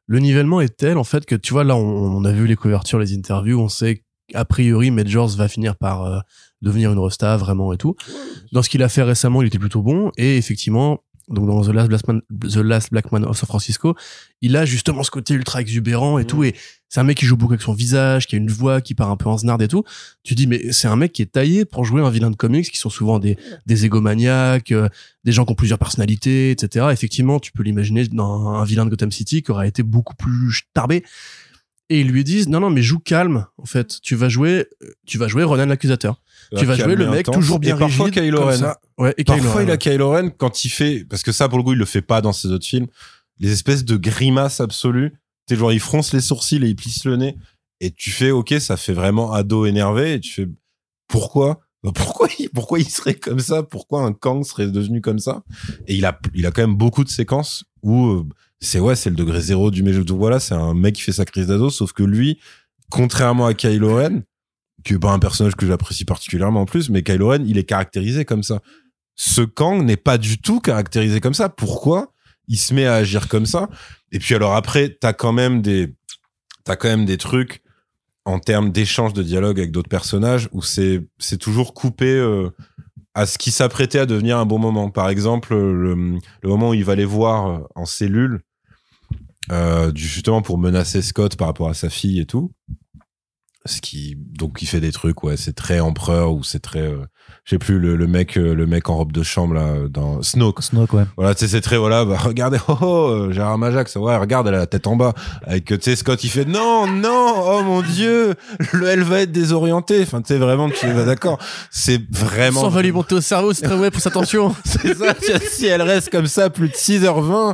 le nivellement est tel en fait que tu vois là on, on a vu les couvertures, les interviews, on sait qu'a priori Majors va finir par euh, devenir une resta vraiment et tout. Dans ce qu'il a fait récemment, il était plutôt bon et effectivement donc dans The Last Black Man, The Last Black Man of San Francisco, il a justement ce côté ultra exubérant et mmh. tout, et c'est un mec qui joue beaucoup avec son visage, qui a une voix qui part un peu en snarde et tout. Tu dis mais c'est un mec qui est taillé pour jouer un vilain de comics qui sont souvent des des égomaniaques, euh, des gens qui ont plusieurs personnalités, et cetera. Effectivement, tu peux l'imaginer dans un vilain de Gotham City qui aurait été beaucoup plus tarbé. Et ils lui disent non non mais joue calme en fait, tu vas jouer tu vas jouer Ronan l'accusateur. Tu vas jouer le mec intense. Toujours bien et parfois rigide Kylo comme Ren. ça. Ouais, et parfois Kylo Ren, il a ouais. Kylo Ren quand il fait parce que ça pour le coup il le fait pas dans ses autres films, les espèces de grimaces absolues, tu sais genre il fronce les sourcils et il plisse le nez et tu fais OK, ça fait vraiment ado énervé et tu fais pourquoi pourquoi il, pourquoi il serait comme ça, pourquoi un Kang serait devenu comme ça, et il a il a quand même beaucoup de séquences où euh, c'est ouais, c'est le degré zéro du méjeu. Voilà, c'est un mec qui fait sa crise d'ado, sauf que lui, contrairement à Kylo Ren, qui est pas un personnage que j'apprécie particulièrement en plus, mais Kylo Ren, il est caractérisé comme ça. Ce Kang n'est pas du tout caractérisé comme ça. Pourquoi il se met à agir comme ça? Et puis alors après, t'as quand même des, t'as quand même des trucs en termes d'échange de dialogue avec d'autres personnages où c'est, c'est toujours coupé euh, à ce qui s'apprêtait à devenir un bon moment. Par exemple, le, le moment où il va les voir en cellule, euh, justement pour menacer Scott par rapport à sa fille et tout. Ce qui, donc, il fait des trucs, ouais, c'est très empereur ou c'est très, euh, je sais plus, le, le mec, euh, le mec en robe de chambre, là, dans Snoke. Snoke, ouais. Voilà, tu sais, c'est très, voilà, bah, regardez, oh, oh, euh, Gérard Majax, ouais, regarde, elle a la tête en bas. Avec, tu sais, Scott, il fait, non, non, oh mon Dieu, le, elle va être désorientée. Enfin, tu sais, vraiment, tu es pas d'accord. C'est vraiment. Ça va lui monter au cerveau, c'est très ouais, pousse attention. C'est ça, si elle reste comme ça plus de six heures vingt.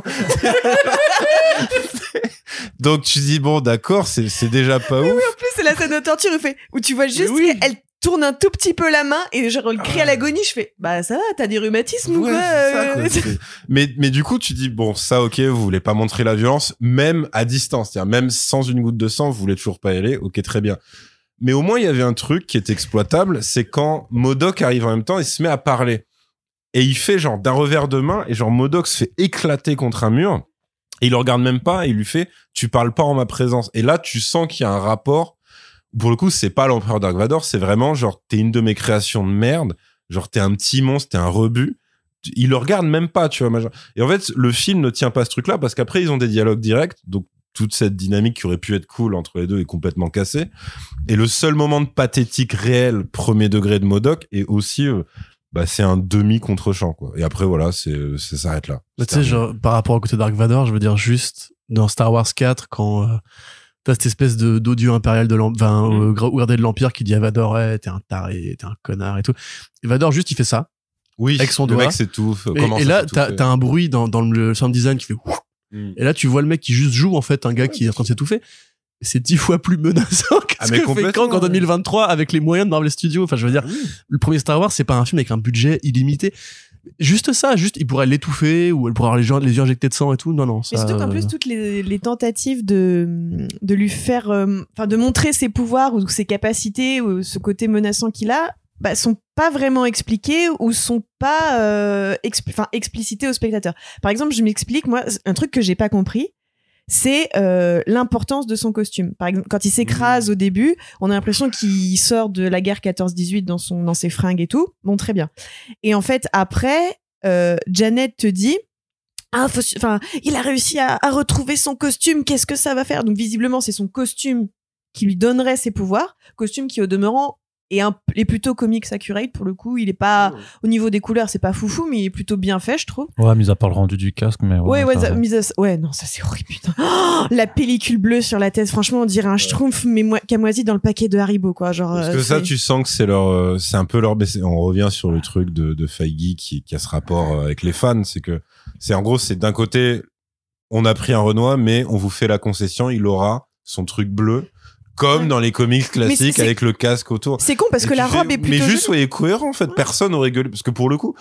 Donc, tu dis, bon, d'accord, c'est, c'est déjà pas ouf. Oui, en plus, c'est la scène de torture où, fait, où tu vois juste oui. qu'elle tourne un tout petit peu la main et genre le cri à l'agonie, je fais bah ça va, t'as des rhumatismes ouais, ou quoi, ça, quoi euh... c'est... mais mais du coup tu dis bon ça ok, vous voulez pas montrer la violence même à distance, c'est-à-dire même sans une goutte de sang vous voulez toujours pas y aller, ok très bien, mais au moins il y avait un truc qui est exploitable, c'est quand MODOK arrive en même temps et se met à parler et il fait genre d'un revers de main et genre MODOK se fait éclater contre un mur et il le regarde même pas et il lui fait tu parles pas en ma présence, et là tu sens qu'il y a un rapport. Pour le coup, c'est pas l'empereur Dark Vador, c'est vraiment genre t'es une de mes créations de merde, genre t'es un petit monstre, t'es un rebut. Il le regarde même pas, tu vois. Et en fait, le film ne tient pas ce truc-là parce qu'après ils ont des dialogues directs, donc toute cette dynamique qui aurait pu être cool entre les deux est complètement cassée. Et le seul moment de pathétique réel, premier degré de MODOK, est aussi, euh, bah c'est un demi contre-champ quoi. Et après voilà, c'est ça s'arrête là. Tu sais, genre par rapport au côté Dark Vador, je veux dire juste dans Star Wars quatre quand euh... t'as cette espèce de d'odieux impérial de l'empire, enfin, mmh. euh, gardé de l'empire qui dit à Vador, ouais, t'es un taré, t'es un connard et tout. Et Vador, juste, il fait ça. Oui. Avec son le doigt. mec s'étouffe. Et, et là, t'as, t'as un bruit dans, dans le sound design qui fait ouf. Mmh. Et là, tu vois le mec qui juste joue, en fait, un gars qui est en train de s'étouffer. C'est dix fois plus menaçant que ah, ce que fait Kang en deux mille vingt-trois avec les moyens de Marvel Studios. Enfin, je veux dire, oui. Le premier Star Wars, c'est pas un film avec un budget illimité. Juste ça, juste, il pourrait l'étouffer ou elle pourrait avoir les yeux, les yeux injectés de sang et tout. Non, non. Ça... Mais surtout qu'en plus, toutes les, les tentatives de, de lui faire, enfin, euh, de montrer ses pouvoirs ou ses capacités ou ce côté menaçant qu'il a, bah, sont pas vraiment expliquées ou sont pas, euh, expl- enfin, explicités au spectateur. Par exemple, je m'explique, moi, un truc que j'ai pas compris, c'est euh, l'importance de son costume. Par exemple, quand il s'écrase mmh. au début, on a l'impression qu'il sort de la guerre quatorze dix-huit dans son dans ses fringues et tout. Bon, très bien. Et en fait, après, euh, Janet te dit, ah, faut, enfin, il a réussi à, à retrouver son costume. Qu'est-ce que ça va faire? Donc visiblement, c'est son costume qui lui donnerait ses pouvoirs. Costume qui, au demeurant, est, un, est plutôt comics accurate pour le coup. Il est pas oh. au niveau des couleurs, c'est pas foufou, mais il est plutôt bien fait, je trouve. Ouais, mis à part le rendu du casque, mais ouais, ouais, ouais, ça, mise à, ouais, non, ça c'est horrible, putain. Oh, la pellicule bleue sur la tête, franchement, on dirait un schtroumpf mais mo- camoisi dans le paquet de Haribo, quoi. Genre. Parce que euh, ça, c'est... tu sens que c'est leur, euh, c'est un peu leur baissé. On revient sur le truc de, de Feige qui, qui a ce rapport avec les fans, c'est que, c'est en gros, c'est d'un côté, on a pris un Renoir, mais on vous fait la concession, il aura son truc bleu. Comme ouais. dans les comics classiques avec le casque autour. C'est con parce et que la fais, robe est plutôt. Mais juste jolie. soyez cohérents en fait. Ouais. Personne n'aurait gueulé parce que pour le coup,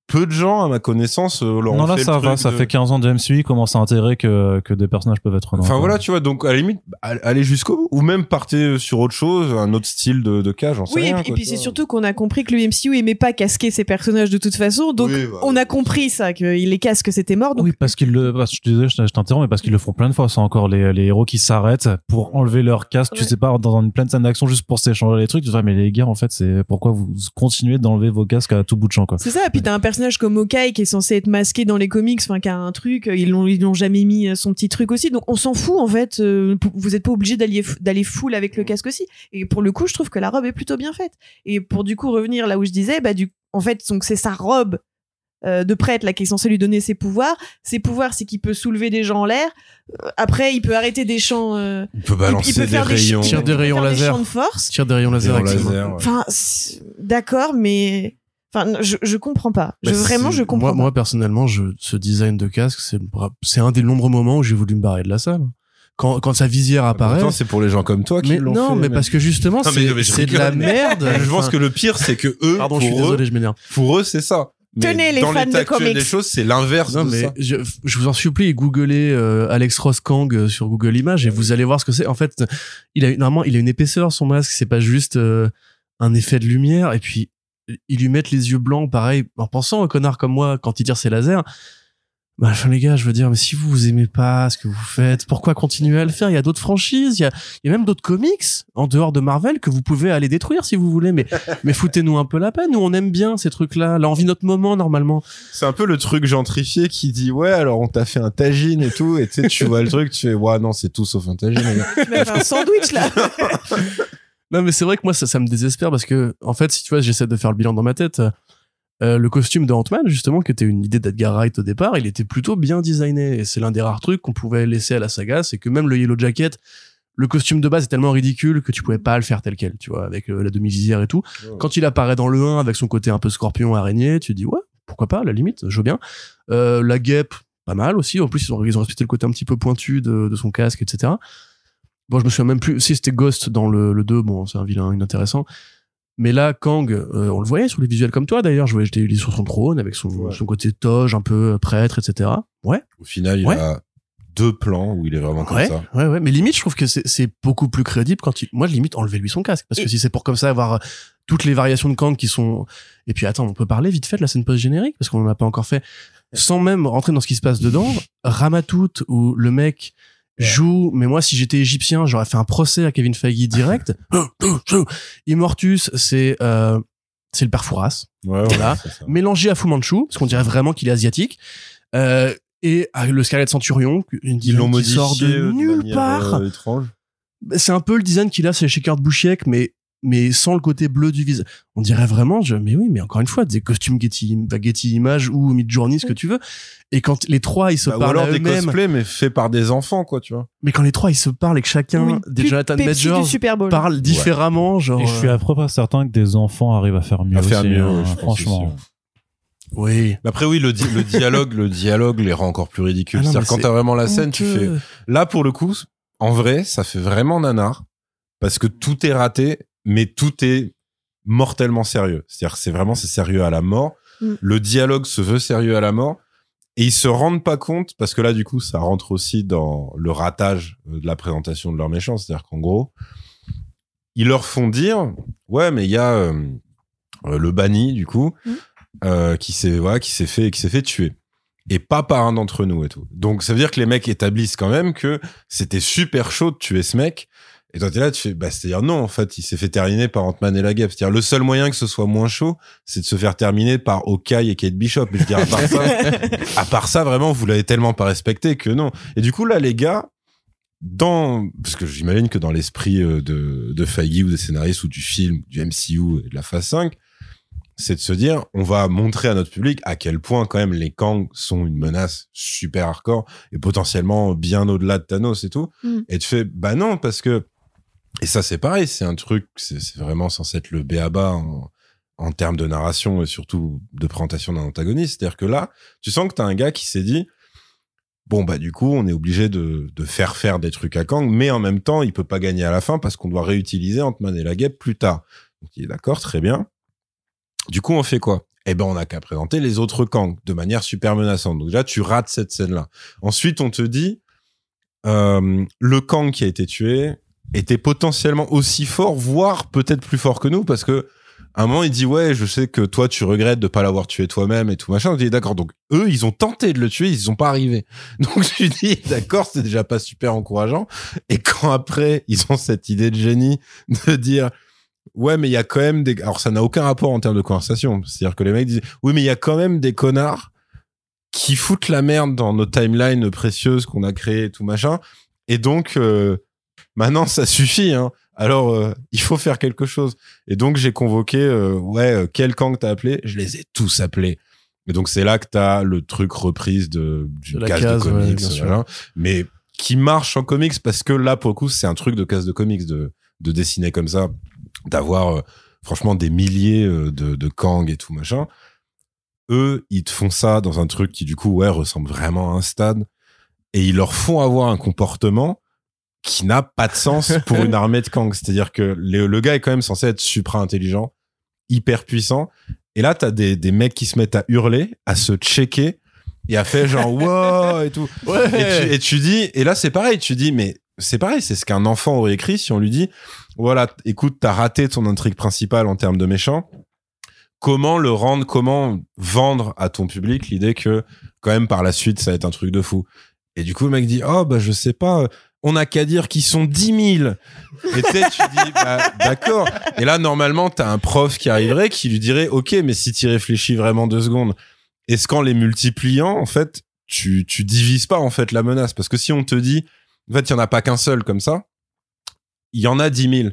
peu de gens, à ma connaissance, euh, leur Non, ont là, fait ça le va, truc ça de- fait quinze ans de M C U, ils commencent à intégrer que, que des personnages peuvent être dans Enfin le- voilà, tu vois, donc à la limite, allez jusqu'au bout. Ou même partez sur autre chose, un autre style de, de cas, j'en sais Oui, rien. et puis, quoi, et puis tu c'est vois. surtout qu'on a compris que le M C U aimait pas casquer ses personnages de toute façon, donc Oui, bah, on a oui. compris ça, que les casques c'était mort. Donc Oui, parce qu'ils le, parce, je suis désolé, je je t'interromps, mais parce qu'ils le font plein de fois. C'est encore les, les héros qui s'arrêtent pour enlever leur casque, tu Ouais. sais pas, dans une pleine scène d'action juste pour s'échanger les trucs. Tu te dis, mais les gars, en fait, c'est pourquoi vous continuez d'enlever vos casques à tout bout de champ, quoi. c'est ça, et puis t'as un personnage comme Hawkeye qui est censé être masqué dans les comics, enfin qui a un truc, ils l'ont ils l'ont jamais mis son petit truc aussi, donc on s'en fout en fait. euh, vous êtes pas obligé d'aller d'aller full avec le casque aussi. Et pour le coup, je trouve que la robe est plutôt bien faite. Et pour du coup revenir là où je disais, bah du en fait donc c'est sa robe euh, de prêtre là qui est censée lui donner ses pouvoirs. Ses pouvoirs, c'est qu'il peut soulever des gens en l'air. Euh, après, il peut arrêter des champs. Euh, Il peut balancer il peut des faire rayons. Des, Tire des il peut rayons faire laser. champs de force. Tire des rayons laser. Rayons avec ses mains. laser, ouais. Enfin, c'est- d'accord, mais enfin, je je comprends pas. Je, Bah, vraiment, c'est- je comprends Moi, pas. moi, personnellement, je, ce design de casque, c'est, c'est un des nombreux moments où j'ai voulu me barrer de la salle. Quand, quand sa visière apparaît. Pourtant, c'est pour les gens comme toi qui Mais l'ont non, fait, mais parce que justement, Non, mais- c'est, mais je c'est de la rigole. merde. Je pense Enfin, que le pire, c'est que eux, Pardon, pour je suis eux, désolé, je m'énerve. pour eux, c'est ça. Mais Tenez, les dans fans l'état de actuel comics. des choses, c'est l'inverse Non, de mais ça. je, je vous en supplie, googlez euh, Alex Ross Kang euh, sur Google Images et vous allez voir ce que c'est. En fait, il a normalement, il a une épaisseur son masque. C'est pas juste euh, un effet de lumière. Et puis ils lui mettent les yeux blancs, pareil, en pensant au connard comme moi quand il tire ses lasers. Bah, enfin, les gars, je veux dire, mais si vous vous aimez pas ce que vous faites, pourquoi continuer à le faire? Il y a d'autres franchises, il y a, il y a même d'autres comics en dehors de Marvel que vous pouvez aller détruire si vous voulez. Mais, mais foutez-nous un peu la peine. Nous, on aime bien ces trucs-là. Là, on vit notre moment normalement. C'est un peu le truc gentrifié qui dit ouais, alors on t'a fait un tagine et tout, et tu sais, tu vois le truc, tu fais ouais, non, c'est tout sauf un tagine. les gars. Tu m'as fait un sandwich là. Non, mais c'est vrai que moi, ça, ça me désespère parce que, en fait, si tu vois, j'essaie de faire le bilan dans ma tête. Euh, le costume de Ant-Man, justement, qui était une idée d'Edgar Wright au départ, il était plutôt bien designé. Et c'est l'un des rares trucs qu'on pouvait laisser à la saga, c'est que même le Yellow Jacket, le costume de base est tellement ridicule que tu pouvais pas le faire tel quel, tu vois, avec euh, la demi-visière et tout. Ouais. Quand il apparaît dans le un avec son côté un peu scorpion araignée, tu dis ouais, pourquoi pas, à la limite, je veux bien. Euh, la guêpe, pas mal aussi. En plus, ils ont, ils ont respecté le côté un petit peu pointu de, de son casque, et cetera. Bon, je me souviens même plus si c'était Ghost dans le, le deux, bon, c'est un vilain inintéressant. Mais là, Kang, euh, on le voyait sur les visuels comme toi d'ailleurs, je voyais, j'étais sur son trône avec son, Ouais. son côté toge, un peu prêtre, et cetera. Ouais, Au final, il Ouais. a deux plans où il est vraiment comme ouais, ça. ouais, ouais. Mais limite, je trouve que c'est, c'est beaucoup plus crédible quand il, moi, limite, enlever lui son casque. Parce que Et- si c'est pour comme ça avoir euh, toutes les variations de Kang qui sont, et puis attends, on peut parler vite fait de la scène post-générique parce qu'on en a pas encore fait. Sans même rentrer dans ce qui se passe dedans, Ramatout où le mec joue, mais moi, si j'étais égyptien, j'aurais fait un procès à Kevin Feige direct. Immortus, c'est, euh, c'est le père Fouras. Ouais, ouais, Voilà. c'est ça. Mélangé à Fu Manchu, parce qu'on dirait vraiment qu'il est asiatique. Euh, et à le Scarlet Centurion, une Ils l'ont design qui modifié sort de de nulle manière, part. euh, étrange. C'est un peu le design qu'il a chez chez Kurt Busiek, mais mais sans le côté bleu du visage. On dirait vraiment, je, mais oui, mais encore une fois, des costumes Getty, bah, Getty Images ou Midjourney, ce que tu veux. Et quand les trois, ils se Bah, ou parlent alors à des eux-mêmes, cosplays, mais faits par des enfants, quoi, tu vois. mais quand les trois, ils se parlent et que chacun Oui, des Pe- Jonathan Pepsi Majors du Super Bowl. parle différemment, genre. Et je suis euh, à peu près certain que des enfants arrivent à faire mieux À faire aussi, mieux, hein, ouais, je pense franchement. aussi, Oui. Mais après, oui, le, di- le dialogue, le dialogue les rend encore plus ridicules. Ah non, C'est-à-dire mais quand t'as vraiment la scène, tu fais, Honteux. là, pour le coup, en vrai, ça fait vraiment nanar. Parce que tout est raté, mais tout est mortellement sérieux. C'est-à-dire que c'est vraiment, c'est sérieux à la mort. Mm. Le dialogue se veut sérieux à la mort. Et ils se rendent pas compte, parce que là, du coup, ça rentre aussi dans le ratage de la présentation de leur méchant. C'est-à-dire qu'en gros, ils leur font dire, ouais, mais il y a euh, euh, le banni, du coup, Mm. euh, qui s'est, voilà, qui s'est fait, qui s'est fait tuer. Et pas par un d'entre nous et tout. Donc, ça veut dire que les mecs établissent quand même que c'était super chaud de tuer ce mec. Et toi, t'es là, tu fais, bah, c'est-à-dire, non, en fait, il s'est fait terminer par Ant-Man et la Guêpe. C'est-à-dire, le seul moyen que ce soit moins chaud, c'est de se faire terminer par Hawkeye et Kate Bishop. Et je veux dire, à part ça, à part ça, vraiment, vous l'avez tellement pas respecté que non. Et du coup, là, les gars, dans, parce que j'imagine que dans l'esprit euh, de, de Feige ou des scénaristes ou du film, du M C U et de la phase cinq, c'est de se dire, on va montrer à notre public à quel point, quand même, les Kang sont une menace super hardcore et potentiellement bien au-delà de Thanos et tout. Mm. Et tu fais, bah non, parce que, et ça, c'est pareil, c'est un truc, c'est c'est vraiment censé être le b a ba en, en termes de narration et surtout de présentation d'un antagoniste. C'est-à-dire que là, tu sens que t'as un gars qui s'est dit, bon, bah, du coup, on est obligé de, de faire faire des trucs à Kang, mais en même temps, il peut pas gagner à la fin parce qu'on doit réutiliser Ant-Man et la Guêpe plus tard. Donc, il est d'accord, très bien. Du coup, on fait quoi? eh ben on n'a qu'à présenter les autres Kang de manière super menaçante. Donc déjà, tu rates cette scène-là. Ensuite, on te dit, euh, le Kang qui a été tué était potentiellement aussi fort, voire peut-être plus fort que nous, parce que à un moment, il dit, ouais, je sais que toi, tu regrettes de pas l'avoir tué toi-même et tout machin. On dit, d'accord. Donc, eux, ils ont tenté de le tuer, ils y sont pas arrivés. Donc, je lui dis, d'accord, c'est déjà pas super encourageant. Et quand après, ils ont cette idée de génie de dire, ouais, mais il y a quand même des, alors ça n'a aucun rapport en termes de conversation. C'est-à-dire que les mecs disent, oui, mais il y a quand même des connards qui foutent la merde dans nos timelines précieuses qu'on a créées et tout machin. Et donc, euh, maintenant, ça suffit, hein. Alors, euh, il faut faire quelque chose. Et donc, j'ai convoqué, euh, ouais, euh, quel Kang t'as appelé? Je les ai tous appelés. Et donc, c'est là que t'as le truc reprise de, d'une de case, case de comics, ouais, bien sûr. voilà. Mais qui marche en comics parce que là, pour le coup, c'est un truc de case de comics de, de dessiner comme ça, d'avoir, euh, franchement, des milliers euh, de, de Kang et tout machin. Eux, ils te font ça dans un truc qui, du coup, ouais, ressemble vraiment à un stade. Et ils leur font avoir un comportement qui n'a pas de sens pour une armée de Kang. C'est-à-dire que le, le gars est quand même censé être supra intelligent, hyper puissant. Et là, t'as des, des mecs qui se mettent à hurler, à se checker et à faire genre, wow, et tout. Ouais. Et, tu, et tu dis, et là, c'est pareil, tu dis, mais c'est pareil, c'est ce qu'un enfant aurait écrit si on lui dit, voilà, écoute, t'as raté ton intrigue principale en termes de méchant. Comment le rendre, comment vendre à ton public l'idée que, quand même, par la suite, ça va être un truc de fou. Et du coup, le mec dit, oh, bah, je sais pas, on n'a qu'à dire qu'ils sont dix mille. Et tu sais, tu dis, bah, d'accord. Et là, normalement, t'as un prof qui arriverait, qui lui dirait, ok, mais si tu réfléchis vraiment deux secondes, est-ce qu'en les multipliant, en fait, tu, tu divises pas, en fait, la menace? Parce que si on te dit, en fait, il y en a pas qu'un seul comme ça, il y en a dix mille.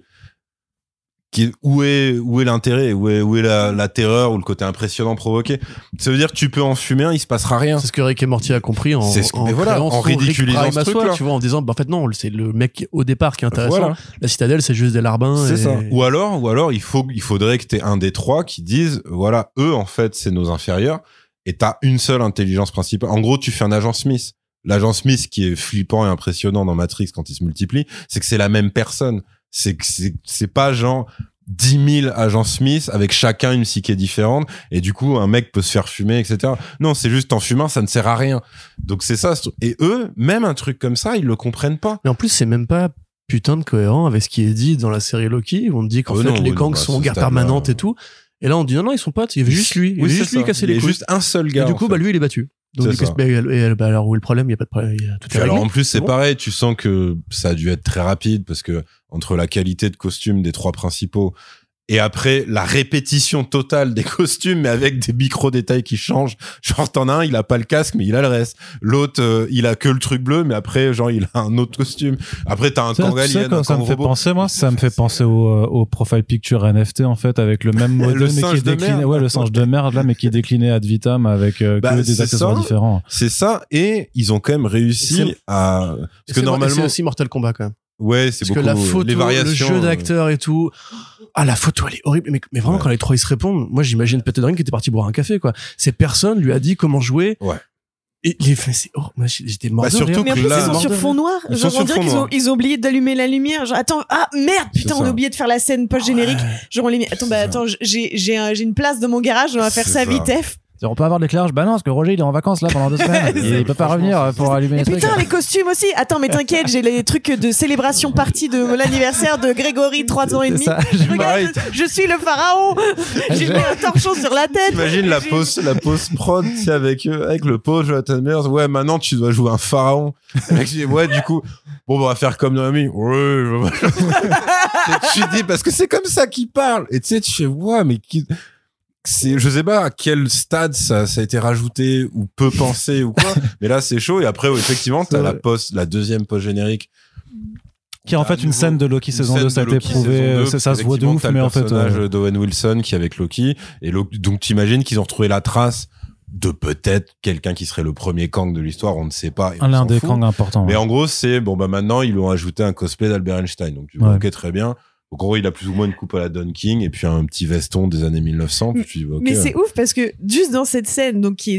Qui, où est, où est l'intérêt? Où est, où est la, la terreur ou le côté impressionnant provoqué? Ça veut dire que tu peux en fumer un, il se passera rien. C'est ce que Rick et Morty a compris en, C'est ce que- en, mais voilà, créant en son Rick ridiculisant Prime ce à soi, truc-là. tu vois, en disant, bah, en fait, non, c'est le mec au départ qui est intéressant. Voilà. La citadelle, c'est juste des larbins. C'est et... ça. Ou alors, ou alors, il faut, il faudrait que t'aies un des trois qui disent, voilà, eux, en fait, c'est nos inférieurs, et t'as une seule intelligence principale. En gros, tu fais un agent Smith. L'agent Smith qui est flippant et impressionnant dans Matrix quand il se multiplie, c'est que c'est la même personne. C'est que c'est, c'est pas genre dix mille agents Smith avec chacun une psyché différente, et du coup, un mec peut se faire fumer, et cetera. Non, c'est juste en fumant, ça ne sert à rien. Donc c'est ça. Et eux, même un truc comme ça, ils le comprennent pas. Mais en plus, c'est même pas putain de cohérent avec ce qui est dit dans la série Loki, où on te dit qu'en Oh fait, non, les oui, Kangs non, bah, sont en ce guerre stade-là, permanente et tout. Et là, on dit non, non, ils sont potes. Il y avait juste lui. Il y Oui, avait c'est juste lui ça. qui cassait Il y les a couilles. juste un seul gars. Et du en coup, fait. bah, lui, il est battu. Donc, C'est du coup, ça. bah, et, bah, alors, où est le problème? Il y a pas de problème. Il y a tout Puis est alors réglé. en plus c'est bon. pareil, tu sens que ça a dû être très rapide parce que entre la qualité de costume des trois principaux et après la répétition totale des costumes mais avec des micro détails qui changent, genre t'en as un il a pas le casque mais il a le reste, l'autre euh, il a que le truc bleu mais après genre il a un autre costume, après t'as un Tu sais, Kang tu sais alien, quoi, un ça Kang me fait robot. penser, moi, ça me fait penser au, euh, au profile picture N F T, en fait, avec le même modèle, Le mais qui singe est de décliné, merde. ouais, le singe de merde, là, mais qui est décliné ad vitam avec euh, Bah, que des c'est accessoires ça. différents. C'est ça, et ils ont quand même réussi C'est- à Et parce c'est- que et normalement c'est aussi Mortal Kombat quand même. ouais, c'est Parce beaucoup que la photo, les variations, le jeu euh, d'acteur et tout. Ah, la photo, elle est horrible. Mais, mais vraiment, Ouais. quand les trois ils se répondent, moi, j'imagine Peter Drink qui était parti boire un café, quoi. Cette personne lui a dit comment jouer. Ouais. Et les, c'est, oh, moi, j'étais mort Bah, de surtout rire. Mais en que plus, là- ils sont sur fond noir. Ils Genre, sont on sur dirait fond qu'ils ont, noir. ils ont oublié d'allumer la lumière. Genre, attends, ah merde, putain, C'est on ça. a oublié de faire la scène post-générique. Ouais. Genre, on les met. Attends, bah, C'est attends, j'ai, j'ai, un- j'ai une place dans mon garage, on va faire C'est ça ça. vite, F. On peut avoir de l'éclairage? Bah non, parce que Roger, il est en vacances, là, pendant deux semaines. C'est- Il peut pas revenir euh, pour allumer Et les trucs. putain, les costumes aussi. Attends, mais t'inquiète, j'ai les trucs de célébration partie de l'anniversaire de Grégory, trois ans et C'est demi. ça. Regarde, Pareil. je, je suis le pharaon. J'ai Je- mis un torchon sur la tête. T'imagines la J'ai- pause, la pause prod, tu sais, avec eux, avec le pause Jonathan Meyers. Ouais, maintenant, tu dois jouer un pharaon. Le mec, dit, ouais, du coup, bon, on va faire comme Noémie. Ouais, ouais. Tu dis, parce que c'est comme ça qu'il parle. Et tu sais, tu fais, ouais, mais qui, c'est, je sais pas à quel stade ça, ça a été rajouté ou peu pensé ou quoi. Mais là, c'est chaud. Et après, ouais, effectivement, t'as C'est la vrai. post, la deuxième post générique. Qui est en fait une scène de Loki saison deux, ça a été prouvé, ça, ça se voit de ouf, mais en fait. Le personnage euh, d'Owen Wilson qui est avec Loki. Et Lo- donc, t'imagines qu'ils ont retrouvé la trace de peut-être quelqu'un qui serait le premier Kang de l'histoire, on ne sait pas. et on un s'en des fout. Kang importants. Mais ouais. en gros, c'est, bon, bah, maintenant, ils lui ont ajouté un cosplay d'Albert Einstein. Donc, tu vois, Ouais. ok, très bien. Donc, en gros, il a plus ou moins une coupe à la Don King et puis un petit veston des années mille neuf cents. Puis tu dis, ok. Mais c'est ouf parce que juste dans cette scène, donc qui est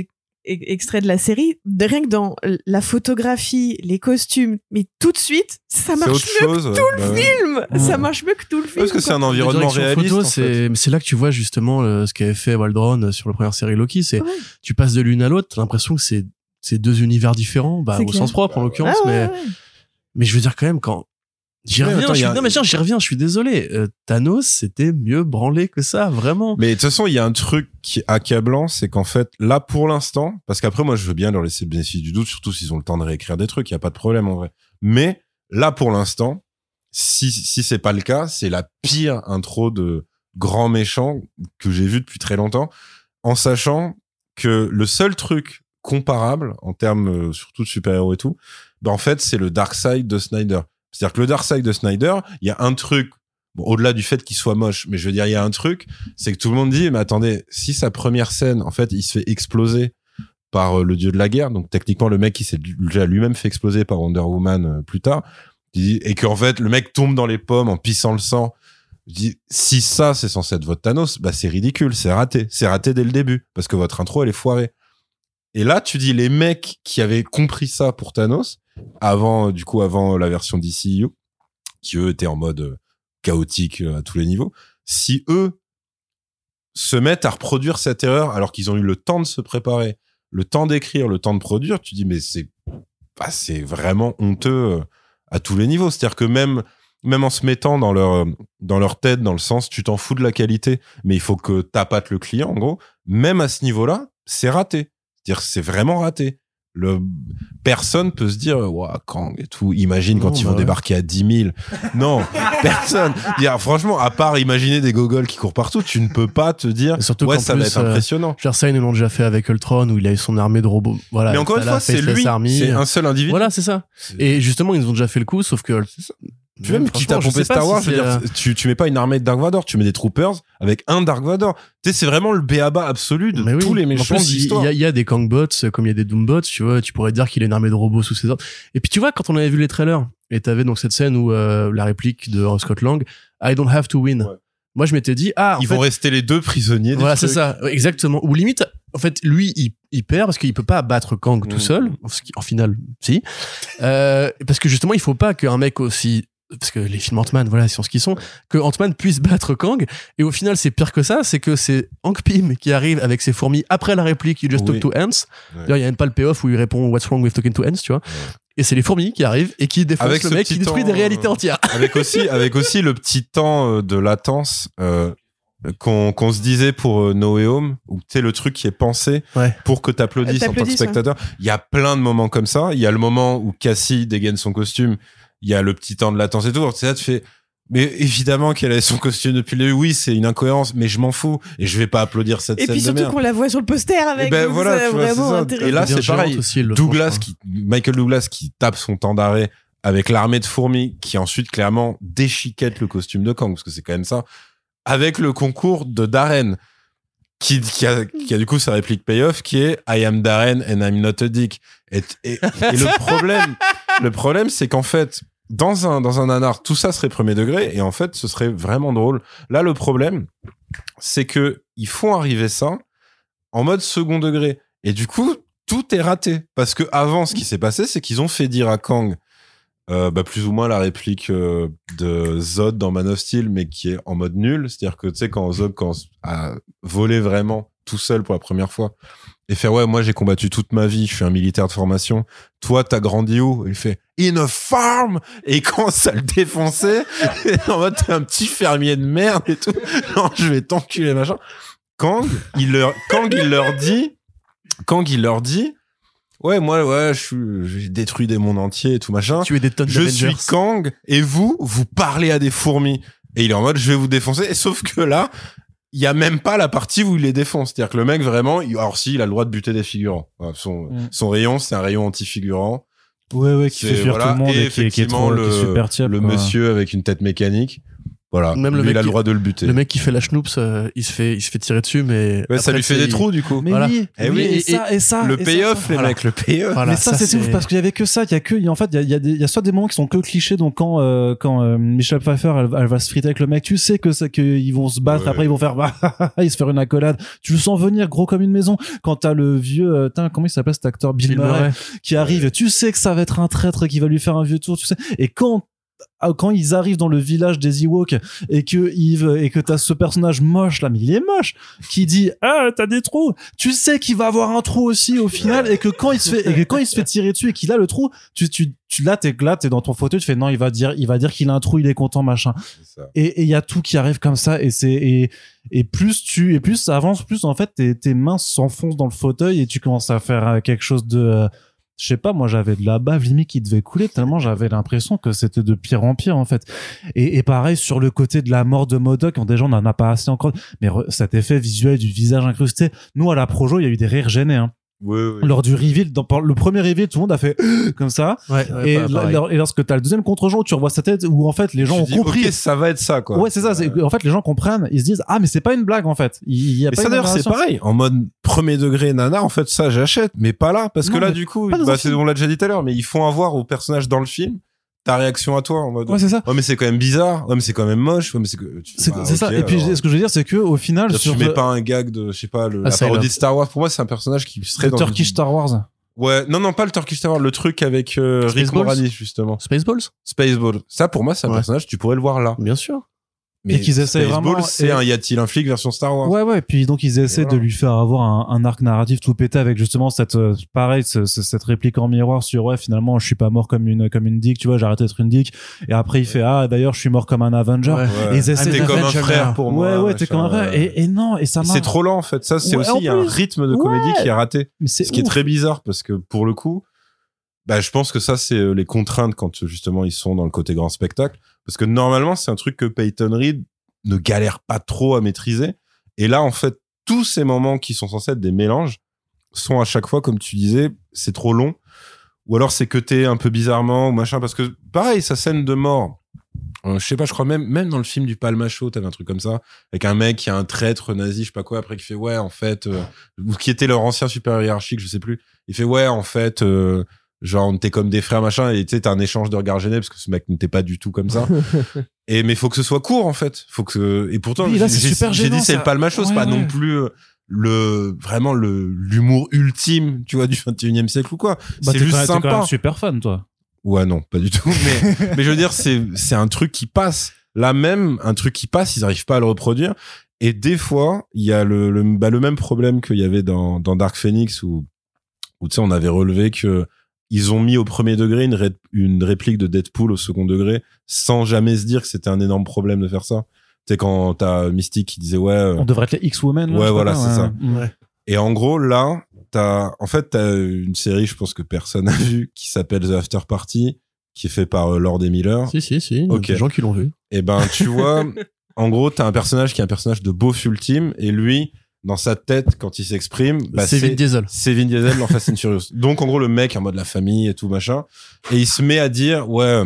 extraits de la série, de rien que dans la photographie, les costumes, mais tout de suite, ça marche mieux chose, que tout ouais. le bah film. Ouais. Ça marche mieux que tout le film. Parce que c'est un environnement réaliste. Photo, en c'est, fait. c'est là que tu vois justement le, ce qu'avait fait Waldron sur la première série Loki. C'est, ouais. tu passes de l'une à l'autre, t'as l'impression que c'est, c'est deux univers différents, bah, au clair. Sens propre en l'occurrence, ah, ouais, mais, ouais. mais je veux dire quand même quand, J'y reviens, attends, je suis... a... non mais j'y reviens, je suis désolé. Euh, Thanos, c'était mieux branlé que ça, vraiment. Mais de toute façon, il y a un truc qui est accablant, c'est qu'en fait, là pour l'instant, parce qu'après moi je veux bien leur laisser le bénéfice du doute, surtout s'ils ont le temps de réécrire des trucs, il y a pas de problème en vrai. Mais là pour l'instant, si si c'est pas le cas, c'est la pire intro de grand méchant que j'ai vu depuis très longtemps, en sachant que le seul truc comparable en termes euh, surtout de super-héros et tout, ben en fait, c'est le Darkseid de Snyder. C'est-à-dire que le Darkseid de Snyder, il y a un truc, bon, au-delà du fait qu'il soit moche, mais je veux dire, il y a un truc, c'est que tout le monde dit, mais attendez, si sa première scène, en fait, il se fait exploser par euh, le dieu de la guerre, donc techniquement, le mec, il s'est déjà lui-même fait exploser par Wonder Woman euh, plus tard, dit, et qu'en fait, le mec tombe dans les pommes en pissant le sang. Je dis, si ça, c'est censé être votre Thanos, bah, c'est ridicule, c'est raté. C'est raté dès le début, parce que votre intro, elle est foirée. Et là, tu dis, les mecs qui avaient compris ça pour Thanos, avant, du coup, avant la version D C U, qui eux étaient en mode euh, chaotique euh, à tous les niveaux, si eux se mettent à reproduire cette erreur alors qu'ils ont eu le temps de se préparer, le temps d'écrire, le temps de produire, tu dis mais c'est bah, c'est vraiment honteux euh, à tous les niveaux. C'est-à-dire que même même en se mettant dans leur dans leur tête, dans le sens tu t'en fous de la qualité, mais il faut que t'appâtes le client en gros. Même à ce niveau-là, c'est raté. C'est-à-dire c'est vraiment raté. Le personne peut se dire ouah Kang et tout, imagine quand non, ils vont ouais. débarquer à dix mille. Non, personne. Dire franchement, à part imaginer des gogoles qui courent partout, tu ne peux pas te dire surtout ouais ça plus, va être impressionnant. Euh, ça ils l'ont déjà fait avec Ultron où il a eu son armée de robots. Voilà. Mais encore une fois, c'est lui, Army. C'est un seul individu. Voilà, c'est ça. C'est... Et justement, ils ont déjà fait le coup, sauf que tu même qui t'a pompé Star Wars, si je veux dire, tu, tu mets pas une armée de Dark Vador, tu mets des troopers avec un Dark Vador. Tu sais, c'est vraiment le b.a.-ba absolu de mais tous oui. les méchants de l'histoire. Il y, y a des Kangbots, comme il y a des Doombots, tu vois, tu pourrais dire qu'il a une armée de robots sous ses ordres. Et puis tu vois, quand on avait vu les trailers, et t'avais donc cette scène où euh, la réplique de Scott Lang, I don't have to win. Ouais. Moi, je m'étais dit, ah, en ils fait, vont rester les deux prisonniers. Voilà, c'est ça, exactement. Ou limite, en fait, lui, il, il perd parce qu'il peut pas battre Kang mmh. tout seul. En finale, si. Euh, parce que justement, il faut pas qu'un mec aussi, parce que les films Ant-Man, voilà, sont ce qu'ils sont, que Ant-Man puisse battre Kang. Et au final, c'est pire que ça, c'est que c'est Hank Pym qui arrive avec ses fourmis après la réplique You just oui. talk to ants. Ouais. D'ailleurs, il y a même pas le payoff où il répond What's wrong with talking to ants, tu vois. Ouais. Et c'est les fourmis qui arrivent et qui défoncent avec le mec, qui détruit temps, des réalités entières. Avec aussi, avec aussi le petit temps de latence euh, qu'on, qu'on se disait pour No Way Home, où tu sais le truc qui est pensé ouais. pour que t'applaudisses en tant que spectateur. Il ouais. y a plein de moments comme ça. Il y a le moment où Cassie dégaine son costume. Il y a le petit temps de latence et tout. C'est là, tu fais, mais évidemment qu'elle avait son costume depuis le début. Oui, c'est une incohérence, mais je m'en fous. Et je vais pas applaudir cette et scène de merde. Et puis surtout qu'on la voit sur le poster avec. Et ben voilà, tu vois, vraiment c'est ça. Et là, c'est pareil. Aussi, Douglas font, qui, Michael Douglas qui tape son temps d'arrêt avec l'armée de fourmis qui ensuite clairement déchiquette le costume de Kang, parce que c'est quand même ça. Avec le concours de Darren. Qui, qui, a, qui a du coup sa réplique payoff qui est I am Darren and I'm not a dick. Et, et, et le problème, le problème, c'est qu'en fait, dans un, dans un nanar, tout ça serait premier degré et en fait, ce serait vraiment drôle. Là, le problème, c'est que ils font arriver ça en mode second degré. Et du coup, tout est raté. Parce que avant, ce qui s'est passé, c'est qu'ils ont fait dire à Kang, Euh, bah plus ou moins la réplique euh, de Zod dans Man of Steel, mais qui est en mode nul. C'est-à-dire que tu sais quand Zod quand a volé vraiment tout seul pour la première fois et faire ouais moi j'ai combattu toute ma vie, je suis un militaire de formation. Toi t'as grandi où? Il fait in a farm et quand ça le défonçait en mode t'es un petit fermier de merde et tout. Non je vais t'enculer machin. Kang il leur Kang il leur dit Kang il leur dit ouais, moi, ouais, je suis, j'ai détruit des mondes entiers et tout machin. Tu es des tonnes Je d'Avengers. suis Kang et vous, vous parlez à des fourmis. Et il est en mode, je vais vous défoncer. Et sauf que là, il y a même pas la partie où il les défonce. C'est-à-dire que le mec, vraiment, il, alors si, il a le droit de buter des figurants. Son, mm. son rayon, c'est un rayon anti-figurant. Ouais, ouais, qui c'est, fait fuir voilà, tout le monde et, et qui, est, qui est trop, le, qui est super tiep, le quoi. Monsieur avec une tête mécanique. Voilà. Même le lui, mec il a le qui- droit de le buter. Le mec qui fait la schnoops, euh, il se fait, il se fait tirer dessus, mais. Ouais, ça après, lui fait tu sais, des il- trous, du coup. Mais Voilà. oui, Eh oui, oui, et, et- ça, et ça. Le et ça, payoff, ça. les Voilà. mecs, le payoff. Voilà, mais ça, c'est c'est- ouf parce qu'il y avait que ça. Il y a que, en fait, il y a des, il y a soit des moments qui sont que clichés. Donc quand, euh, quand euh, Michelle Pfeiffer, elle, elle va se friter avec le mec, tu sais que c'est qu'ils vont se battre. Ouais. Après, ils vont faire, bah, ils se faire une accolade. Tu le sens venir gros comme une maison. Quand t'as le vieux, euh, tain, comment il s'appelle cet acteur, Bill, Bill Murray, Murray. qui arrive, tu sais que ça va être un traître qui va lui faire un vieux tour, tu sais. Et quand ah, quand ils arrivent dans le village des Ewoks et que Yves et que t'as ce personnage moche là, mais il est moche, qui dit ah t'as des trous, tu sais qu'il va avoir un trou aussi au final et que quand il se fait et que quand il se fait tirer dessus et qu'il a le trou, tu tu tu là t'es là t'es dans ton fauteuil, tu fais non il va dire il va dire qu'il a un trou, il est content machin. C'est ça. Et il y a tout qui arrive comme ça et c'est et et plus tu et plus ça avance, plus en fait tes tes mains s'enfoncent dans le fauteuil et tu commences à faire euh, quelque chose de euh, je sais pas, moi j'avais de la bave limite qui devait couler tellement j'avais l'impression que c'était de pire en pire en fait. Et, et pareil sur le côté de la mort de MODOK, déjà on en a pas assez encore, mais re, cet effet visuel du visage incrusté, nous à la Projo il y a eu des rires gênés hein. Oui, oui. Lors du reveal, dans le premier reveal tout le monde a fait comme ça. Ouais, ouais, et, pas- la- pareil. et lorsque t'as le deuxième contre-jour, tu revois sa tête où en fait les gens Tu ont dis, compris. ok, ça va être ça, quoi. Ouais, c'est ça. C'est, en fait, les gens comprennent. Ils se disent ah mais c'est pas une blague en fait. Il, il y a Mais pas ça une d'ailleurs c'est narration. pareil en mode premier degré nana en fait ça j'achète mais pas là parce que Non, là mais du coup pas dans bah, un c'est film. on l'a déjà dit tout à l'heure mais ils font avoir au personnage dans le film ta réaction à toi en mode Ouais, c'est ça. ouais mais c'est quand même bizarre ouais mais c'est quand même moche ouais mais c'est que tu fais, C'est, bah, c'est ça. ok, Et puis alors, ce que je veux dire, c'est que au final, tu sur mets ce- pas un gag de je sais pas le, Ah, la ça, parodie il a- de Star Wars pour moi c'est un personnage qui serait le dans Turkish une- Star Wars. ouais non non pas le Turkish Star Wars le truc avec euh, Rick Spaceballs Moranis justement Spaceballs Spaceball ça pour moi c'est un Ouais. personnage tu pourrais le voir là Bien sûr. mais Et qu'ils essayent Spaceball vraiment- c'est et- un y a-t-il un flic version Star Wars Ouais, ouais. Puis donc ils essaient voilà. de lui faire avoir un, un arc narratif tout pété avec justement cette euh, pareil ce- ce- cette réplique en miroir sur ouais finalement je suis pas mort comme une comme une dick, tu vois, j'ai arrêté d'être une dick. Et après il fait ah d'ailleurs je suis mort comme un Avenger. Ouais. Ouais. Et ils essaient t'es de comme un faire- frère pour moi Ouais, ouais, t'es machin, comme un frère. ouais. Et, et non, et ça C'est marche. trop lent en fait. Ça, c'est Ouais, aussi en il y a un plus. rythme de Ouais. comédie qui est raté. Mais c'est Ce qui est ouf. très bizarre parce que pour le coup, bah je pense que ça c'est euh, les contraintes quand euh, justement ils sont dans le côté grand spectacle parce que normalement c'est un truc que Peyton Reed ne galère pas trop à maîtriser. Et là en fait tous ces moments qui sont censés être des mélanges sont à chaque fois comme tu disais c'est trop long ou alors c'est cuté un peu bizarrement ou machin parce que pareil sa scène de mort. Euh, je sais pas, je crois même même dans le film du Palmacho, t'avais un truc comme ça avec un mec qui a un traître nazi, je sais pas quoi, après qui fait ouais en fait, euh, ou qui était leur ancien supérieur hiérarchique, je sais plus. Il fait ouais en fait, euh, genre on était comme des frères machin, et tu sais t'as un échange de regards gênés parce que ce mec n'était pas du tout comme ça. Et mais faut que ce soit court en fait, faut que et pourtant Oui, là, j'ai, c'est super j'ai gênant, dit c'est ça. le Palmacho, c'est Ouais, pas ouais. non plus euh, le vraiment le l'humour ultime, tu vois, du vingt et unième siècle ou quoi. Bah, c'est t'es juste quand même- t'es quand sympa. même super fan toi. Ouais, non, pas du tout. Mais, mais je veux dire, c'est, c'est un truc qui passe. Là même, un truc qui passe, ils arrivent pas à le reproduire. Et des fois, il y a le, le, bah, le même problème qu'il y avait dans, dans Dark Phoenix où, où tu sais, on avait relevé que ils ont mis au premier degré une, ré, une réplique de Deadpool au second degré sans jamais se dire que c'était un énorme problème de faire ça. Tu sais, quand t'as Mystique qui disait, ouais, euh, On devrait être les X-Women. là, Ouais, je sais voilà, pas, c'est ça. Ouais. et en gros, là, t'as, en fait, t'as une série, je pense que personne n'a vu, qui s'appelle The After Party, qui est fait par euh, Lord et Miller. Si, si, si. Ok. Des gens qui l'ont vu. Et ben, tu vois, en gros, t'as un personnage qui est un personnage de beauf ultime, et lui, dans sa tête, quand il s'exprime, bah, c'est Vin Diesel. c'est Vin Diesel dans Fast and Furious. Donc, en gros, le mec, en mode la famille et tout, machin, et il se met à dire, ouais,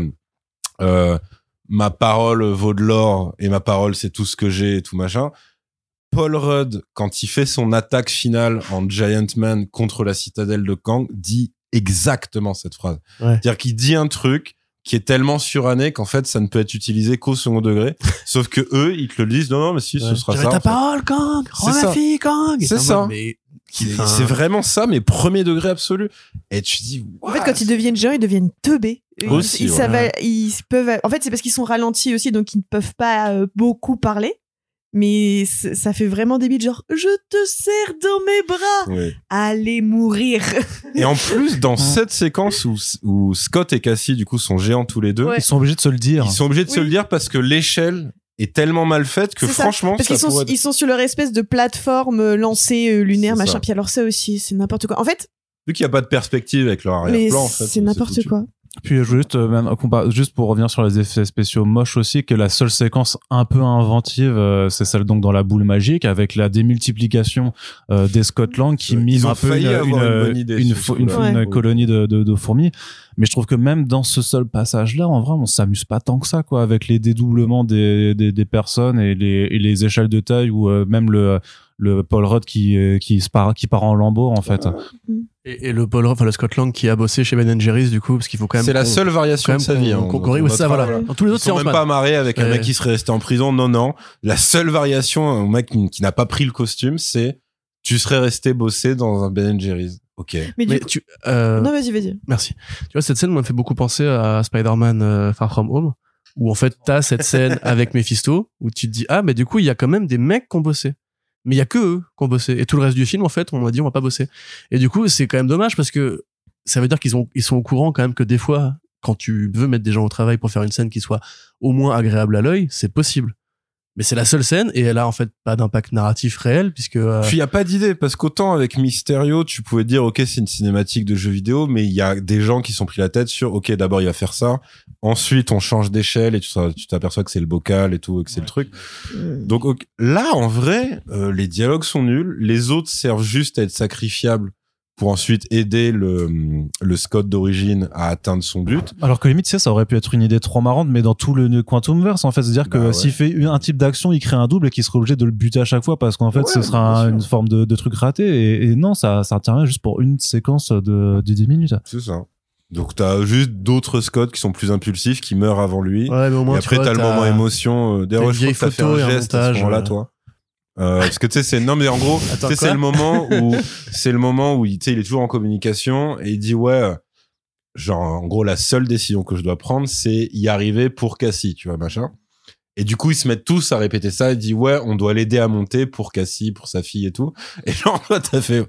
euh, ma parole vaut de l'or, et ma parole, c'est tout ce que j'ai, et tout, machin. Paul Rudd, quand il fait son attaque finale en Giant Man contre la citadelle de Kang, dit exactement cette phrase. Ouais. C'est-à-dire qu'il dit un truc qui est tellement suranné qu'en fait, ça ne peut être utilisé qu'au second degré. Sauf que eux, ils te le disent, non, non, mais si, ce Ouais. sera Dirais ça. ta en fait. parole, Kang. C'est Rends ça. la fille, Kang. C'est En ça. mode, Mais Qui- Enfin- C'est vraiment ça, mais premier degré absolu. Et tu te dis, En fait, quand ils deviennent géants, ils deviennent teubés. Ils, Aussi, ils ouais. savent- ils peuvent. En fait, c'est parce qu'ils sont ralentis aussi, donc ils ne peuvent pas euh, beaucoup parler. Mais c- ça fait vraiment débile, genre je te serre dans mes bras, Oui. allez mourir. Et en plus, dans cette séquence où, où Scott et Cassie, du coup, sont géants tous les deux, Ouais. Ils sont obligés de se le dire. ils sont obligés de se Oui. le dire parce que l'échelle est tellement mal faite que C'est ça. franchement, Parce ça qu'ils sont, pourrait être- ils sont sur leur espèce de plateforme euh, lancée euh, lunaire, C'est machin. ça. Puis alors ça aussi, c'est n'importe quoi. En fait, Vu qu'il n'y a pas de perspective avec leur mais arrière-plan, en fait. c'est n'importe foutu. quoi. Puis juste, euh, même, compa- juste pour revenir sur les effets spéciaux moches aussi, que la seule séquence un peu inventive, euh, c'est celle donc dans la boule magique avec la démultiplication euh, des Scott Lang qui Ils mime ont un peu failli une, avoir une, une bonne idée une, sur fo- ce une, coup-là. une Ouais. colonie de, de, de fourmis. Mais je trouve que même dans ce seul passage-là, en vrai, on s'amuse pas tant que ça, quoi, avec les dédoublements des, des, des personnes et les, et les échelles de taille ou euh, même le, le Paul Rudd qui, euh, qui, se part, qui part en lambeaux, en fait. Et, et le Paul, enfin le Scott Lang qui a bossé chez Ben and Jerry's du coup, parce qu'il faut quand même. C'est la qu'on- seule variation quand de même sa vie. qu'on- hein, qu'on on- corrige. on Ouais, ça, notera, voilà. là. Dans tous les Ils autres, c'est sont même Ant-Man. pas marrés avec un Ouais. mec qui serait resté en prison. Non, non. La seule variation, un mec qui, qui n'a pas pris le costume, c'est tu serais resté bosser dans un Ben and Jerry's. Ok. Mais du Mais coup... tu, euh, Non, vas-y, vas-y. merci. Tu vois, cette scène m'a fait beaucoup penser à Spider-Man euh, Far From Home, où en fait t'as cette scène avec Mephisto, où tu te dis ah mais du coup il y a quand même des mecs qui ont bossé. Mais il y a que eux qui ont bossé. Et tout le reste du film, en fait, on m'a dit on va pas bosser. Et du coup, c'est quand même dommage parce que ça veut dire qu'ils ont, ils sont au courant quand même que des fois, quand tu veux mettre des gens au travail pour faire une scène qui soit au moins agréable à l'œil, c'est possible. Mais c'est la seule scène et elle a en fait pas d'impact narratif réel puisque. Euh... Puis il y a pas d'idée parce qu'autant avec Mysterio, tu pouvais dire ok c'est une cinématique de jeu vidéo, mais il y a des gens qui sont pris la tête sur ok d'abord il va faire ça, ensuite on change d'échelle et tu tu t'aperçois que c'est le bocal et tout, que c'est le truc. Donc ok, là en vrai euh, les dialogues sont nuls, les autres servent juste à être sacrifiables pour ensuite aider le le Scott d'origine à atteindre son but. Alors que limite, tu sais, ça aurait pu être une idée trop marrante, mais dans tout le Quantumverse, en fait, c'est-à-dire que Bah ouais. s'il fait une- un type d'action, il crée un double et qu'il serait obligé de le buter à chaque fois parce qu'en fait, Ouais, ce sera bien un- sûr. une forme de, de truc raté. Et, et non, ça, ça tient rien juste pour une séquence de, de dix minutes. C'est ça. Donc t'as juste d'autres Scott qui sont plus impulsifs, qui meurent avant lui. Ouais, mais au moins, Et tu après, vois, t'as le moment émotion. Euh, t'as D'ailleurs, une je crois vieille que t'as fait photo un et un geste à ce montage, moment-là, euh. toi. Euh, parce que tu sais, c'est non, mais en gros, tu Attends, sais, quoi c'est le moment où c'est le moment où il, tu sais, il est toujours en communication et il dit ouais, euh, genre en gros la seule décision que je dois prendre, c'est y arriver pour Cassie, tu vois machin. Et du coup, ils se mettent tous à répéter ça. Il dit ouais, on doit l'aider à monter pour Cassie, pour sa fille et tout. Et genre toi, t'as fait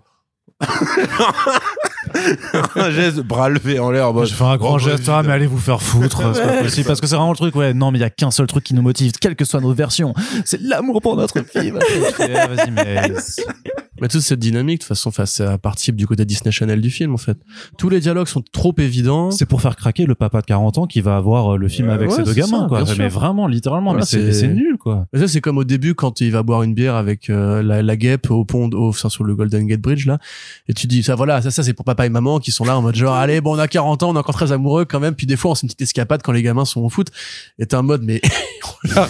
un geste, bras levés en l'air. en mode, Je fais un grand oh, geste, bah, ah, mais allez vous faire foutre, c'est pas possible. Parce que c'est vraiment le truc, ouais, non, mais il y a qu'un seul truc qui nous motive, quelles que soient nos versions, c'est l'amour pour notre fille. Je fais, ah, vas-y, mais. Mais toute cette dynamique, de toute façon, enfin, ça participe du côté Disney Channel du film, en fait. Tous les dialogues sont trop évidents. C'est pour faire craquer le papa de quarante ans qui va avoir euh, le film Ouais, avec ouais, ses deux c'est gamins, ça, quoi. bien Mais sûr. vraiment, littéralement, Voilà, mais c'est c'est- c'est nul, quoi. Mais ça, c'est comme au début quand il va boire une bière avec euh, la, la guêpe au pont, au, enfin, sur le Golden Gate Bridge, là. Et tu dis, ça, voilà, ça, ça, c'est pour papa et maman qui sont là en mode genre, allez, bon, on a quarante ans, on est encore très amoureux quand même. Puis des fois, on se fait une petite escapade quand les gamins sont au foot. Et t'es en mode, mais euh,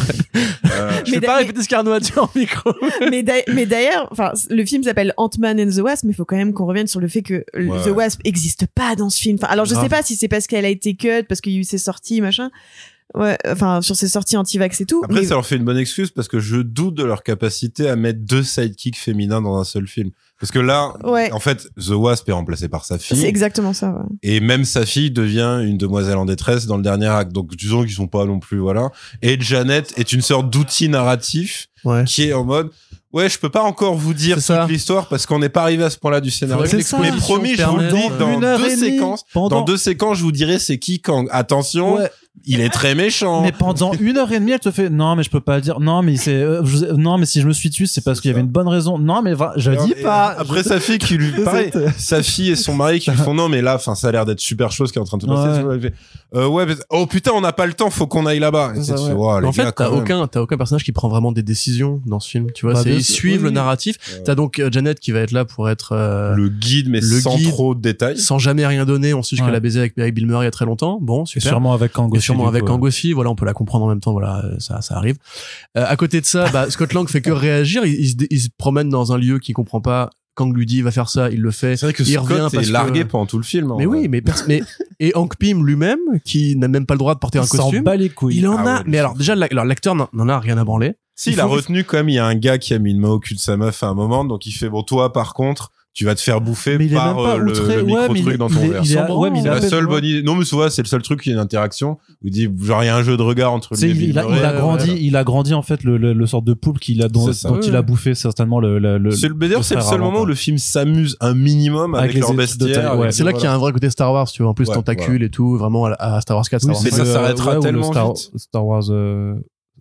je Mais vais pas d'a- répéter ce qu'Arnaud a dit en micro. mais d'a- mais d'ailleurs, enfin, le film s'appelle Ant-Man and the Wasp, mais il faut quand même qu'on revienne sur le fait que le- Ouais. The Wasp existe pas dans ce film. Enfin, alors je Grave. sais pas si c'est parce qu'elle a été cut, parce qu'il y a eu ses sorties, machin. Ouais, enfin, sur ses sorties anti-vax et tout. Après, mais- ça leur fait une bonne excuse parce que je doute de leur capacité à mettre deux sidekicks féminins dans un seul film. Parce que là, Ouais. en fait, The Wasp est remplacé par sa c'est fille. exactement ça, ouais. Et même sa fille devient une demoiselle en détresse dans le dernier acte. Donc, disons qu'ils sont pas non plus, voilà. Et Janet est une sorte d'outil narratif Ouais. qui est en mode, ouais, je peux pas encore vous dire C'est toute ça. l'histoire parce qu'on n'est pas arrivé à ce point-là du scénario. Faudrait que C'est ça. Mais l'exposition promis, je vous le permette, dis, euh, dans une heure deux et demie, séquences, pendant- dans deux séquences, je vous dirai c'est qui quand. Attention, Ouais. il est très méchant. Mais pendant une heure et demie, elle te fait non, mais je peux pas le dire. Non, mais c'est euh, je vous ai- non, mais si je me suis tué, c'est parce C'est qu'il y avait ça. une bonne raison. Non, mais va- je Et dis pas. Après Je- sa fille qui lui pareil, sa fille et son mari qui lui font non mais là, enfin ça a l'air d'être super chose qui est en train de se passer. Ouais. Elle fait, Euh, ouais, mais- oh putain, on n'a pas le temps, faut qu'on aille là-bas. Et C'est ça, tu ouais. fais, wow, les en fait, gars, t'as quand même. aucun, t'as aucun personnage qui prend vraiment des décisions dans ce film. Tu vois, Bah, c'est, bien ils sûr, suivent oui. le narratif. Ouais. T'as donc euh, Janet qui va être là pour être euh, le guide, mais le sans guide, trop de détails. sans jamais rien donner. On sait Ouais. qu'elle a baisé avec, avec Bill Murray il y a très longtemps. Bon, Et super. sûrement avec Kang Et aussi, sûrement du avec coup, Kang ouais. aussi, voilà, on peut la comprendre en même temps, voilà, euh, ça, ça arrive. Euh, à côté de ça, bah, Scott Lang fait que réagir, il, il, se, dé- il se promène dans un lieu qu'il comprend pas. Kang lui dit, il va faire ça, il le fait. C'est vrai que il revient Scott parce est que- largué pendant tout le film. en Mais vrai. oui, mais, pers- mais, et Hank Pym lui-même, qui n'a même pas le droit de porter un Il s'en costume, bat les couilles. il en Ah a, ouais, mais alors, déjà, la- alors, l'acteur n'en n'en a rien à branler. Si, il il a faut- retenu quand même, il y a un gars qui a mis une main au cul de sa meuf à un moment, donc il fait, bon, toi, par contre, tu vas te faire bouffer Mais il est par même pas euh, le, outré. le Ouais, mais micro-truc il- dans il ton est- verre. il est- Sans ouais, mais il C'est a la fait- seule bonne idée. Non, mais souvent, c'est le seul truc qui est une interaction. Où il dit, genre, il y a un jeu de regard entre Tu sais, lui et il, Bill il a, il Murray. a grandi, Ouais. il a grandi en fait le, le, le sort de poulpe qu'il a dont, C'est ça. dont Ouais, il a ouais. bouffé certainement le. le, le C'est le d'ailleurs, c'est le très seul rarement, moment où quoi. le film s'amuse un minimum avec, Avec les leur études de bestiaire. taille, ouais. avec- C'est là qu'il y a un vrai côté Star Wars, tu vois. En plus, Ouais, tentacules voilà. et tout, vraiment à, à Star Wars quatre, Oui, Star Wars Mais c'est ça cinq. le- s'arrêtera ouais, ou le tellement Star, vite. Star Wars. euh,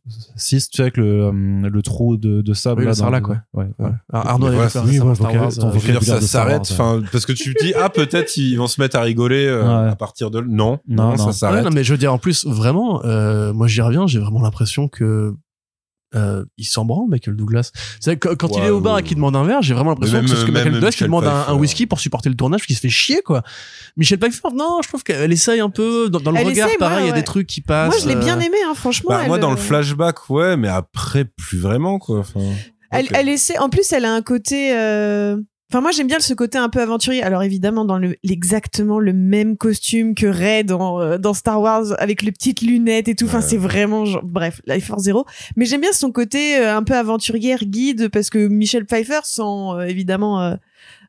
six, tu sais, avec le, euh, le trou de, de sable. Oui, là, le Sarlacc, dans- ouais. ouais. Ouais. Alors, Arnaud Mais avait voilà, fait oui, récemment moi, Star vocal- Wars, ton euh, Je veux dire, vocabulaire ça de Star s'arrête. Wars, Enfin, parce que tu te dis, ah, peut-être ils vont se mettre à rigoler euh, Ouais. à partir de. Non, Non, non, ça non. s'arrête. Ouais, non, mais je veux dire, en plus, vraiment, euh, moi, j'y reviens, j'ai vraiment l'impression que euh, il s'en branle, Michael Douglas. C'est quand, quand il Ouais, est au bar ouais. et qu'il demande un verre, j'ai vraiment l'impression Mais que même- c'est ce que même Michael Douglas qui Michel demande un, un Pfeiffer. whisky pour supporter le tournage, parce qu'il se fait chier, quoi. Michel Pfeiffer, non, je trouve qu'elle essaye un peu, dans, dans le Elle regard, essaye, pareil, il ouais, y a ouais. des trucs qui passent. Moi, je l'ai bien euh, aimé, hein, franchement. Bah, moi, elle, dans le euh, flashback, ouais, mais après, plus vraiment, quoi. Enfin, Elle, ok. elle essaie. En plus, elle a un côté. euh, Enfin, moi, j'aime bien ce côté un peu aventurier. Alors, évidemment, dans le exactement le même costume que Rey dans euh, dans Star Wars, avec les petites lunettes et tout. Enfin, Ouais. c'est vraiment genre, bref, Life Force Zero. Mais j'aime bien son côté euh, un peu aventurière, guide, parce que Michelle Pfeiffer, sans euh, évidemment euh,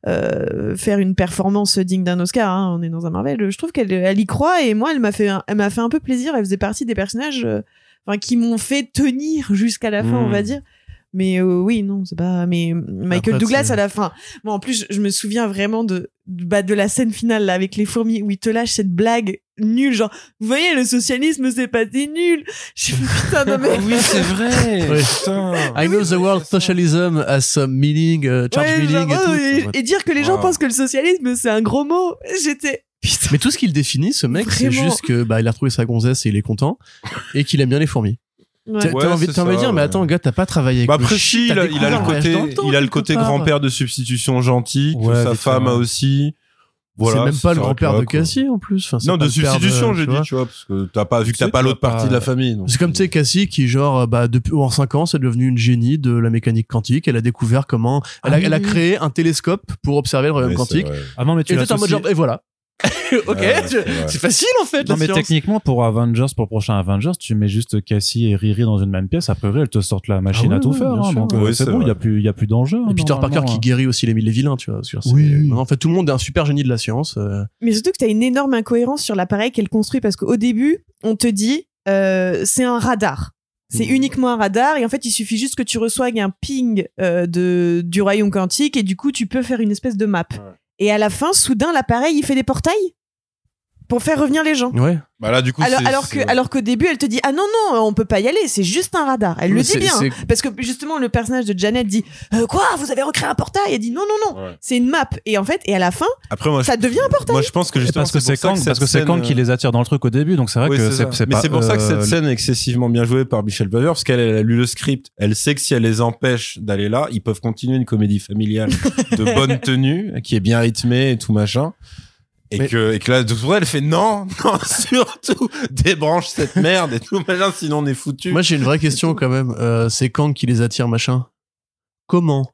euh, faire une performance digne d'un Oscar, hein, on est dans un Marvel. Je trouve qu'elle elle y croit et moi, elle m'a fait un, elle m'a fait un peu plaisir. Elle faisait partie des personnages, euh, enfin, qui m'ont fait tenir jusqu'à la fin, Mm. on va dire. Mais euh, oui, non, c'est pas. Mais Michael Après, Douglas c'est- à la fin. Moi, en plus, je, je me souviens vraiment de de, bah, de la scène finale là avec les fourmis où il te lâche cette blague nulle, genre, vous voyez, le socialisme c'est pas c'est nul. Je suis putain non mais. Oui, c'est vrai. Ouais. Putain. I know the word socialism has some meaning, uh, charge Ouais, meaning genre, et tout. oh, et, Ouais. et dire que les gens Wow. pensent que le socialisme c'est un gros mot. J'étais. Putain. Mais tout ce qu'il définit, ce mec, c'est Vraiment. juste que bah il a retrouvé sa gonzesse et il est content et qu'il aime bien les fourmis. Ouais. T'as Ouais, t'as envie, c'est t'as envie de ça, dire, mais ouais. attends, gars, t'as pas travaillé avec Bah le après, shit, si, il t'as a, il a découvert le voyage côté, dans le temps, il a le quelque côté part. grand-père de substitution gentil, que Ouais, sa effectivement. femme a aussi. Voilà, c'est même pas le ça grand-père va, de quoi. Cassie en plus. Enfin, c'est Non, pas de le père substitution, de- j'ai tu dit, vois. tu vois, parce que t'as pas, vu que Tu t'as sais, pas tu l'autre vas partie pas- de la famille. donc. C'est comme, tu sais, Cassie qui, genre, bah, depuis, en cinq ans, c'est devenu une génie de la mécanique quantique. Elle a découvert comment, elle a, Ah oui, elle a oui. créé un télescope pour observer le royaume Ouais, c'est quantique. vrai. Ah non, mais tu Et l'as toi, t'es en mode genre, et voilà. ok, Ouais, tu- c'est vrai. c'est facile en fait. Non, la mais science. techniquement, pour Avengers, pour le prochain Avengers, tu mets juste Cassie et Riri dans une même pièce. A priori, elles te sortent la machine Ah ouais, à tout ouais, faire. bien hein, sûr. donc, euh, Oui, c'est c'est bon, il y a vrai. plus, il y a plus d'enjeu. Et Peter Parker normalement, qui hein. guérit aussi les, les vilains, tu vois. C'est- Oui, oui. En fait, tout le monde est un super génie de la science. euh. Mais surtout que t'as une énorme incohérence sur l'appareil qu'elle construit parce qu'au début, on te dit euh, c'est un radar. C'est Mmh. uniquement un radar et en fait, il suffit juste que tu reçoives un ping euh, de du royaume quantique et du coup, tu peux faire une espèce de map. Ouais. Et à la fin, soudain, l'appareil, il fait des portails pour faire revenir les gens. Ouais. Bah là, du coup, Alors, c'est- alors que, c'est- alors qu'au début, elle te dit ah non non, on peut pas y aller, c'est juste un radar. Elle Mais le dit c'est- bien, c'est- hein. Parce que justement le personnage de Janet dit euh, quoi, vous avez recréé un portail. Elle dit non non non, Ouais. c'est une map. Et en fait, et à la fin, Après, moi, ça je... devient un portail. moi, je pense que Et justement, parce que c'est pour ça Kang, parce que cette c'est Kang scène, qui les attire dans le truc au début, donc c'est vrai Oui, que c'est c'est ça. c'est Mais pas. c'est pour ça que euh, cette scène est excessivement bien jouée par Michelle Pfeiffer, parce qu'elle elle a lu le script. Elle sait que si elle les empêche d'aller là, ils peuvent continuer une comédie familiale de bonne tenue, qui est bien rythmée et tout machin. Et Mais- que, et que là, de tout elle fait non, non, surtout, débranche cette merde et tout machin, sinon on est foutu. Moi, j'ai une vraie question quand même. Euh, c'est Kang qui les attire, machin. Comment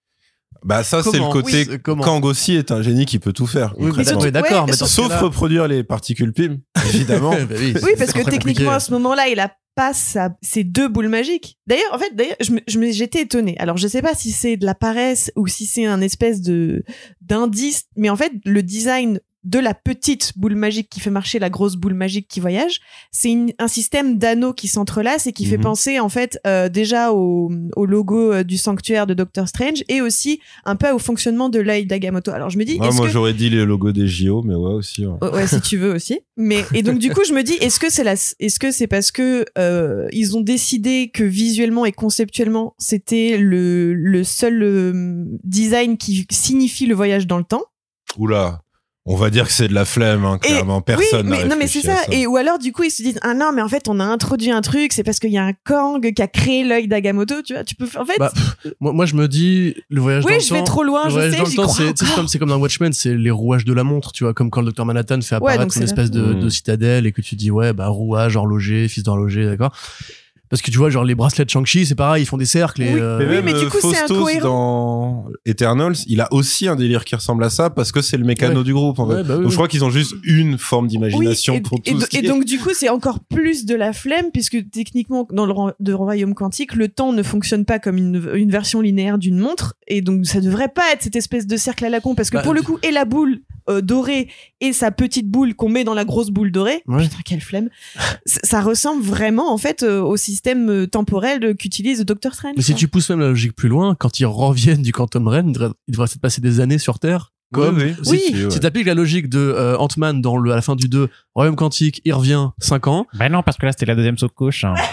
Bah, ça, c'est le Comment côté, Oui, c'est comment Kang aussi est un génie qui peut tout faire. Oui, bah, concrètement. ouais, d'accord, Ouais, mais dans ce Sauf cas-là- reproduire les particules P I M, évidemment. Bah oui, Oui, c'est parce que très techniquement, compliqué. à ce moment-là, il a pas sa, ses deux boules magiques. D'ailleurs, en fait, d'ailleurs, je me, je me- j'étais étonnée. Alors, je sais pas si c'est de la paresse ou si c'est un espèce de, d'indice, mais en fait, le design de la petite boule magique qui fait marcher la grosse boule magique qui voyage, c'est une- un système d'anneaux qui s'entrelacent et qui fait Mhm. penser, en fait, euh, déjà au, au logo euh, du sanctuaire de Doctor Strange et aussi un peu au fonctionnement de l'œil d'Agamotto. Alors, je me dis, Ouais, est-ce moi, que j'aurais dit le logo des J O, mais ouais, aussi. Ouais. Oh, ouais, si tu veux aussi. Mais et donc du coup, je me dis, est-ce que c'est la, est-ce que c'est parce que euh, ils ont décidé que visuellement et conceptuellement, c'était le le seul euh, design qui signifie le voyage dans le temps. Oula. On va dire que c'est de la flemme, hein, Et- clairement. Personne oui, n'a mais non, mais c'est réfléchi à ça. Et ou alors du coup, ils se disent, ah non, mais en fait, on a introduit un truc, c'est parce qu'il y a un Kang qui a créé l'œil d'Agamotto. Tu vois, tu peux, en fait, Bah, pff, moi, moi, je me dis, le voyage dans oui, le je temps. vais trop loin, le je voyage sais, dans le j'y temps, crois. c'est, c'est comme, c'est comme dans Watchmen, c'est les rouages de la montre, tu vois, comme quand le docteur Manhattan fait Ouais, apparaître donc une c'est espèce de, là. de citadelle et que tu dis, ouais, bah, rouage, horloger, fils d'horloger, d'accord. Parce que tu vois, genre, les bracelets de Shang-Chi, c'est pareil, ils font des cercles et, Oui, euh, Mais Oui, même mais du euh, coup, c'est Faustos incohérent. dans Eternals, il a aussi un délire qui ressemble à ça parce que c'est le mécano Ouais. du groupe. En fait. Ouais, bah oui, Donc oui. je crois qu'ils ont juste une forme d'imagination et, pour et tout do- ce qui et est- donc du coup c'est encore plus de la flemme puisque techniquement dans le ro- de royaume quantique le temps ne fonctionne pas comme une, une version linéaire d'une montre et donc ça devrait pas être cette espèce de cercle à la con parce que Bah, pour le tu- coup et la boule euh, dorée et sa petite boule qu'on met dans la grosse boule dorée, Ouais. putain quelle flemme, ça, ça ressemble vraiment en fait euh, au système euh, temporel qu'utilise Doctor Strange. Mais si quoi. tu pousses même la logique plus loin, quand ils reviennent du Quantum Realm, il devrait, il devrait se passer des années sur Terre. Comme, Oui, si, oui. si, ouais. si t'appliques la logique de euh, Ant-Man dans le, à la fin du deux, Royaume Quantique, il revient cinq ans. Bah non, parce que là, c'était la deuxième sous-couche. hein.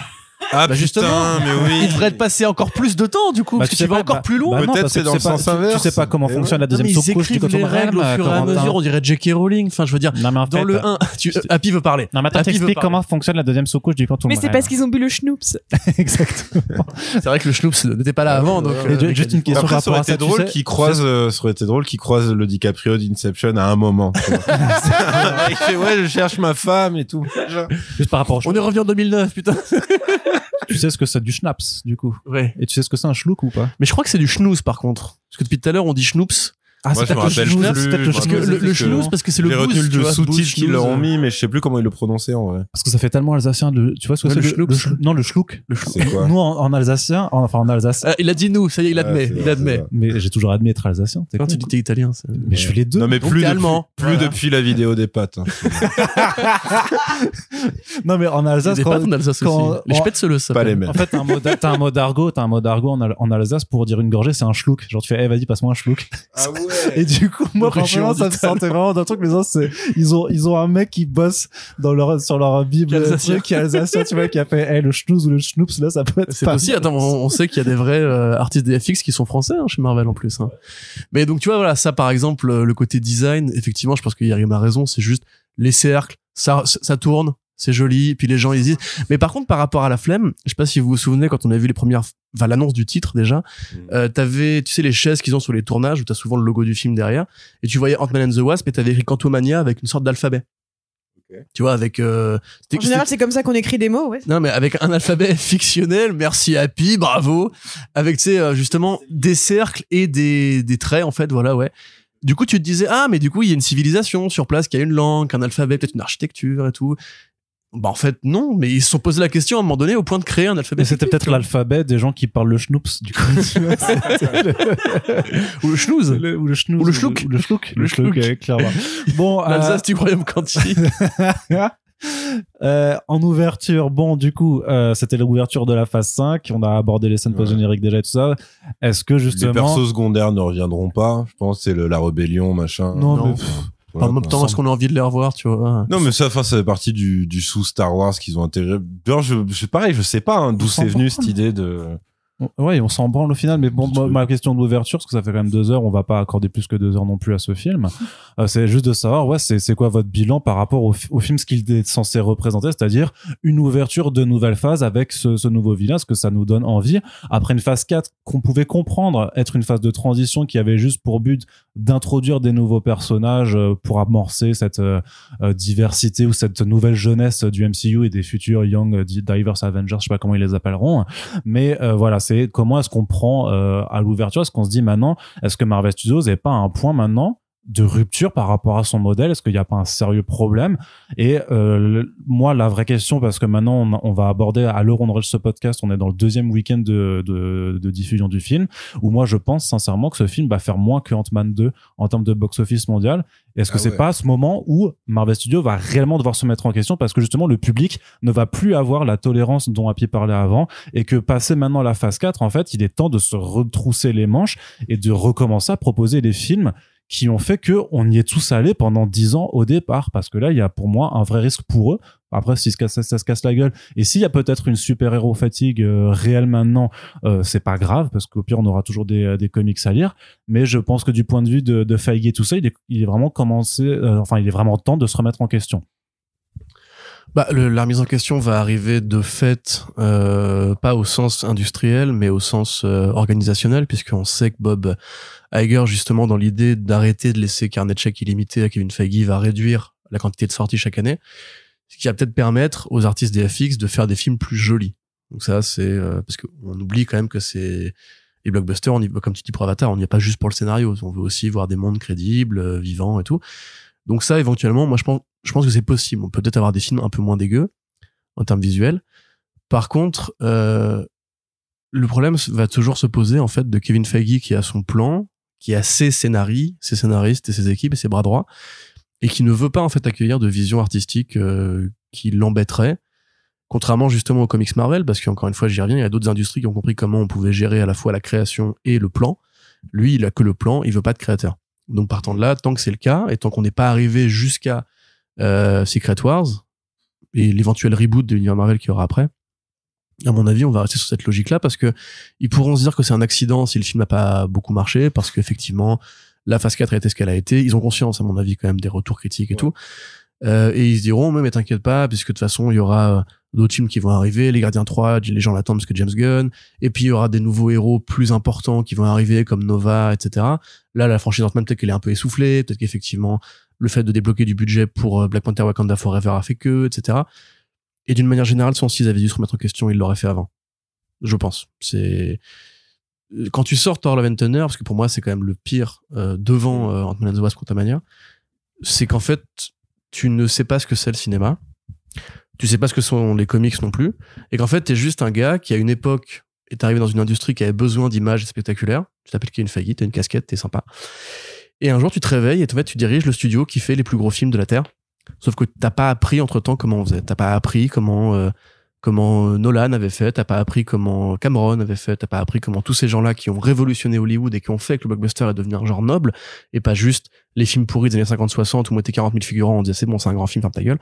Ah, Bah, justement, putain, mais oui. il devrait te passer encore plus de temps, du coup, Bah, parce tu que sais tu vas pas, encore bah- plus loin. bah non, Peut-être parce c'est que dans tu le sais pas- sens tu- inverse. Tu sais pas comment Eh fonctionne la Non, deuxième mais ils sous-couche du écrivent les Corentin. règles au fur et à mesure, on dirait J K Rowling. Enfin, je veux dire, Non, mais en dans fait, le un, tu, je te- Happy veut parler. Non, mais attends, Happy veut t'expliques parler. comment fonctionne la deuxième sous-couche du Quantum Mais c'est Realm. parce qu'ils ont bu le schnoops. Exactement. C'est vrai que le Schnoops n'était pas là avant, donc. Et euh, ju- juste une question Après, par ça aurait rapport à été ça, tu drôle sais- qu'il croise, euh, ça aurait été drôle qu'il croise le DiCaprio d'Inception à un moment. tu vois. Il fait, ouais, je cherche ma femme et tout. Juste par rapport au On est revenu en deux mille neuf, putain. tu sais ce que c'est du schnapps, du coup. Ouais. Et tu sais ce que c'est un schlouk ou pas? Mais je crois que c'est du schnooze, par contre. Parce que depuis tout à l'heure, on dit schnoops. Ah, Moi, je me rappelle schnouz, plus, c'est peut-être je le me Parce que rappelle le, plus le que- schnooze, parce que c'est le J'ai booze, retenu tu le vois, sous-titre booze, qu'ils leur ont schnooze. mis, mais je sais plus comment ils le prononçaient en vrai. Parce que ça fait tellement alsacien de, tu vois ce que Ouais, c'est le le, schnoop. le sch- non, le schlouk. Le schnouz. C'est quoi? Nous, en, en alsacien, en- enfin, en Alsace. Ah, il a dit nous, ça y est, il admet, Ouais, c'est il vrai, admet. c'est vrai. Mais j'ai toujours admis être alsacien. t'es Quand con, tu dis quoi. t'es italien, c'est... Mais je suis les deux. Non, mais Donc, plus, t'es depuis, allemand. plus Voilà. depuis la vidéo des pâtes. hein. Non, mais en Alsace, Des quand- pâtes en Alsace quand- aussi. Les en- spätzle, ça. Pas les mêmes. en fait, t'as un mot, d'a- t'as un mot d'argot, t'as un mot d'argot en, Al- en Alsace pour dire une gorgée, c'est un schlouk. Genre, tu fais, eh, vas-y, passe-moi un schlouk. Ah ouais. Et du coup, moi, Le région franchement, ça me d'Italie. sentait vraiment d'un truc, mais ça, c'est, ils ont, ils ont un mec qui bosse dans leur, sur leur bible, Qui est alsacien. truc, qui est alsacien, tu vois, qui a fait, eh, le schnouz ou le schnoops, là, ça peut être C'est pas aussi, mal. attends, on, on sait qu'il y a des vrais euh, artistes des F X qui sont français hein, chez Marvel en plus. Hein. Mais donc tu vois, voilà, ça par exemple, euh, le côté design, effectivement, je pense que Yarim a raison, c'est juste les cercles, ça, ça tourne, c'est joli, puis les gens ils disent. Mais par contre, par rapport à la flemme, je sais pas si vous vous souvenez quand on a vu les premières, enfin l'annonce du titre déjà, euh, t'avais, tu sais, les chaises qu'ils ont sur les tournages où t'as souvent le logo du film derrière, et tu voyais Ant-Man and the Wasp et t'avais écrit Quantumania avec une sorte d'alphabet. Tu vois, avec euh, c'était- En général, c'est comme ça qu'on écrit des mots, ouais. non, mais avec un alphabet fictionnel, merci Happy, bravo. Avec, tu sais, euh, justement, des cercles et des, des traits, en fait, voilà, ouais. Du coup, tu te disais, ah, mais du coup, il y a une civilisation sur place, qui a une langue, un alphabet, peut-être une architecture et tout. Bah, en fait, non, mais ils se sont posé la question à un moment donné au point de créer un alphabet. Mais c'était fictif, peut-être tu vois. l'alphabet des gens qui parlent le schnoops, du coup. tu vois, c'était Ou le schnouz. le- ou le schnouz. Ou le schlouk. Ou le schlouk. Le Le schlouk, schlouk. ouais, clairement. Bon, euh, L'Alsace du royaume quantique. Euh, en ouverture, bon, du coup, euh, c'était l'ouverture de la phase cinq. On a abordé les scènes Ouais. post-génériques déjà et tout ça. Est-ce que Les justement. persos secondaires ne reviendront pas. Je pense que c'est le- la rébellion, machin. Non, Non. mais pff, Voilà, en même quoi. temps, est-ce qu'on a envie de les revoir, tu vois? Non, mais ça, enfin, ça fait partie du, du sous Star Wars qu'ils ont intégré. D'ailleurs, je, je, pareil, je sais pas hein, d'où On s'en c'est venu branle. cette idée de. on- ouais, on s'en branle au final. Mais bon, Ce ma, truc. ma question de l'ouverture, parce que ça fait quand même deux heures, on va pas accorder plus que deux heures non plus à ce film. Euh, c'est juste de savoir, ouais, c'est, c'est quoi votre bilan par rapport au, fi- au film, ce qu'il est censé représenter, c'est-à-dire une ouverture de nouvelles phases avec ce, ce nouveau vilain, ce que ça nous donne envie. Après une phase quatre qu'on pouvait comprendre être une phase de transition qui avait juste pour but d'introduire des nouveaux personnages euh, pour amorcer cette euh, euh, diversité ou cette nouvelle jeunesse du M C U et des futurs Young euh, Divers Avengers, je sais pas comment ils les appelleront. Mais euh, voilà, c'est comment est-ce qu'on prend euh, à l'ouverture, est-ce qu'on se dit maintenant, est-ce que Marvel Studios n'est pas à un point maintenant de rupture par rapport à son modèle? Est-ce qu'il n'y a pas un sérieux problème? Et euh, le- moi, la vraie question, parce que maintenant on, on va aborder, à l'heure où on enregistre ce podcast, on est dans le deuxième week-end de, de, de diffusion du film, où moi je pense sincèrement que ce film va faire moins que Ant-Man deux en termes de box-office mondial. Est-ce que Ah c'est ouais. pas à ce moment où Marvel Studios va réellement devoir se mettre en question, parce que justement le public ne va plus avoir la tolérance dont Happy parlait avant, et que passé maintenant la phase quatre, en fait, il est temps de se retrousser les manches et de recommencer à proposer des films qui ont fait que on y est tous allés pendant dix ans au départ, parce que là il y a pour moi un vrai risque pour eux. Après, si ça, se casse- ça se casse la gueule, et s'il y a peut-être une super-héros fatigue euh, réelle maintenant, euh, c'est pas grave, parce qu'au pire on aura toujours des, des comics à lire. Mais je pense que du point de vue de, de Feige et tout ça, il est, il est vraiment commencé, euh, enfin il est vraiment temps de se remettre en question. Bah, le, la remise en question va arriver de fait, euh, pas au sens industriel, mais au sens euh, organisationnel, puisqu'on sait que Bob Iger, justement, dans l'idée d'arrêter de laisser carnet de chèques illimité à Kevin Feige, va réduire la quantité de sorties chaque année, ce qui va peut-être permettre aux artistes des F X de faire des films plus jolis. Donc ça, c'est euh, parce qu'on oublie quand même que c'est les blockbusters, on y, comme tu dis pour Avatar, on n'y est pas juste pour le scénario, on veut aussi voir des mondes crédibles, euh, vivants et tout. Donc ça, éventuellement, moi je pense, je pense que c'est possible. On peut peut-être avoir des films un peu moins dégueux en termes visuels. Par contre, euh, le problème va toujours se poser en fait de Kevin Feige qui a son plan, qui a ses scénarii, ses scénaristes et ses équipes et ses bras droits, et qui ne veut pas en fait accueillir de vision artistique euh, qui l'embêterait. Contrairement justement aux comics Marvel, parce qu'encore une fois, j'y reviens, il y a d'autres industries qui ont compris comment on pouvait gérer à la fois la création et le plan. Lui, il a que le plan, il veut pas de créateur. Donc partant de là, tant que c'est le cas, et tant qu'on n'est pas arrivé jusqu'à euh, Secret Wars, et l'éventuel reboot de l'univers Marvel qu'il y aura après, À mon avis, on va rester sur cette logique-là parce que ils pourront se dire que c'est un accident si le film n'a pas beaucoup marché, parce qu'effectivement, la phase quatre a été ce qu'elle a été. Ils ont conscience, à mon avis, quand même, des retours critiques et ouais. tout. Euh, et ils se diront, mais, mais t'inquiète pas, puisque de toute façon, il y aura d'autres films qui vont arriver. Les Gardiens trois, les gens l'attendent parce que James Gunn. Et puis, il y aura des nouveaux héros plus importants qui vont arriver, comme Nova, et cetera. Là, la franchise Ant-Man, peut-être qu'elle est un peu essoufflée. Peut-être qu'effectivement, le fait de débloquer du budget pour Black Panther Wakanda Forever a fait que, et cetera. Et d'une manière générale, sans s'ils avaient dû se remettre en question, ils l'auraient fait avant. Je pense. C'est quand tu sors Thor Love and Thunder, parce que pour moi c'est quand même le pire euh, devant euh, Ant-Man and the Wasp Quantumania, c'est qu'en fait tu ne sais pas ce que c'est le cinéma, tu sais pas ce que sont les comics non plus, et qu'en fait t'es juste un gars qui à une époque est arrivé dans une industrie qui avait besoin d'images spectaculaires. Tu t'appelles qu'il y a une faillite, t'as une casquette, t'es sympa. Et un jour tu te réveilles et en fait tu diriges le studio qui fait les plus gros films de la Terre. Sauf que t'as pas appris entre temps comment on faisait. T'as pas appris comment euh, comment Nolan avait fait. T'as pas appris comment Cameron avait fait. T'as pas appris comment tous ces gens-là qui ont révolutionné Hollywood et qui ont fait que le blockbuster est devenu un genre noble et pas juste les films pourris des années cinquante soixante où on mettait quarante mille figurants, on disait c'est bon, c'est un grand film, ferme ta gueule.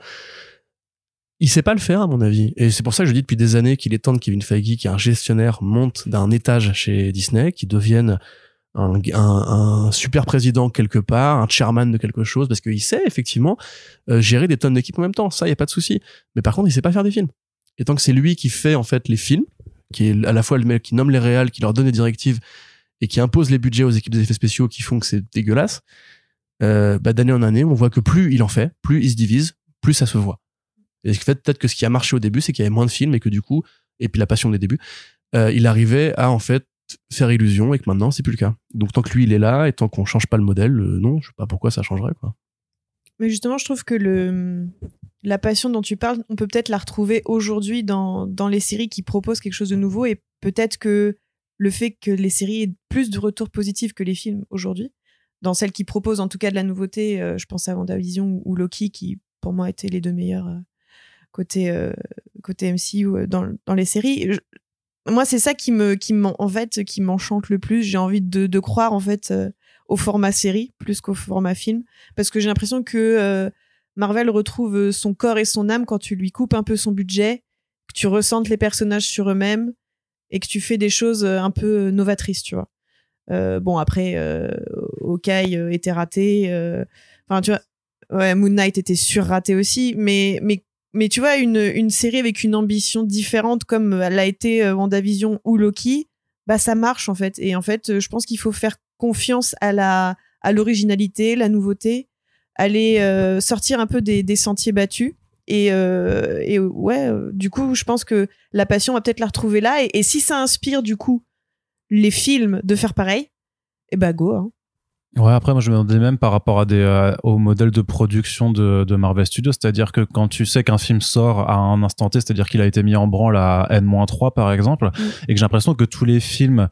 Il sait pas le faire à mon avis. Et c'est pour ça que je dis depuis des années qu'il est temps que Kevin Feige, qui est un gestionnaire, monte d'un étage chez Disney, qui devienne Un, un, un super président quelque part, un chairman de quelque chose, parce qu'il sait effectivement euh, gérer des tonnes d'équipes en même temps, ça y a pas de souci. Mais par contre il sait pas faire des films. Et tant que c'est lui qui fait en fait les films, qui est à la fois le mec qui nomme les réals, qui leur donne des directives et qui impose les budgets aux équipes des effets spéciaux qui font que c'est dégueulasse, euh, bah, d'année en année on voit que plus il en fait, plus il se divise, plus ça se voit. Et en fait peut-être que ce qui a marché au début c'est qu'il y avait moins de films et que du coup, et puis la passion des débuts, euh, il arrivait à en fait faire illusion et que maintenant c'est plus le cas. Donc tant que lui il est là et tant qu'on change pas le modèle, euh, non, je sais pas pourquoi ça changerait quoi. Mais justement, je trouve que le la passion dont tu parles, on peut peut-être la retrouver aujourd'hui dans dans les séries qui proposent quelque chose de nouveau, et peut-être que le fait que les séries aient plus de retours positifs que les films aujourd'hui, dans celles qui proposent en tout cas de la nouveauté, euh, je pense à WandaVision ou Loki qui pour moi étaient les deux meilleurs euh, côté euh, côté M C U euh, dans dans les séries. Je, Moi, c'est ça qui me, qui m'en, en fait, qui m'enchante le plus. J'ai envie de, de croire, en fait, euh, au format série plus qu'au format film. Parce que j'ai l'impression que euh, Marvel retrouve son corps et son âme quand tu lui coupes un peu son budget, que tu ressentes les personnages sur eux-mêmes et que tu fais des choses un peu novatrices, tu vois. Euh, bon, après, euh, Hawkeye était raté. Enfin, euh, tu vois, ouais, Moon Knight était surraté aussi. Mais, mais Mais tu vois, une, une série avec une ambition différente comme elle a été euh, WandaVision ou Loki, bah ça marche en fait. Et en fait, je pense qu'il faut faire confiance à la à l'originalité, la nouveauté, aller euh, sortir un peu des, des sentiers battus. Et, euh, et ouais, euh, du coup, je pense que la passion, on va peut-être la retrouver là. Et, et si ça inspire du coup les films de faire pareil, et bah go, hein. Ouais, après, moi, je me demandais même par rapport à des, euh, au modèle de production de, de Marvel Studios, c'est-à-dire que quand tu sais qu'un film sort à un instant T, c'est-à-dire qu'il a été mis en branle à N moins trois, par exemple, mmh. et que j'ai l'impression que tous les films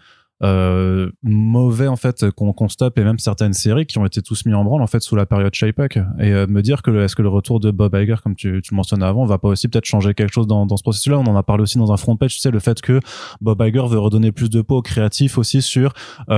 euh, mauvais, en fait, qu'on, qu'on stoppe, et même certaines séries qui ont été tous mis en branle, en fait, sous la période Chapek, et euh, me dire que le, est-ce que le retour de Bob Iger, comme tu, tu le mentionnais avant, va pas aussi peut-être changer quelque chose dans, dans ce processus-là. On en a parlé aussi dans un front page, tu sais, le fait que Bob Iger veut redonner plus de peau aux créatifs aussi sur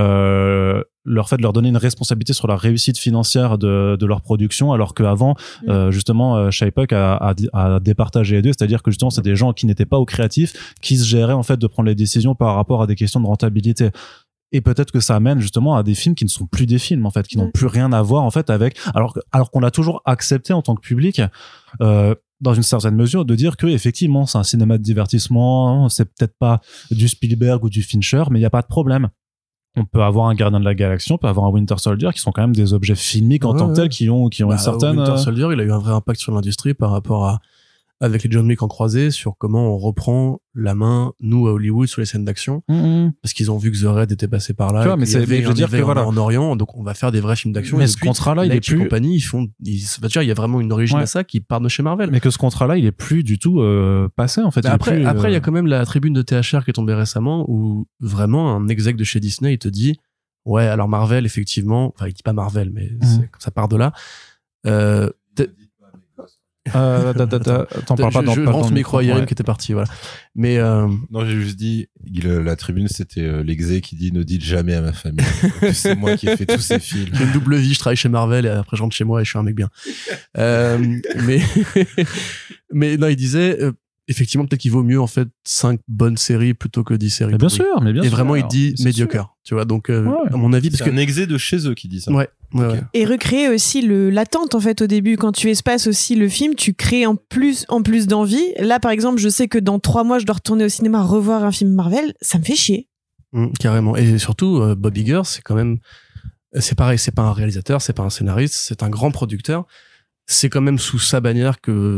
euh, leur fait de leur donner une responsabilité sur la réussite financière de, de leur production, alors qu'avant, mmh. euh, justement, euh, Chapek a, a, a départagé les deux, c'est-à-dire que justement, c'est des gens qui n'étaient pas aux créatifs, qui se géraient en fait de prendre les décisions par rapport à des questions de rentabilité. Et peut-être que ça amène justement à des films qui ne sont plus des films en fait, qui mmh. n'ont plus rien à voir en fait avec, alors alors qu'on l'a toujours accepté en tant que public. Euh, dans une certaine mesure, de dire que effectivement, c'est un cinéma de divertissement, c'est peut-être pas du Spielberg ou du Fincher, mais il y a pas de problème. On peut avoir un Gardien de la Galaxie, on peut avoir un Winter Soldier, qui sont quand même des objets filmiques en ouais, tant que tels, qui ont, qui ont bah, une certaine... Winter Soldier, il a eu un vrai impact sur l'industrie par rapport à, avec les John Wick en croisée, sur comment on reprend la main, nous, à Hollywood, sur les scènes d'action. Mm-hmm. Parce qu'ils ont vu que The Raid était passé par là. Tu vois, mais c'est, je veux dire que voilà. En Orient, donc on va faire des vrais films d'action. Mais ce contrat-là, il est plus... compagnie, ils font, ils, bah, tu vois, il y a vraiment une origine ouais. à ça qui part de chez Marvel. Mais que ce contrat-là, il est plus du tout, euh, passé, en fait. Bah après, plus, après, il euh... y a quand même la tribune de T H R qui est tombée récemment où vraiment un exec de chez Disney, il te dit, ouais, alors Marvel, effectivement, enfin, il dit pas Marvel, mais mmh. c'est, ça part de là. Euh, euh, da, da, da, t'en parles je, pas dans, je pas rends dans ce micro à Yerim qui était parti, voilà. Mais, euh... non, j'ai juste dit, il, la tribune, c'était euh, l'exé qui dit, ne dites jamais à ma famille. C'est moi qui ai fait tous ces films. J'ai une double vie, je travaille chez Marvel et après je rentre chez moi et je suis un mec bien. euh, mais, mais non, il disait, euh, effectivement, peut-être qu'il vaut mieux en fait cinq bonnes séries plutôt que dix séries. Mais bien pourries. sûr, mais bien Et sûr. vraiment, il dit C'est médiocre. sûr. Tu vois, donc euh, Ouais. à mon avis, parce C'est que un exé de chez eux qui dit ça. ouais, ouais, Ok. ouais. Et recréer aussi le l'attente en fait au début quand tu espaces aussi le film, tu crées en plus en plus d'envie. Là par exemple, je sais que dans trois mois je dois retourner au cinéma revoir un film Marvel, ça me fait chier. Mmh, carrément. Et surtout, euh, Bob Iger, c'est quand même, c'est pareil, c'est pas un réalisateur, c'est pas un scénariste, c'est un grand producteur. C'est quand même sous sa bannière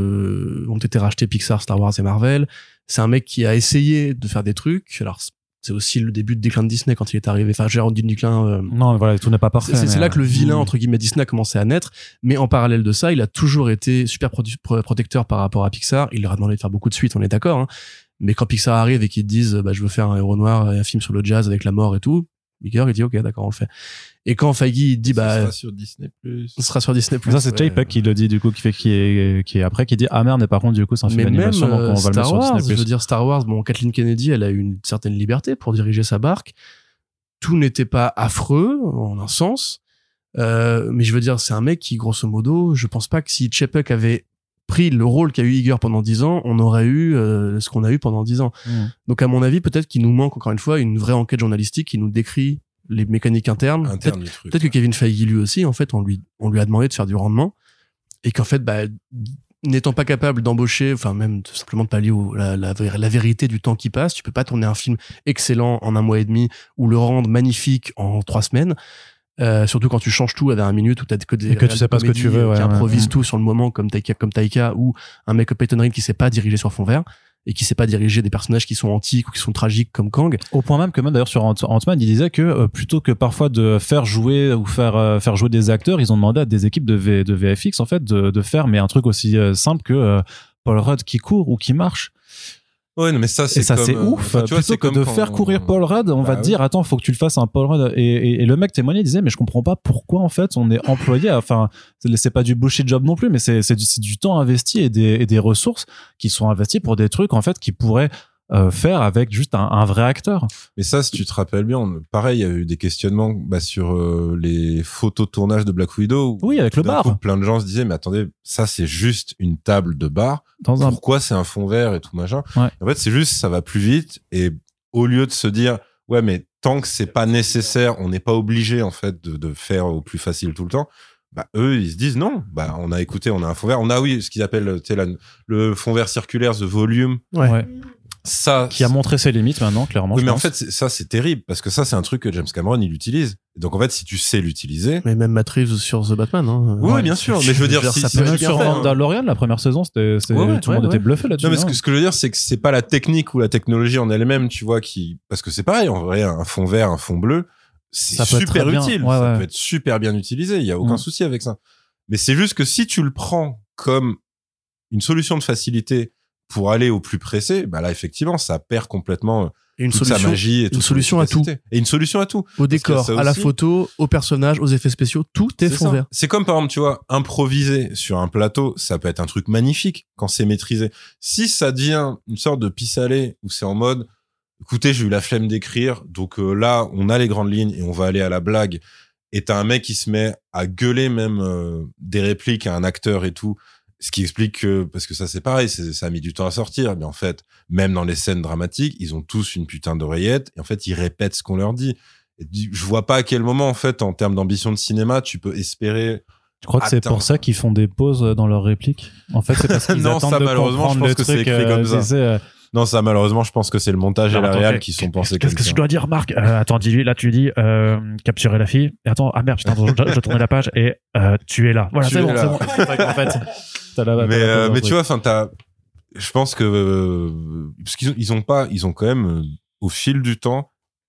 que ont été rachetés Pixar, Star Wars et Marvel. C'est un mec qui a essayé de faire des trucs. Alors c'est aussi le début de déclin de Disney quand il est arrivé. Enfin, j'ai rendu du déclin. Euh, Non, voilà, tout n'est pas parfait. c'est c'est mais, là que le euh, vilain mm. entre guillemets Disney a commencé à naître. Mais en parallèle de ça, il a toujours été super produ- pro- protecteur par rapport à Pixar. Il leur a demandé de faire beaucoup de suites, on est d'accord. Hein. Mais quand Pixar arrive et qu'ils te disent, bah, je veux faire un héros noir et un film sur le jazz avec la mort et tout, Iger, il dit, ok, d'accord, on le fait. Et quand Feige, il dit, Ça bah, sera sur Disney plus. ce sera sur Disney+. Ça, c'est J-Puck qui le dit, du coup, qui fait, qui est, qui est après, qui dit, ah merde, mais par contre, du coup, c'est un film Mais même d'animation, donc on euh, va le mettre Star sur Wars, Disney+. je veux dire Star Wars, bon, Kathleen Kennedy, elle a eu une certaine liberté pour diriger sa barque. Tout n'était pas affreux, en un sens. Euh, mais je veux dire, c'est un mec qui, grosso modo, je pense pas que si J-Puck avait pris le rôle qu'a eu Iger pendant dix ans, on aurait eu euh, ce qu'on a eu pendant dix ans. Mm. Donc, à mon avis, peut-être qu'il nous manque, encore une fois, une vraie enquête journalistique qui nous décrit les mécaniques internes. Peut-être Interne du truc. Peut-être que Kevin Feige lui aussi, en fait, on lui, on lui a demandé de faire du rendement et qu'en fait, bah, n'étant pas capable d'embaucher, enfin même tout simplement de pallier au, la, la, la vérité du temps qui passe, tu peux pas tourner un film excellent en un mois et demi ou le rendre magnifique en trois semaines. Euh, surtout quand tu changes tout à la dernière minute ou t'as que des Et que tu sais pas ce que tu veux, ouais, qui ouais, improvisent ouais. tout sur le moment comme Taika comme Taika ou un mec comme Peyton Reed qui sait pas diriger sur fond vert et qui sait pas diriger des personnages qui sont antiques ou qui sont tragiques comme Kang. Au point même que même d'ailleurs sur Ant- Ant-Man, il disait que euh, plutôt que parfois de faire jouer ou faire euh, faire jouer des acteurs, ils ont demandé à des équipes de, v, de V F X en fait de, de faire mais un truc aussi euh, simple que euh, Paul Rudd qui court ou qui marche. Ouais, non, mais ça, c'est Et ça comme, c'est euh, ouf. enfin, tu vois, Plutôt c'est que comme de quand- faire courir Paul Rudd, on Bah va te oui. dire attends, faut que tu le fasses un Paul Rudd. Et, et, et le mec témoignait, il disait mais je comprends pas pourquoi en fait on est employé. à- Enfin, c'est c'est pas du bullshit job non plus, mais c'est c'est du, c'est du temps investi et des, et des ressources qui sont investies pour des trucs en fait qui pourraient euh, faire avec juste un, un vrai acteur. Mais ça, si tu te rappelles bien, on- pareil, il y a eu des questionnements bah, sur euh, les photos de tournage de Black Widow. où Oui, avec le d'un bar. coup, plein de gens se disaient, mais attendez, ça, c'est juste une table de bar. Dans un Pourquoi c'est un fond vert et tout machin? Ouais. En fait, c'est juste, ça va plus vite. Et au lieu de se dire, ouais, mais tant que c'est pas nécessaire, on n'est pas obligé, en fait, de, de faire au plus facile tout le temps. Bah, eux, ils se disent non. Bah, on a écouté, on a un fond vert. On a, oui, ce qu'ils appellent, tu sais, la- le fond vert circulaire, the volume. Ouais. ouais. Ça. Qui a montré ses limites maintenant, clairement. Oui, je mais en pense. fait, c'est- ça, c'est terrible parce que ça, c'est un truc que James Cameron, il utilise. Et donc, en fait, si tu sais l'utiliser. Mais même Matt Reeves sur The Batman. Hein. Oui, oui, bien sûr. Mais je veux dire, si- ça si peut tu être même bien sur fait, hein. Mandalorian, la première saison, c'était, c'était- Ouais, ouais, tout le ouais, monde était ouais. bluffé là-dessus. Non, mais ce hein. que, ce que je veux dire, c'est que c'est pas la technique ou la technologie en elle-même, tu vois, qui, parce que c'est pareil, en vrai, un fond vert, un fond bleu, c'est Ça peut être super très bien. utile. Ouais, ça ouais. peut être super bien utilisé. Il y a aucun Mm. souci avec ça. Mais c'est juste que si tu le prends comme une solution de facilité pour aller au plus pressé, bah là, effectivement, ça perd complètement Et une toute solution sa magie et toute son solution à tout. efficacité. Et une solution à tout. au décor, qu'il y a ça à la aussi. photo, aux personnages, aux effets spéciaux, tout est, C'est fond ça. vert. C'est comme par exemple, tu vois, improviser sur un plateau, ça peut être un truc magnifique quand c'est maîtrisé. Si ça devient une sorte de pis-aller où c'est en mode, écoutez, j'ai eu la flemme d'écrire, donc euh, là, on a les grandes lignes et on va aller à la blague. Et t'as un mec qui se met à gueuler même euh, des répliques à un acteur et tout. Ce qui explique que, parce que ça c'est pareil, c'est, ça a mis du temps à sortir, mais en fait, même dans les scènes dramatiques, ils ont tous une putain d'oreillette, et en fait, ils répètent ce qu'on leur dit. Et je vois pas à quel moment, en fait, en termes d'ambition de cinéma, tu peux espérer... Je crois que c'est Attends. pour ça qu'ils font des pauses dans leurs répliques. En fait, c'est parce qu'ils Non, attendent ça, de malheureusement, comprendre je pense le que c'est truc. écrit comme ça. tu sais, euh, Non, ça, malheureusement, je pense que c'est le montage et Alors, la attends, réal qu'est- qui sont qu'est- pensés Qu'est-ce comme que ça. je dois dire, Marc euh, Attends, dis-lui, là tu dis euh, capturer la fille. Et attends, ah merde, putain, je, je tournais la page et euh, tu es là. Voilà, Tu c'est es bon, là. c'est bon. C'est vrai qu'en fait, t'as la- t'as mais la euh, pause, mais un tu truc. vois, enfin, t'as... Je pense que... euh, parce qu'ils ont, ils ont pas... Ils ont quand même, euh, au fil du temps,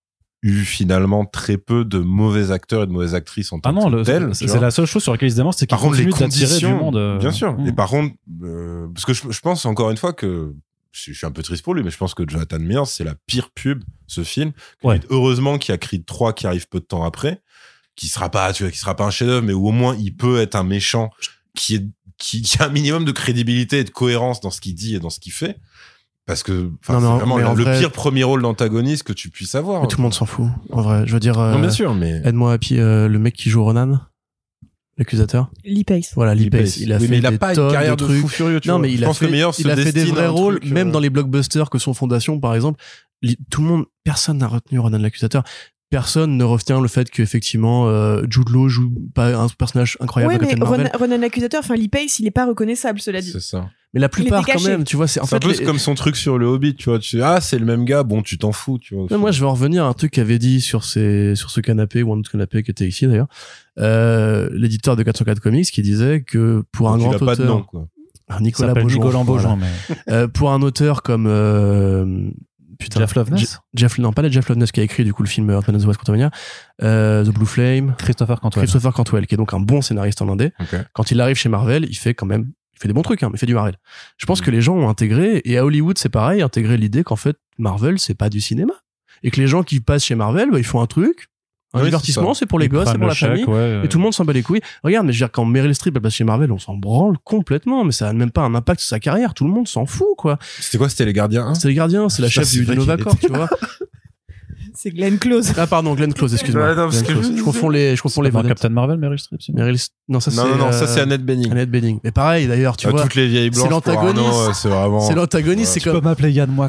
eu finalement très peu de mauvais acteurs et de mauvaises actrices en tant Ah non, que le- tels, c'est tu c'est vois. la seule chose sur laquelle ils se démarquent, c'est qu'ils Par contre, les continuent d'attirer du conditions, monde. euh, bien sûr. mm. Et par contre, euh, parce que je, je pense encore une fois que je, je suis un peu triste pour lui, mais je pense que Jonathan Mears, c'est la pire pub, ce film. Ouais. Heureusement qu'il y a Creed trois qui arrive peu de temps après, qui sera pas, tu vois, qui sera pas un chef-d'œuvre, mais où au moins il peut être un méchant qui est, qui, qui a un minimum de crédibilité et de cohérence dans ce qu'il dit et dans ce qu'il fait. Parce que, enfin, Non, c'est mais en- vraiment mais le, en le vrai- pire premier rôle d'antagoniste que tu puisses avoir. Mais tout le monde s'en fout, en vrai. Je veux dire, euh, Non, bien sûr, mais aide-moi Happy, euh, le mec qui joue Ronan. L'accusateur. Lee Pace. Voilà, Lee Lee Pace. Pace. Il a oui, fait mais il a des pas une tonnes carrière de de, trucs. fou furieux, tu non, vois. mais il je a pense fait, que meilleur se il a fait des destine vrais à un rôles, truc, même euh, dans les blockbusters que sont Fondation, par exemple. Li- Tout le monde, personne n'a retenu Ronan l'accusateur. Personne ne retient le fait qu'effectivement euh, Jude Law joue pas un personnage incroyable Ouais, à Captain mais Marvel. Ronan, Ronan l'accusateur, enfin Lee Pace, il est pas reconnaissable, cela dit. C'est ça. Mais la plupart était quand caché. même, tu vois, c'est en C'est un fait peu les- comme son truc sur le Hobbit, tu vois. Tu sais, ah, c'est le même gars, bon, tu t'en fous, tu vois. Ouais, moi, je vais en revenir à un truc qu'avait dit sur ces, sur ce canapé ou un autre canapé qui était ici d'ailleurs, euh, l'éditeur de quatre cent quatre Comics qui disait que pour un Donc, grand il a pas de auteur, nom, quoi. Ah, Il Nicolas s'appelle Beaujean, Nicolas voilà. Beaujean, mais Euh, pour un auteur comme euh, putain, Jeff Loveness, Je- Jeff, non pas la Jeff Loveness qui a écrit du coup le film Ant-Man and the Wasp Quantumania, euh, The Blue Flame, Christopher Cantwell. Christopher Cantwell qui est donc un bon scénariste en indé. Ok. Quand il arrive chez Marvel, il fait quand même, il fait des bons trucs, hein, mais il fait du Marvel. Je pense Mm. que les gens ont intégré, et à Hollywood c'est pareil, intégré l'idée qu'en fait Marvel c'est pas du cinéma. Et que les gens qui passent chez Marvel, bah, ils font un truc, un Oui, c'est divertissement, ça. c'est pour les Ils gosses, c'est prennent pour le la chèque, famille. ouais, Et tout le monde s'en bat les couilles. Regarde, mais je veux dire, quand Meryl Streep elle passe chez Marvel, on s'en branle complètement, mais ça a même pas un impact sur sa carrière. Tout le monde s'en fout, quoi. C'était quoi? C'était les Gardiens un? C'est les gardiens, c'est la Putain, chef c'est du, vrai du qu'il Novacor, était- tu vois. C'est Glenn Close. Ah, pardon, Glenn Close, excuse-moi. Ouais, non, parce Glenn que Close. je- Je confonds les, je confonds les Pas vedettes. Captain Marvel, Meryl Streep, sinon. Meryl... Non, ça c'est. Non, non, non, ça euh, c'est Annette Bening. Annette Bening. Mais pareil, d'ailleurs, tu Ah, vois. toutes les vieilles blanches. c'est l'antagoniste. pour Arnaud, euh, C'est vraiment. C'est l'antagoniste, c'est Tu peux comme. m'appeler Yann Moix.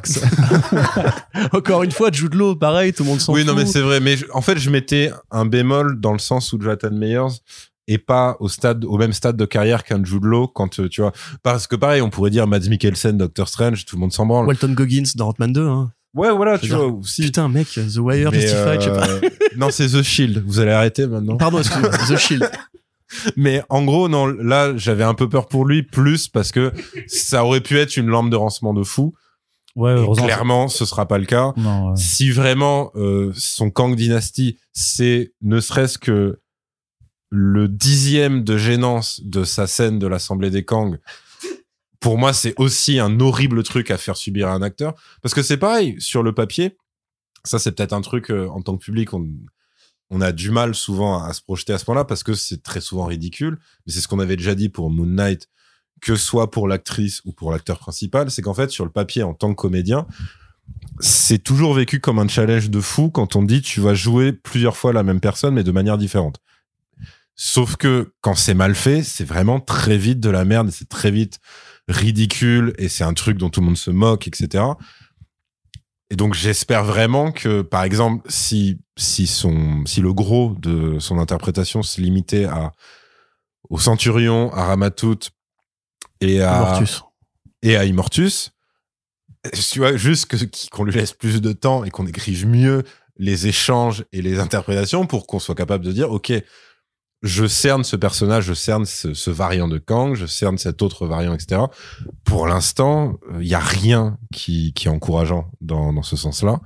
Encore une fois, Jude Law, pareil, tout le monde s'en Oui, fout. non, mais c'est vrai. Mais je- en fait, je mettais un bémol dans le sens où Jonathan Meyers est pas au stade, au même stade de carrière qu'un Jude Law quand euh, tu vois. Parce que pareil, on pourrait dire Mads Mikkelsen, Doctor Strange, tout le monde s'en branle. Walton Goggins dans Ant-Man deux, hein. Ouais, voilà, Je tu veux vois. dire, Aussi. Putain, mec, The Wire, Mais, Justified, je sais pas. euh, non, c'est The Shield. Vous allez arrêter maintenant. Pardon, excuse-moi, The Shield. Mais en gros, non, là, j'avais un peu peur pour lui, plus parce que ça aurait pu être une lampe de rancement de fou. Ouais, Et heureusement. clairement, ce sera pas le cas. Non, ouais. Si vraiment euh, son Kang Dynasty, c'est ne serait-ce que le dixième de gênance de sa scène de l'Assemblée des Kang, pour moi, c'est aussi un horrible truc à faire subir à un acteur. Parce que c'est pareil, sur le papier, ça c'est peut-être un truc, euh, en tant que public, on, on a du mal souvent à se projeter à ce point-là, parce que c'est très souvent ridicule. Mais c'est ce qu'on avait déjà dit pour Moon Knight, que soit pour l'actrice ou pour l'acteur principal, c'est qu'en fait, sur le papier, en tant que comédien, c'est toujours vécu comme un challenge de fou quand on dit tu vas jouer plusieurs fois la même personne, mais de manière différente. Sauf que quand c'est mal fait, c'est vraiment très vite de la merde, et c'est très vite ridicule, et c'est un truc dont tout le monde se moque, et cetera. Et donc j'espère vraiment que, par exemple, si si son si le gros de son interprétation se limitait à au Centurion, à Ramatout et à Mortus. et à Immortus, tu vois, juste que, qu'on lui laisse plus de temps et qu'on écrive mieux les échanges et les interprétations pour qu'on soit capable de dire, ok, je cerne ce personnage, je cerne ce, ce variant de Kang, je cerne cet autre variant, et cetera. Pour l'instant, il euh, y a rien qui, qui est encourageant dans, dans ce sens-là.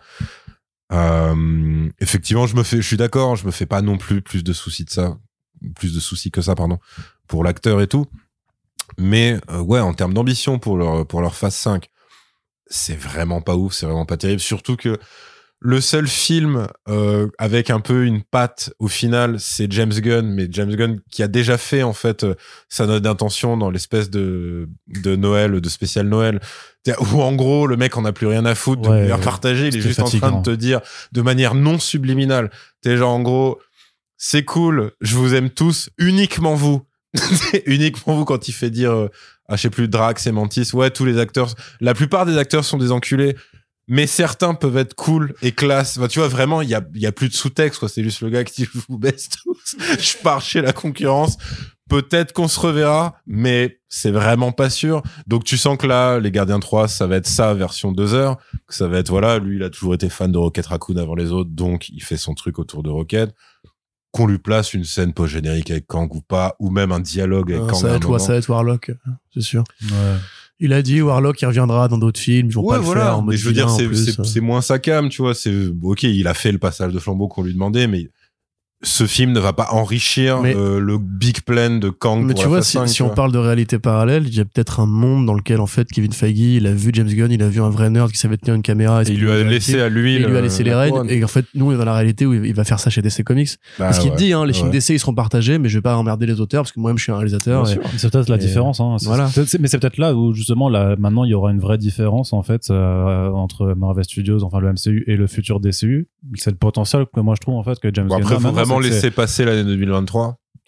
Euh, effectivement, je me fais, je suis d'accord, je me fais pas non plus plus de soucis de ça, plus de soucis que ça, pardon, pour l'acteur et tout. Mais euh, ouais, en termes d'ambition pour leur pour leur phase cinq, c'est vraiment pas ouf, c'est vraiment pas terrible. Surtout que le seul film euh, avec un peu une patte au final, c'est James Gunn, mais James Gunn qui a déjà fait en fait euh, sa note d'intention dans l'espèce de de Noël, de spécial Noël, où en gros le mec en a plus rien à foutre de Ouais, lui ouais, partager, il est c'était juste fatigant. en train de te dire de manière non subliminale, t'es genre en gros, c'est cool, je vous aime tous, uniquement vous. Uniquement vous, quand il fait dire euh, ah, je sais plus, Drax et Mantis, ouais, tous les acteurs, la plupart des acteurs sont des enculés, mais certains peuvent être cool et classe. Enfin, tu vois, vraiment, il y a, il y a plus de sous-texte, quoi. C'est juste le gars qui dit, je vous baisse tous, je pars chez la concurrence. Peut-être qu'on se reverra, mais c'est vraiment pas sûr. Donc tu sens que là, les Gardiens trois, ça va être sa version deux heures, que ça va être, voilà, lui, il a toujours été fan de Rocket Raccoon avant les autres, donc il fait son truc autour de Rocket. Qu'on lui place une scène post-générique avec Kang ou pas, ou même un dialogue avec Ah, Kang. ça à va un être, moment. ça va être Warlock, c'est sûr. Ouais. Il a dit Warlock, il reviendra dans d'autres films, ils vont Ouais, pas le voilà. faire en mode Mais je veux dire, vilain, en c'est, plus. c'est, c'est moins sa cam, tu vois. C'est, ok, il a fait le passage de flambeau qu'on lui demandait, mais ce film ne va pas enrichir Mais- euh, le big plan de Kang Mais pour tu la vois, phase si, cinq, si tu on vois. parle de réalité parallèle, il y a peut-être un monde dans lequel, en fait, Kevin Feige, il a vu James Gunn, il a vu un vrai nerd qui savait tenir une caméra. Et il lui a laissé à lui, Et il lui a le- laissé les la règles. couronne. Et en fait, nous, on est dans la réalité où il va faire ça chez D C Comics. Bah, Parce qu'il ouais. dit, hein, les films Ouais. D C, ils seront partagés, mais je vais pas emmerder les auteurs parce que moi-même, je suis un réalisateur. Bien et- sûr. C'est peut-être la Et différence. Hein. C'est- voilà. c'est- c'est- mais c'est peut-être là où justement là maintenant il y aura une vraie différence en fait euh, entre Marvel Studios, enfin le M C U et le futur D C U. C'est le potentiel que moi je trouve en fait que James Bon, Gunn après, a faut maintenant, vraiment c'est que laisser passer l'année deux mille vingt-trois.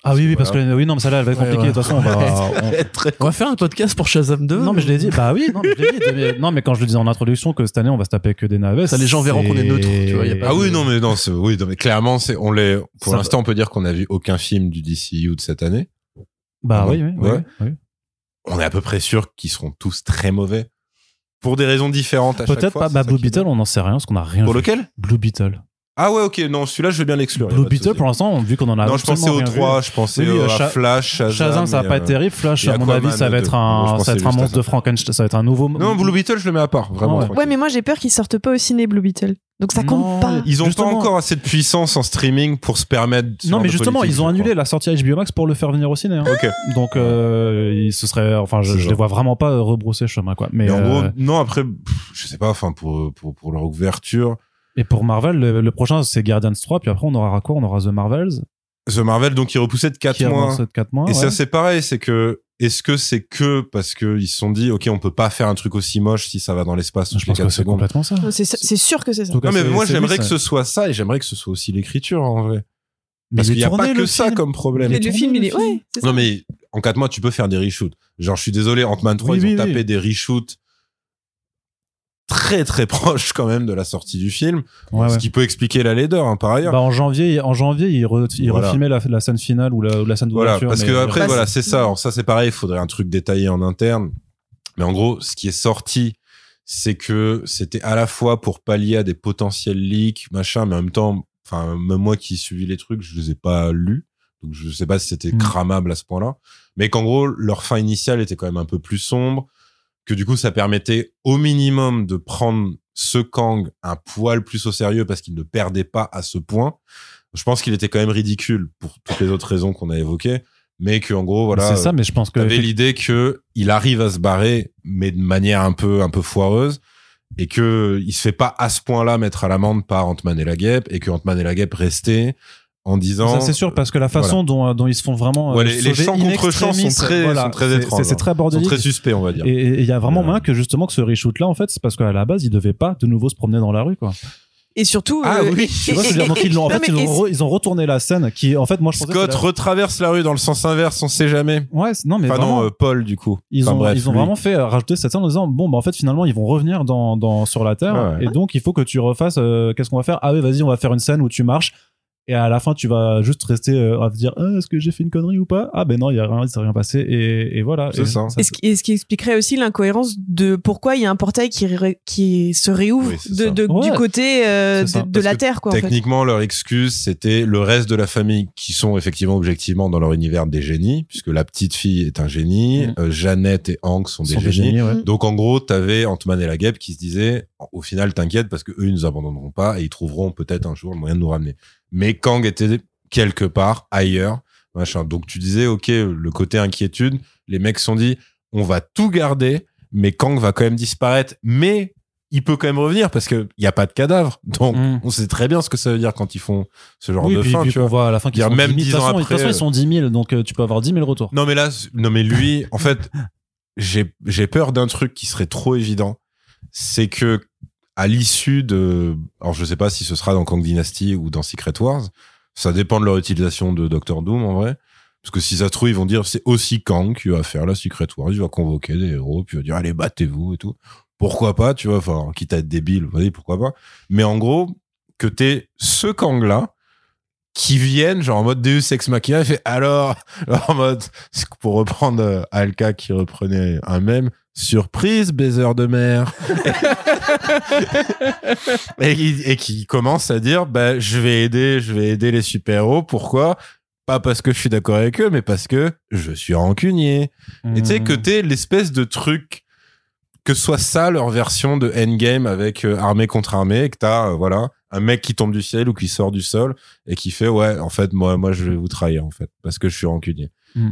Ah oui, oui, parce voilà. que oui, non, mais ça là, elle va être Ouais, compliquée. ouais. De toute façon, on va. on- On va faire un podcast pour Shazam deux. Non, mais je l'ai dit. Bah oui, non, mais je l'ai dit. Mais- Non, mais quand je le disais en introduction que cette année, on va se taper que des navets. Ça, les gens verront qu'on est neutre, tu vois, y a pas Ah de- oui, non, mais non, c'est- oui, non, mais clairement, c'est, on les, pour Ça- l'instant, on peut dire qu'on n'a vu aucun film du D C U de cette année. Bah Ah oui, bon oui, oui, Ouais. oui. On est à peu près sûr qu'ils seront tous très mauvais. Pour des raisons différentes à chaque Peut-être fois. pas. c'est Bah ça Blue qui est Beetle, bien. on n'en sait rien parce qu'on a rien Pour vu. lequel? Blue Beetle. Ah ouais, ok, non, celui-là, je veux bien l'exclure. y a Blue pas de Beetle, souci. pour l'instant, vu qu'on en a Non, je pensais absolument aux rien vu. trois, je pensais Oui, oui, euh, à Sha- Flash, Shazam. Shazam, ça va et, pas euh, être terrible. Flash, et à mon Aquaman, avis, ça va deux. être Moi, un, je ça pensais va être un juste à monstre ça. de Frankenstein. Ça va être un nouveau. Non, Blue Beetle, je le mets à part, vraiment. Ah ouais. tranquille. Ouais, mais moi j'ai peur qu'ils sortent pas au ciné Blue Beetle. Donc ça compte Non, pas. Ils ont Justement. pas encore assez de puissance en streaming pour se permettre. ce Non, genre mais de justement, politique, ils ont je annulé crois. la sortie H B O Max pour le faire venir au ciné. hein. Ok. Donc, euh, il se serait, enfin, je, C'est je ça. les vois vraiment pas rebrousser chemin, quoi. Mais Mais en euh, gros, non, après, pff, je sais pas, enfin, pour, pour, pour leur ouverture. et pour Marvel, le, le prochain c'est Guardians trois, puis après on aura quoi? On aura The Marvels. The Marvel, donc, ils repoussaient de quatre qui mois. avance de quatre mois. Et ouais. ça, c'est pareil, c'est que, est-ce que c'est que parce qu'ils se sont dit, OK, on peut pas faire un truc aussi moche si ça va dans l'espace toutes Je les pense que quatre c'est secondes. complètement ça. C'est c'est sûr que c'est ça. En tout cas, Non, mais c'est- moi, c'est- j'aimerais oui, que ça- ce soit ça et j'aimerais que ce soit aussi l'écriture, en vrai. Mais Parce il est qu'il y a tourné, pas que le ça film. comme problème. Mais est le tourné, film, il le est. film. Ouais, c'est ça. Non, mais en quatre mois, tu peux faire des reshoots. Genre, je suis désolé, Ant-Man trois, Oui, ils ont oui, tapé oui. des reshoots très, très proches quand même de la sortie du film. Ouais, Ce ouais. qui peut expliquer la laideur, hein, par ailleurs. Bah, en janvier, en janvier, il, re, il Voilà. refilmait la, la scène finale ou la, ou la scène Voilà, d'ouverture. parce mais- que après, Bah, voilà, c'est- c'est ça. Alors ça, c'est pareil, il faudrait un truc détaillé en interne. Mais en gros, ce qui est sorti, c'est que c'était à la fois pour pallier à des potentiels leaks, machin, mais en même temps, enfin, même moi qui suivis les trucs, je les ai pas lus. Donc je sais pas si c'était Mm. cramable à ce point-là. Mais qu'en gros, leur fin initiale était quand même un peu plus sombre, que du coup, ça permettait au minimum de prendre ce Kang un poil plus au sérieux parce qu'il ne perdait pas à ce point. Je pense qu'il était quand même ridicule pour toutes les autres raisons qu'on a évoquées, mais que en gros, voilà. C'est ça, mais je pense que. T'avais l'idée que il arrive à se barrer, mais de manière un peu, un peu foireuse, et que il se fait pas à ce point-là mettre à l'amende par Ant-Man et la Guêpe, et que Ant-Man et la Guêpe restaient en disant. Ça, c'est sûr, parce que la façon dont, dont ils se font vraiment. Ouais, euh, les- les sauver champs in contre champs sont extremis, très- voilà, sont très c'est- étranges, c'est- C'est hein. très Ils sont bordélique. très suspects, on va dire. Et il y a vraiment Euh. moyen que justement que ce reshoot là en fait c'est parce qu'à la base ils devaient pas de nouveau se promener dans la rue quoi. Et surtout. Ah euh, oui, et- Tu vois ce que je veux et- dire. Donc ils l'ont en non, fait mais ils et- ont, re- ils ont retourné la scène qui en fait moi je pensais Scott que c'était retraverse la rue dans le sens inverse, on sait jamais. la- ouais c'est- non mais Enfin vraiment non, euh, Paul du coup. ils Enfin, ont bref, ils ont lui. vraiment fait euh, rajouter cette scène en disant bon bah en fait finalement ils vont revenir dans dans sur la terre Ouais, ouais. et donc il faut que tu refasses euh, qu'est-ce qu'on va faire ah oui vas-y on va faire une scène où tu marches. Et à la fin, tu vas juste rester euh, à te dire ah, est-ce que j'ai fait une connerie ou pas? Ah ben non, il y a rien, il s'est rien passé et, et voilà. C'est Et ça. Et ce, qui, et ce qui expliquerait aussi l'incohérence de pourquoi il y a un portail qui, ré- qui se réouvre Oui, c'est de, ça. de- Ouais. du côté euh, C'est ça. de, de Parce la que Terre, quoi. En fait. Techniquement, leur excuse, c'était le reste de la famille qui sont effectivement objectivement dans leur univers des génies, puisque la petite fille est un génie, Mm. euh, Jeannette et Hank sont, Sont des des génies. génies, ouais. Mm. Donc en gros, t'avais Ant-Man et la Guêpe qui se disaient, au final, t'inquiète parce que eux ils nous abandonneront pas et ils trouveront peut-être un jour le moyen de nous ramener. Mais Kang était quelque part ailleurs, machin. Donc tu disais, ok, le côté inquiétude, les mecs se sont dit, on va tout garder, mais Kang va quand même disparaître, mais il peut quand même revenir parce que il y a pas de cadavre. Donc Mm. on sait très bien ce que ça veut dire quand ils font ce genre Oui, de puis, fin, puis tu on vois. voit à la fin qu'ils Dire sont même dix mille. dix De toute ans façon, de toute après, façon, ils sont dix mille, donc euh, tu peux avoir dix mille retours. Non mais là, non mais lui, en fait, j'ai j'ai peur d'un truc qui serait trop évident, c'est que à l'issue de, alors je sais pas si ce sera dans Kang Dynasty ou dans Secret Wars, ça dépend de leur utilisation de Doctor Doom en vrai, parce que si ça se trouve ils vont dire c'est aussi Kang qui va faire la Secret Wars, il va convoquer des héros puis il va dire allez battez-vous et tout. Pourquoi pas, tu vois, enfin quitte à être débile, vas-y pourquoi pas. Mais en gros que t'aies ce Kang là qui viennent genre en mode Deus Ex Machina et fait alors en mode pour reprendre euh, Alka qui reprenait un mème surprise baiser de mer et, qui- et qui commence à dire bah je vais aider je vais aider les super-héros, pourquoi pas parce que je suis d'accord avec eux mais parce que je suis rancunier. Et tu sais que t'es l'espèce de truc, que ce soit ça leur version de Endgame avec euh, armée contre armée, et que t'as euh, voilà un mec qui tombe du ciel ou qui sort du sol et qui fait ouais en fait moi moi je vais vous trahir en fait parce que je suis rancunier. Mm.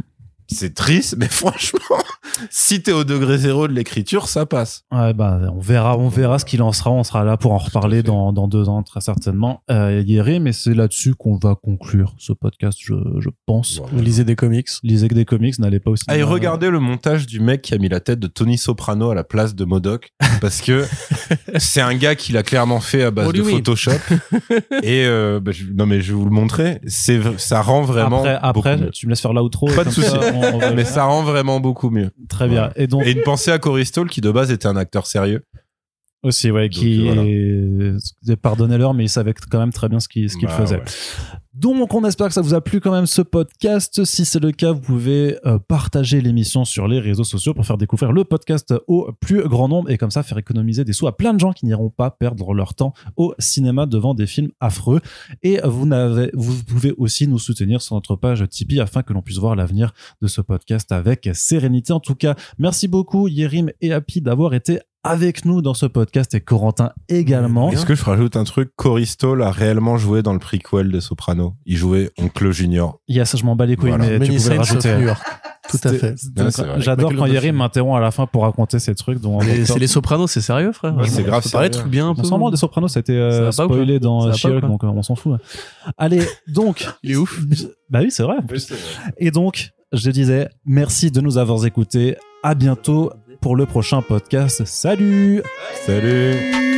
c'est triste, mais franchement, si t'es au degré zéro de l'écriture, ça passe. Ouais, bah, on verra, on verra ce qu'il en sera. On sera là pour en reparler dans, dans deux ans, très certainement. Euh, Yérim, mais c'est là-dessus qu'on va conclure ce podcast, je, je pense. Voilà. Lisez des comics. Lisez que des comics, n'allez pas aussi. Ah, et regardez le montage du mec qui a mis la tête de Tony Soprano à la place de MODOK, parce que c'est un gars qui l'a clairement fait à base Oh, de oui. Photoshop. Et euh, bah, je, non mais je vais vous le montrer. C'est, ça rend vraiment Après, après beaucoup mieux. tu me laisses faire l'outro. Pas de comme ça, souci. on- on va- Mais ça rend vraiment beaucoup mieux. Très bien. Voilà. Et donc, Et une pensée à Corey Stoll qui de base était un acteur sérieux. aussi, ouais, qui, voilà. est... pardonnez-leur, mais il savait quand même très bien ce qu'il, ce qu'il Bah, faisait. ouais. Donc, on espère que ça vous a plu quand même ce podcast. Si c'est le cas, vous pouvez euh, partager l'émission sur les réseaux sociaux pour faire découvrir le podcast au plus grand nombre et comme ça faire économiser des sous à plein de gens qui n'iront pas perdre leur temps au cinéma devant des films affreux. Et vous, n'avez, vous pouvez aussi nous soutenir sur notre page Tipeee afin que l'on puisse voir l'avenir de ce podcast avec sérénité. En tout cas, merci beaucoup Yérim et Happy d'avoir été avec nous dans ce podcast et Corentin également. Est-ce que je rajoute un truc? Corey Stoll a réellement joué dans le prequel des Sopranos. Il jouait Oncle Junior. Yes, je m'en bats les couilles, Voilà. mais Many tu pouvais le Saints of rajouter. New York. Tout à fait. C'était- Ouais, c'est vrai. J'adore Michael quand Yérim Rodolphe. m'interrompt à la fin pour raconter ces trucs dont Mais c'est les Sopranos, c'est sérieux, frère? Ouais, c'est On grave peut parler de sérieux. trucs bien un peu. On s'en rend des Sopranos, ça a été euh, Ça va pas ou spoilé quoi dans Ça va pas She-Hulk, ou quoi donc euh, on s'en fout. Allez, donc. Il est ouf. Bah oui, c'est vrai. Et donc, je disais, merci de nous avoir écoutés. À bientôt pour le prochain podcast. Salut! Salut!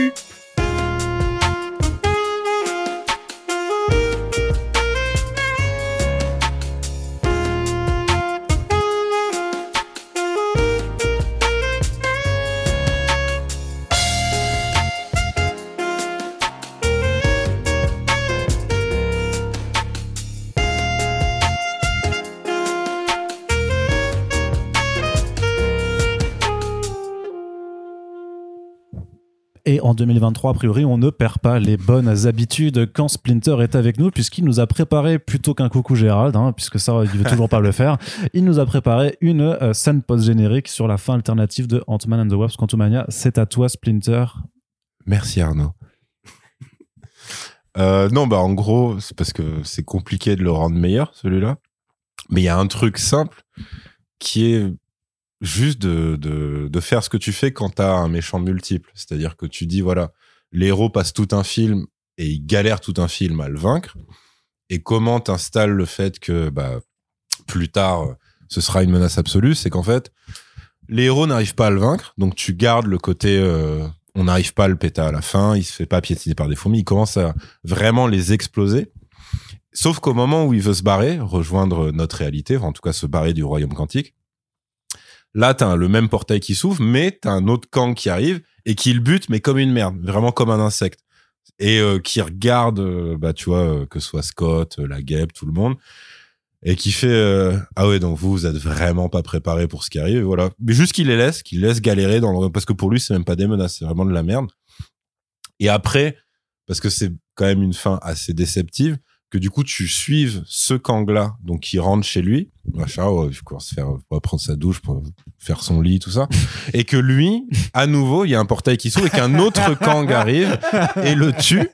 Et en deux mille vingt-trois, a priori, on ne perd pas les bonnes habitudes quand Splinter est avec nous, puisqu'il nous a préparé, plutôt qu'un coucou Gérald, hein, puisque ça, il veut toujours pas le faire, il nous a préparé une euh, scène post-générique sur la fin alternative de Ant-Man and the Wasp Quantumania. C'est à toi, Splinter. Merci Arnaud. euh, non, bah en gros, c'est parce que c'est compliqué de le rendre meilleur, celui-là. Mais il y a un truc simple qui est juste de, de, de faire ce que tu fais quand t'as un méchant multiple. C'est-à-dire que tu dis, voilà, les héros passent tout un film et ils galèrent tout un film à le vaincre. Et comment t'installes le fait que bah, plus tard, ce sera une menace absolue, c'est qu'en fait, les héros n'arrivent pas à le vaincre, donc tu gardes le côté... Euh, on n'arrive pas à le péter à la fin, il se fait pas piétiner par des fourmis, il commence à vraiment les exploser. Sauf qu'au moment où il veut se barrer, rejoindre notre réalité, enfin, en tout cas se barrer du royaume quantique, là, t'as le même portail qui s'ouvre, mais t'as un autre Kang qui arrive et qui le bute, mais comme une merde, vraiment comme un insecte. Et euh, qui regarde, euh, bah tu vois, euh, que ce soit Scott, euh, la guêpe, tout le monde, et qui fait euh, ah ouais, donc vous, vous êtes vraiment pas préparés pour ce qui arrive, et voilà. Mais juste qu'il les laisse, qu'il laisse galérer dans le... parce que pour lui, c'est même pas des menaces, c'est vraiment de la merde. Et après, parce que c'est quand même une fin assez déceptive, que du coup tu suives ce Kang-là, donc qui rentre chez lui, machin, ouais, il faut se faire, va prendre sa douche pour faire son lit, tout ça, et que lui, à nouveau, il y a un portail qui s'ouvre et qu'un autre Kang arrive et le tue.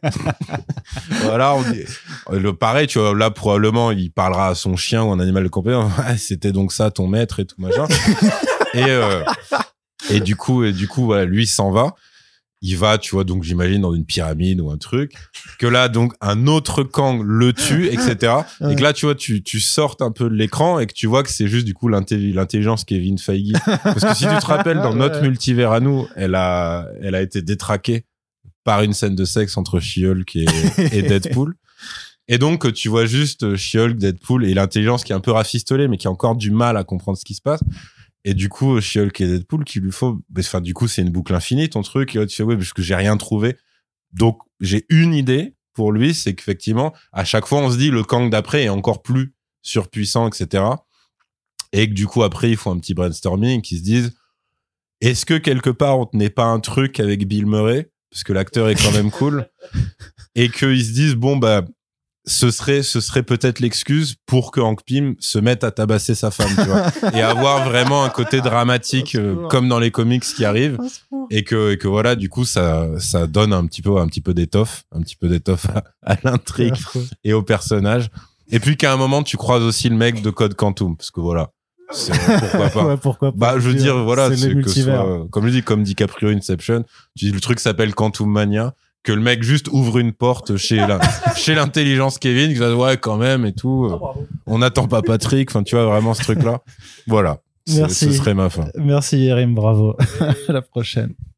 Voilà, on dit, le pareil, tu vois, là probablement il parlera à son chien ou un animal de compagnie, ah, c'était donc ça ton maître et tout machin. Et euh, et du coup, et du coup, voilà, lui s'en va. Il va, tu vois, donc j'imagine dans une pyramide ou un truc, que là, donc, un autre Kang le tue, et cetera. Et que là, tu vois, tu, tu sortes un peu de l'écran et que tu vois que c'est juste, du coup, l'intelli- l'intelligence Kevin Feige. Parce que si tu te rappelles, dans notre multivers à nous, elle a, elle a été détraquée par une scène de sexe entre She-Hulk et, et Deadpool. Et donc, tu vois juste She-Hulk, Deadpool et l'intelligence qui est un peu rafistolée, mais qui a encore du mal à comprendre ce qui se passe. Et du coup, She-Hulk et Deadpool, qu'il lui faut, enfin, du coup, c'est une boucle infinie, ton truc. Et là, tu fais, ouais, parce que j'ai rien trouvé. Donc, j'ai une idée pour lui, c'est qu'effectivement, à chaque fois, on se dit, le Kang d'après est encore plus surpuissant, et cetera. Et que du coup, après, il faut un petit brainstorming, qui se disent, est-ce que quelque part, on tenait pas un truc avec Bill Murray? Parce que l'acteur est quand même cool. Et qu'ils se disent, bon, bah, ce serait ce serait peut-être l'excuse pour que Hank Pym se mette à tabasser sa femme, tu vois, et avoir vraiment un côté dramatique euh, comme dans les comics qui arrivent, et que et que voilà, du coup ça ça donne un petit peu un petit peu d'étoffe un petit peu d'étoffe à, à l'intrigue et au personnage. Et puis qu'à un moment tu croises aussi le mec de Code Quantum, parce que voilà, c'est, pourquoi pas. Ouais, pourquoi pas. Bah, je veux dire, voilà, c'est, c'est les que multivers. soit, comme je dis, comme DiCaprio Inception, tu dis, le truc s'appelle Quantum Mania, que le mec juste ouvre une porte chez la, chez l'intelligence Kevin, qui va dire, ouais, quand même, et tout. euh, on n'attend pas Patrick, enfin, tu vois, vraiment ce truc-là. Voilà. C'est- Merci. Ce serait ma fin. Merci Yerim, bravo. À la prochaine.